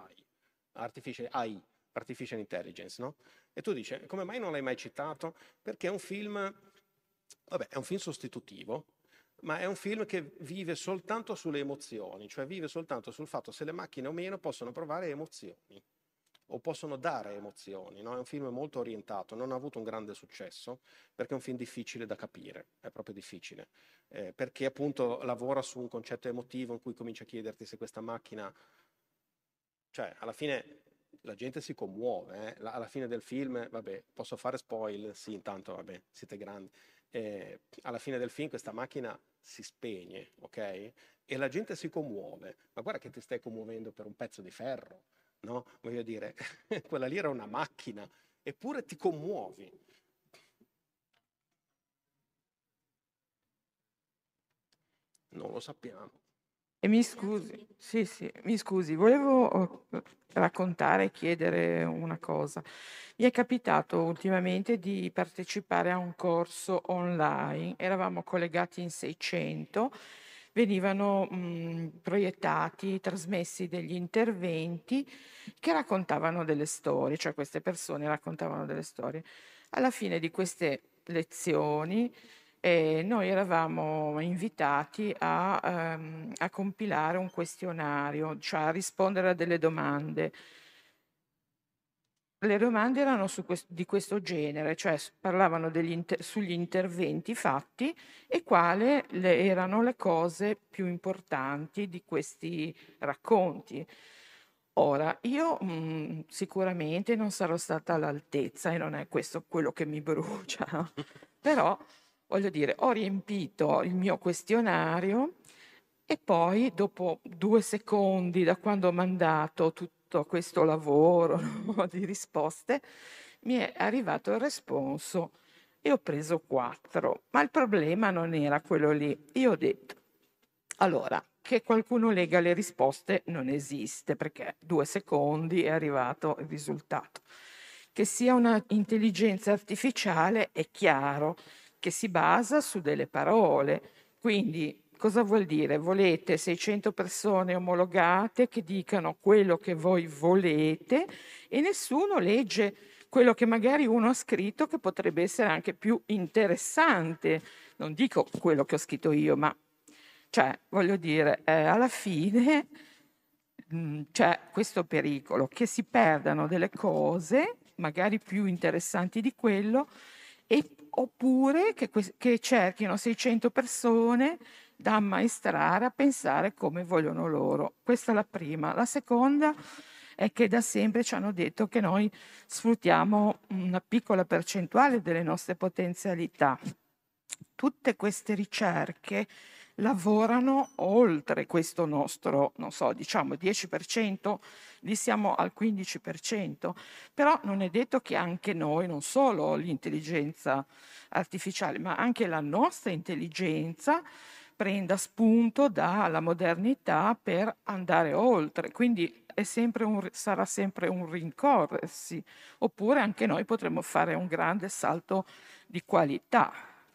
AI, Artificial Intelligence, no? E tu dici, come mai non l'hai mai citato? Perché è un film, vabbè, è un film sostitutivo, ma è un film che vive soltanto sulle emozioni, cioè vive soltanto sul fatto se le macchine o meno possono provare emozioni o possono dare emozioni, no? È un film molto orientato, non ha avuto un grande successo perché è un film difficile da capire, è proprio difficile, perché appunto lavora su un concetto emotivo in cui comincia a chiederti se questa macchina, cioè alla fine la gente si commuove, alla fine del film, vabbè, posso fare spoil? Sì, intanto vabbè, siete grandi. alla fine del film questa macchina si spegne, ok? E la gente si commuove, ma guarda che ti stai commuovendo per un pezzo di ferro, no? Voglio dire, quella lì era una macchina, eppure ti commuovi. Non lo sappiamo.
E mi scusi, sì, mi scusi, volevo raccontare e chiedere una cosa. Mi è capitato ultimamente di partecipare a un corso online, eravamo collegati in 600, venivano proiettati, trasmessi degli interventi che raccontavano delle storie, cioè queste persone raccontavano delle storie. Alla fine di queste lezioni noi eravamo invitati a compilare un questionario, cioè a rispondere a delle domande. Le domande erano di questo genere, cioè parlavano sugli interventi fatti e quali erano le cose più importanti di questi racconti. Ora, io sicuramente non sarò stata all'altezza e non è questo quello che mi brucia, però voglio dire, ho riempito il mio questionario e poi dopo 2 secondi da quando ho mandato tutto questo lavoro no, di risposte, mi è arrivato il responso e ho preso 4. Ma il problema non era quello lì. Io ho detto, allora, che qualcuno lega le risposte non esiste, perché 2 secondi è arrivato il risultato. Che sia una intelligenza artificiale è chiaro, che si basa su delle parole. Quindi cosa vuol dire? Volete 600 persone omologate che dicano quello che voi volete e nessuno legge quello che magari uno ha scritto che potrebbe essere anche più interessante. Non dico quello che ho scritto io, ma cioè, voglio dire, alla fine c'è questo pericolo che si perdano delle cose, magari più interessanti di quello, oppure che cerchino 600 persone da ammaestrare a pensare come vogliono loro. Questa è la prima. La seconda è che da sempre ci hanno detto che noi sfruttiamo una piccola percentuale delle nostre potenzialità. Tutte queste ricerche lavorano oltre questo nostro, non so, diciamo 10%, lì siamo al 15%, però non è detto che anche noi, non solo l'intelligenza artificiale, ma anche la nostra intelligenza prenda spunto dalla modernità per andare oltre. Quindi sarà sempre un rincorrersi, oppure anche noi potremo fare un grande salto di qualità.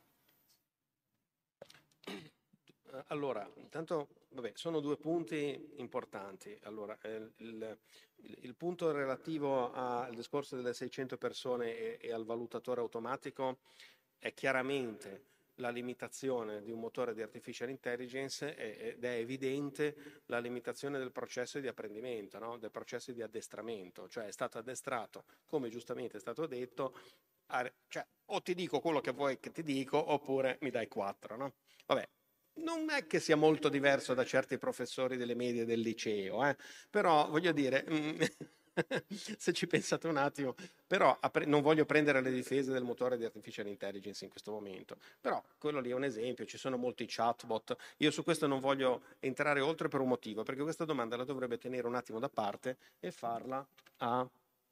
Allora, intanto, vabbè, sono 2 punti importanti. Allora, il punto relativo al discorso delle 600 persone e al valutatore automatico è chiaramente la limitazione di un motore di artificial intelligence ed è evidente la limitazione del processo di apprendimento, no? Del processo di addestramento, cioè è stato addestrato, come giustamente è stato detto, cioè, o ti dico quello che vuoi che ti dico oppure mi dai 4, no? Vabbè. Non è che sia molto diverso da certi professori delle medie del liceo, però voglio dire, se ci pensate un attimo, però non voglio prendere le difese del motore di artificial intelligence in questo momento, però quello lì è un esempio, ci sono molti chatbot, io su questo non voglio entrare oltre per un motivo, perché questa domanda la dovrebbe tenere un attimo da parte e farla a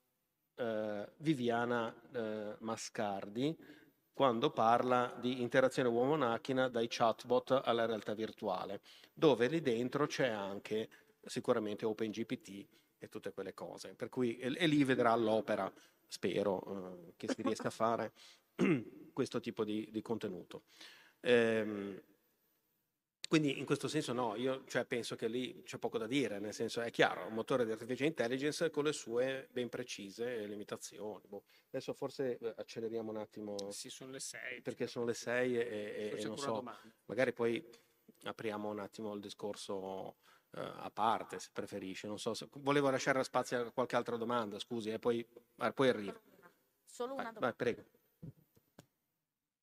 Viviana Mascardi, quando parla di interazione uomo-macchina dai chatbot alla realtà virtuale, dove lì dentro c'è anche sicuramente OpenGPT e tutte quelle cose, per cui e lì vedrà all'opera, spero, che si riesca a fare questo tipo di contenuto. Quindi in questo senso no, io penso che lì c'è poco da dire, nel senso è chiaro, un motore di artificial intelligence con le sue ben precise limitazioni. Adesso forse acceleriamo un attimo.
Sì, sono le 6.
Perché sono le 6 e non so, magari poi apriamo un attimo il discorso a parte, se preferisci. Non so, volevo lasciare spazio a qualche altra domanda, scusi, poi arrivo.
Solo una domanda.
Vai, prego.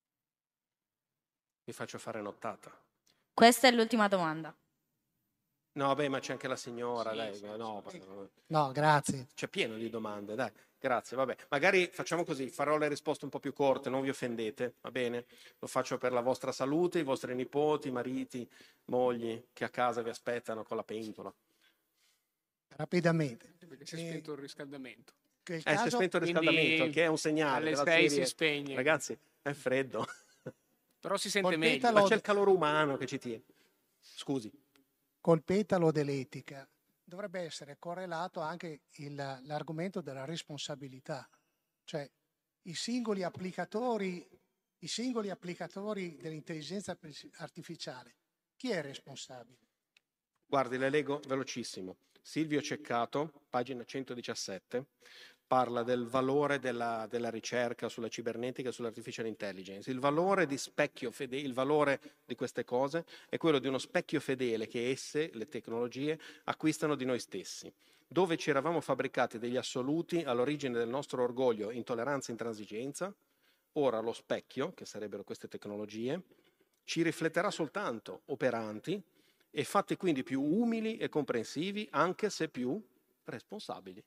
Vi faccio fare nottata.
Questa è l'ultima domanda.
No, beh, ma c'è anche la signora,
Sì,
dai,
sì,
no,
sì.
No, grazie.
c'è pieno di domande, dai, grazie, vabbè. Magari facciamo così, farò le risposte un po' più corte, non vi offendete, va bene? Lo faccio per la vostra salute, i vostri nipoti, mariti, mogli che a casa vi aspettano con la pentola.
Rapidamente.
Perché si è spento il riscaldamento.
Che il
Si è
caso,
spento il riscaldamento,
Quindi
che è un segnale
alle
della
6 si
serie.
spegne.
Ragazzi, è freddo,
Però si sente
Col
meglio.
petalo-
ma c'è il calore umano che ci tiene. Scusi.
col petalo dell'etica dovrebbe essere correlato anche l'argomento della responsabilità, cioè i singoli applicatori dell'intelligenza artificiale, chi è responsabile?
Guardi, le leggo velocissimo. Silvio Ceccato, pagina 117, parla del valore della ricerca sulla cibernetica e sull'artificial intelligence. Il valore di specchio fedele, il valore di queste cose è quello di uno specchio fedele che esse, le tecnologie, acquistano di noi stessi. Dove ci eravamo fabbricati degli assoluti all'origine del nostro orgoglio, intolleranza e intransigenza, ora lo specchio, che sarebbero queste tecnologie, ci rifletterà soltanto operanti e fatti quindi più umili e comprensivi, anche se più responsabili.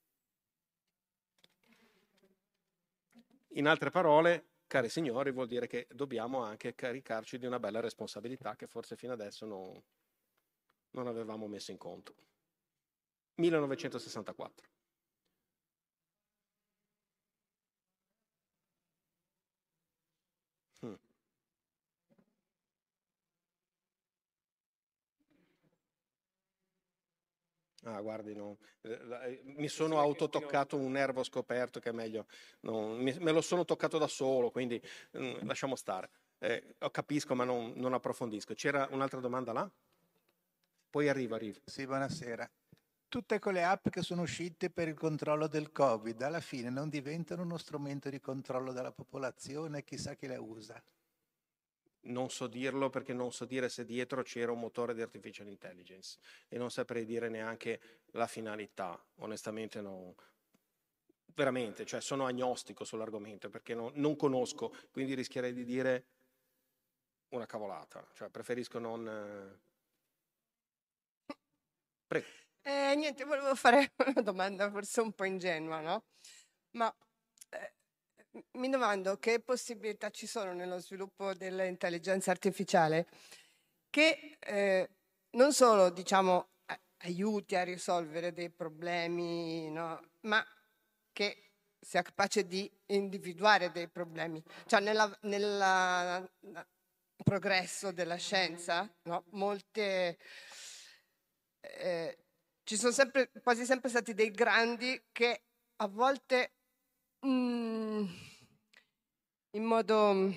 In altre parole, cari signori, vuol dire che dobbiamo anche caricarci di una bella responsabilità che forse fino adesso non avevamo messo in conto. 1964. Ah, guardi, mi sono autotoccato un nervo scoperto che è meglio, me lo sono toccato da solo, quindi lasciamo stare. Capisco, ma non approfondisco. C'era un'altra domanda là? Poi arrivo.
Sì, buonasera. Tutte quelle app che sono uscite per il controllo del Covid, alla fine non diventano uno strumento di controllo della popolazione, chissà chi le usa.
Non so dirlo perché non so dire se dietro c'era un motore di artificial intelligence e non saprei dire neanche la finalità, onestamente no. Veramente, cioè sono agnostico sull'argomento perché non conosco, quindi rischierei di dire una cavolata, cioè preferisco non... Prego.
Niente, volevo fare una domanda forse un po' ingenua, no? Ma mi domando che possibilità ci sono nello sviluppo dell'intelligenza artificiale che non solo, diciamo, aiuti a risolvere dei problemi, no? Ma che sia capace di individuare dei problemi. Cioè nel progresso della scienza, no? Ci sono quasi sempre stati dei grandi che a volte in modo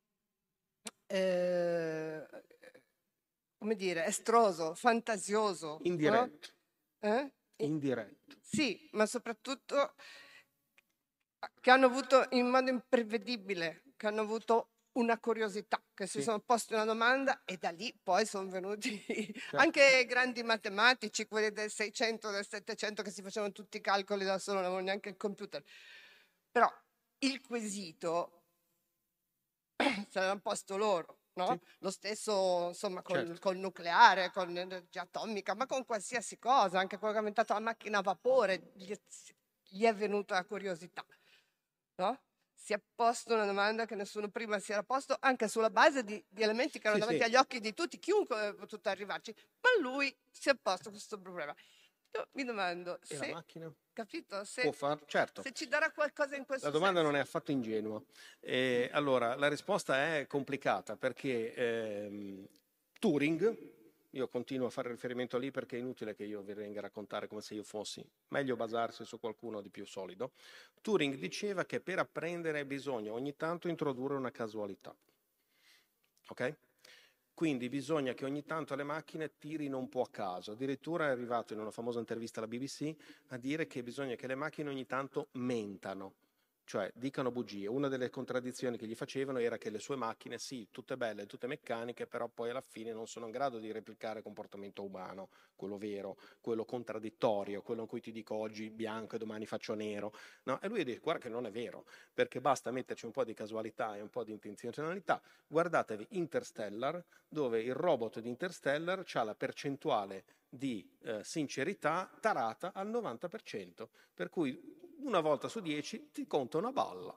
come dire, estroso, fantasioso,
Indiretto.
No?
Indiretto.
Sì, ma soprattutto che hanno avuto in modo imprevedibile, che hanno avuto una curiosità, che si sono posti una domanda e da lì poi sono venuti anche grandi matematici, quelli del 600, del 700 che si facevano tutti i calcoli da solo, non avevano neanche il computer. Però il quesito se l'hanno posto loro, no?
Sì.
Lo stesso insomma col nucleare, con l'energia atomica, ma con qualsiasi cosa, anche quello che ha inventato la macchina a vapore, gli è venuta la curiosità, no? Si è posto una domanda che nessuno prima si era posto, anche sulla base di elementi che erano davanti agli occhi di tutti, chiunque aveva potuto arrivarci, ma lui si è posto questo problema. Io mi domando
E la macchina?
Capito?
Può far? Certo.
Se ci darà qualcosa in questo
La domanda
senso.
non è affatto ingenua. Allora, la risposta è complicata perché Turing, io continuo a fare riferimento lì perché è inutile che io vi venga a raccontare come se io fossi, meglio basarsi su qualcuno di più solido. Turing diceva che per apprendere bisogna ogni tanto introdurre una casualità. Ok? Quindi bisogna che ogni tanto le macchine tirino un po' a caso. Addirittura è arrivato in una famosa intervista alla BBC a dire che bisogna che le macchine ogni tanto mentano. cioè dicano bugie. Una delle contraddizioni che gli facevano era che le sue macchine, sì, tutte belle, tutte meccaniche, però poi alla fine non sono in grado di replicare il comportamento umano, quello vero, quello contraddittorio, quello in cui ti dico oggi bianco e domani faccio nero, no? E lui dice, guarda che non è vero, perché basta metterci un po' di casualità e un po' di intenzionalità. Guardatevi Interstellar, dove il robot di Interstellar ha la percentuale di sincerità tarata al 90%, per cui una volta su 10 ti conta una balla.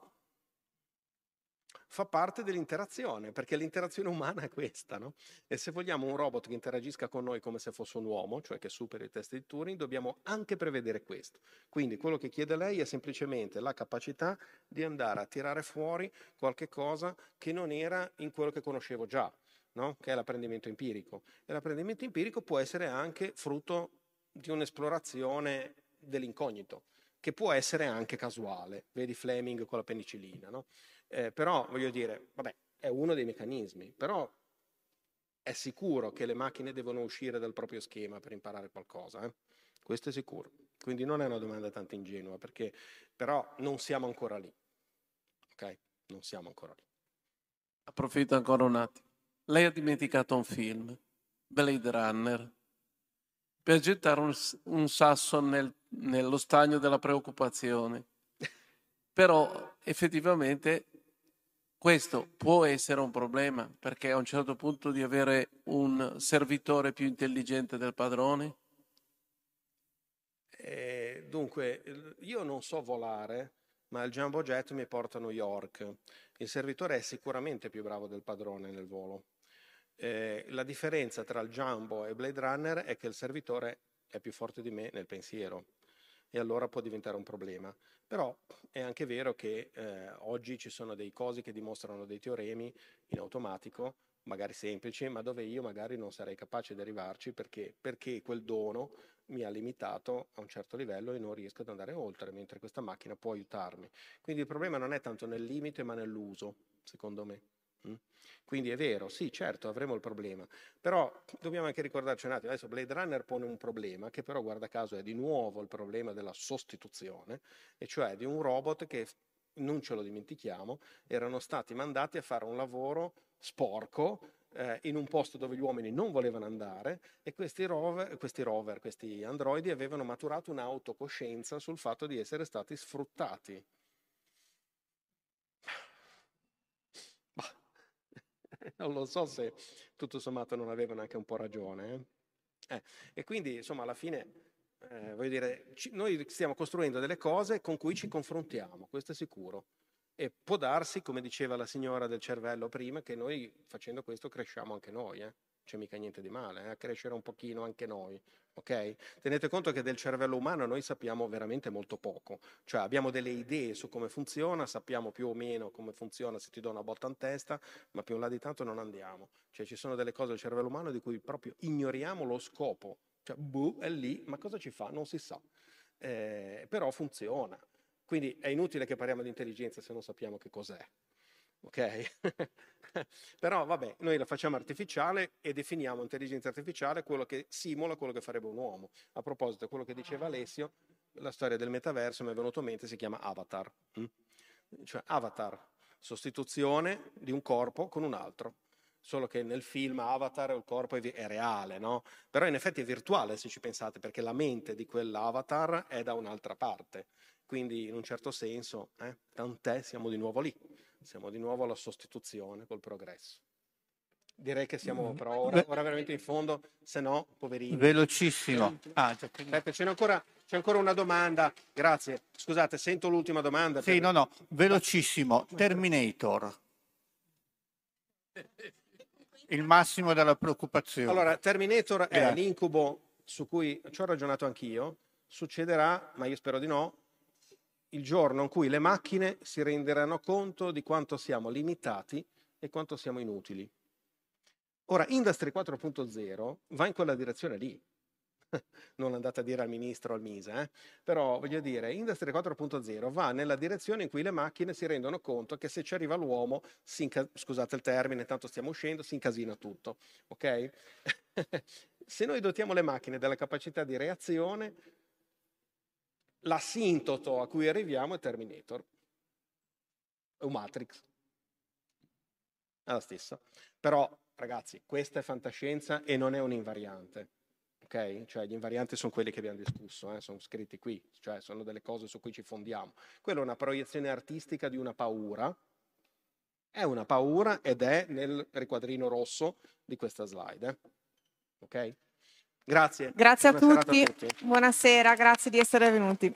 Fa parte dell'interazione, perché l'interazione umana è questa, no? E se vogliamo un robot che interagisca con noi come se fosse un uomo, cioè che superi il test di Turing, dobbiamo anche prevedere questo. Quindi quello che chiede lei è semplicemente la capacità di andare a tirare fuori qualche cosa che non era in quello che conoscevo già, no? Che è l'apprendimento empirico. E l'apprendimento empirico può essere anche frutto di un'esplorazione dell'incognito, che può essere anche casuale, vedi Fleming con la penicillina, no? Però voglio dire, vabbè, è uno dei meccanismi, però è sicuro che le macchine devono uscire dal proprio schema per imparare qualcosa, questo è sicuro. Quindi non è una domanda tanto ingenua, perché però non siamo ancora lì, ok? Non siamo ancora lì.
Approfitto ancora un attimo. Lei ha dimenticato un film, Blade Runner, per gettare un sasso nello stagno della preoccupazione. Però effettivamente questo può essere un problema, perché a un certo punto di avere un servitore più intelligente del padrone?
Dunque, io non so volare, ma il Jumbo Jet mi porta a New York. Il servitore è sicuramente più bravo del padrone nel volo. La differenza tra il Jumbo e Blade Runner è che il servitore è più forte di me nel pensiero, e allora può diventare un problema. Però è anche vero che oggi ci sono dei cosi che dimostrano dei teoremi in automatico, magari semplici, ma dove io magari non sarei capace di arrivarci perché quel dono mi ha limitato a un certo livello e non riesco ad andare oltre, mentre questa macchina può aiutarmi. Quindi il problema non è tanto nel limite, ma nell'uso, secondo me. Quindi è vero, sì, certo, avremo il problema, però dobbiamo anche ricordarci un attimo, adesso Blade Runner pone un problema che però guarda caso è di nuovo il problema della sostituzione, e cioè di un robot che, non ce lo dimentichiamo, erano stati mandati a fare un lavoro sporco in un posto dove gli uomini non volevano andare, e questi androidi avevano maturato un'autocoscienza sul fatto di essere stati sfruttati. Non lo so se tutto sommato non avevano anche un po' ragione. E quindi, insomma, alla fine, voglio dire, noi stiamo costruendo delle cose con cui ci confrontiamo, questo è sicuro. E può darsi, come diceva la signora del cervello prima, che noi facendo questo cresciamo anche noi, C'è mica niente di male, a crescere un pochino anche noi, ok? Tenete conto che del cervello umano noi sappiamo veramente molto poco, cioè abbiamo delle idee su come funziona, sappiamo più o meno come funziona se ti do una botta in testa, ma più in là di tanto non andiamo. Cioè ci sono delle cose del cervello umano di cui proprio ignoriamo lo scopo, cioè è lì, ma cosa ci fa? Non si sa, però funziona. Quindi è inutile che parliamo di intelligenza se non sappiamo che cos'è, ok? Però vabbè, noi la facciamo artificiale e definiamo intelligenza artificiale quello che simula quello che farebbe un uomo. A proposito, quello che diceva Alessio, la storia del metaverso mi è venuto in mente, si chiama Avatar. Cioè Avatar, sostituzione di un corpo con un altro. Solo che nel film Avatar il corpo è reale, no? Però in effetti è virtuale se ci pensate, perché la mente di quell'avatar è da un'altra parte. Quindi in un certo senso, tant'è, siamo di nuovo lì. Siamo di nuovo alla sostituzione col progresso. Direi che siamo però ora veramente in fondo, se no, poverini.
Velocissimo.
Aspetta, c'è ancora una domanda. Grazie. Scusate, sento l'ultima domanda.
Sì, no, velocissimo. Terminator. Il massimo della preoccupazione.
Allora, Terminator è l'incubo su cui ci ho ragionato anch'io. Succederà, ma io spero di no, il giorno in cui le macchine si renderanno conto di quanto siamo limitati e quanto siamo inutili. Ora, Industry 4.0 va in quella direzione lì. Non andate a dire al ministro o al Mise, però voglio dire, Industry 4.0 va nella direzione in cui le macchine si rendono conto che se ci arriva l'uomo, scusate il termine, tanto stiamo uscendo, si incasina tutto, ok? Se noi dotiamo le macchine della capacità di reazione, l'asintoto a cui arriviamo è Terminator. È un Matrix. È la stessa. Però, ragazzi, questa è fantascienza e non è un invariante. Ok? Cioè, gli invarianti sono quelli che abbiamo discusso, sono scritti qui, cioè sono delle cose su cui ci fondiamo. Quella è una proiezione artistica di una paura. È una paura ed è nel riquadrino rosso di questa slide. Ok? Grazie.
Grazie a
Buona serata
tutti. Buonasera, grazie di essere venuti.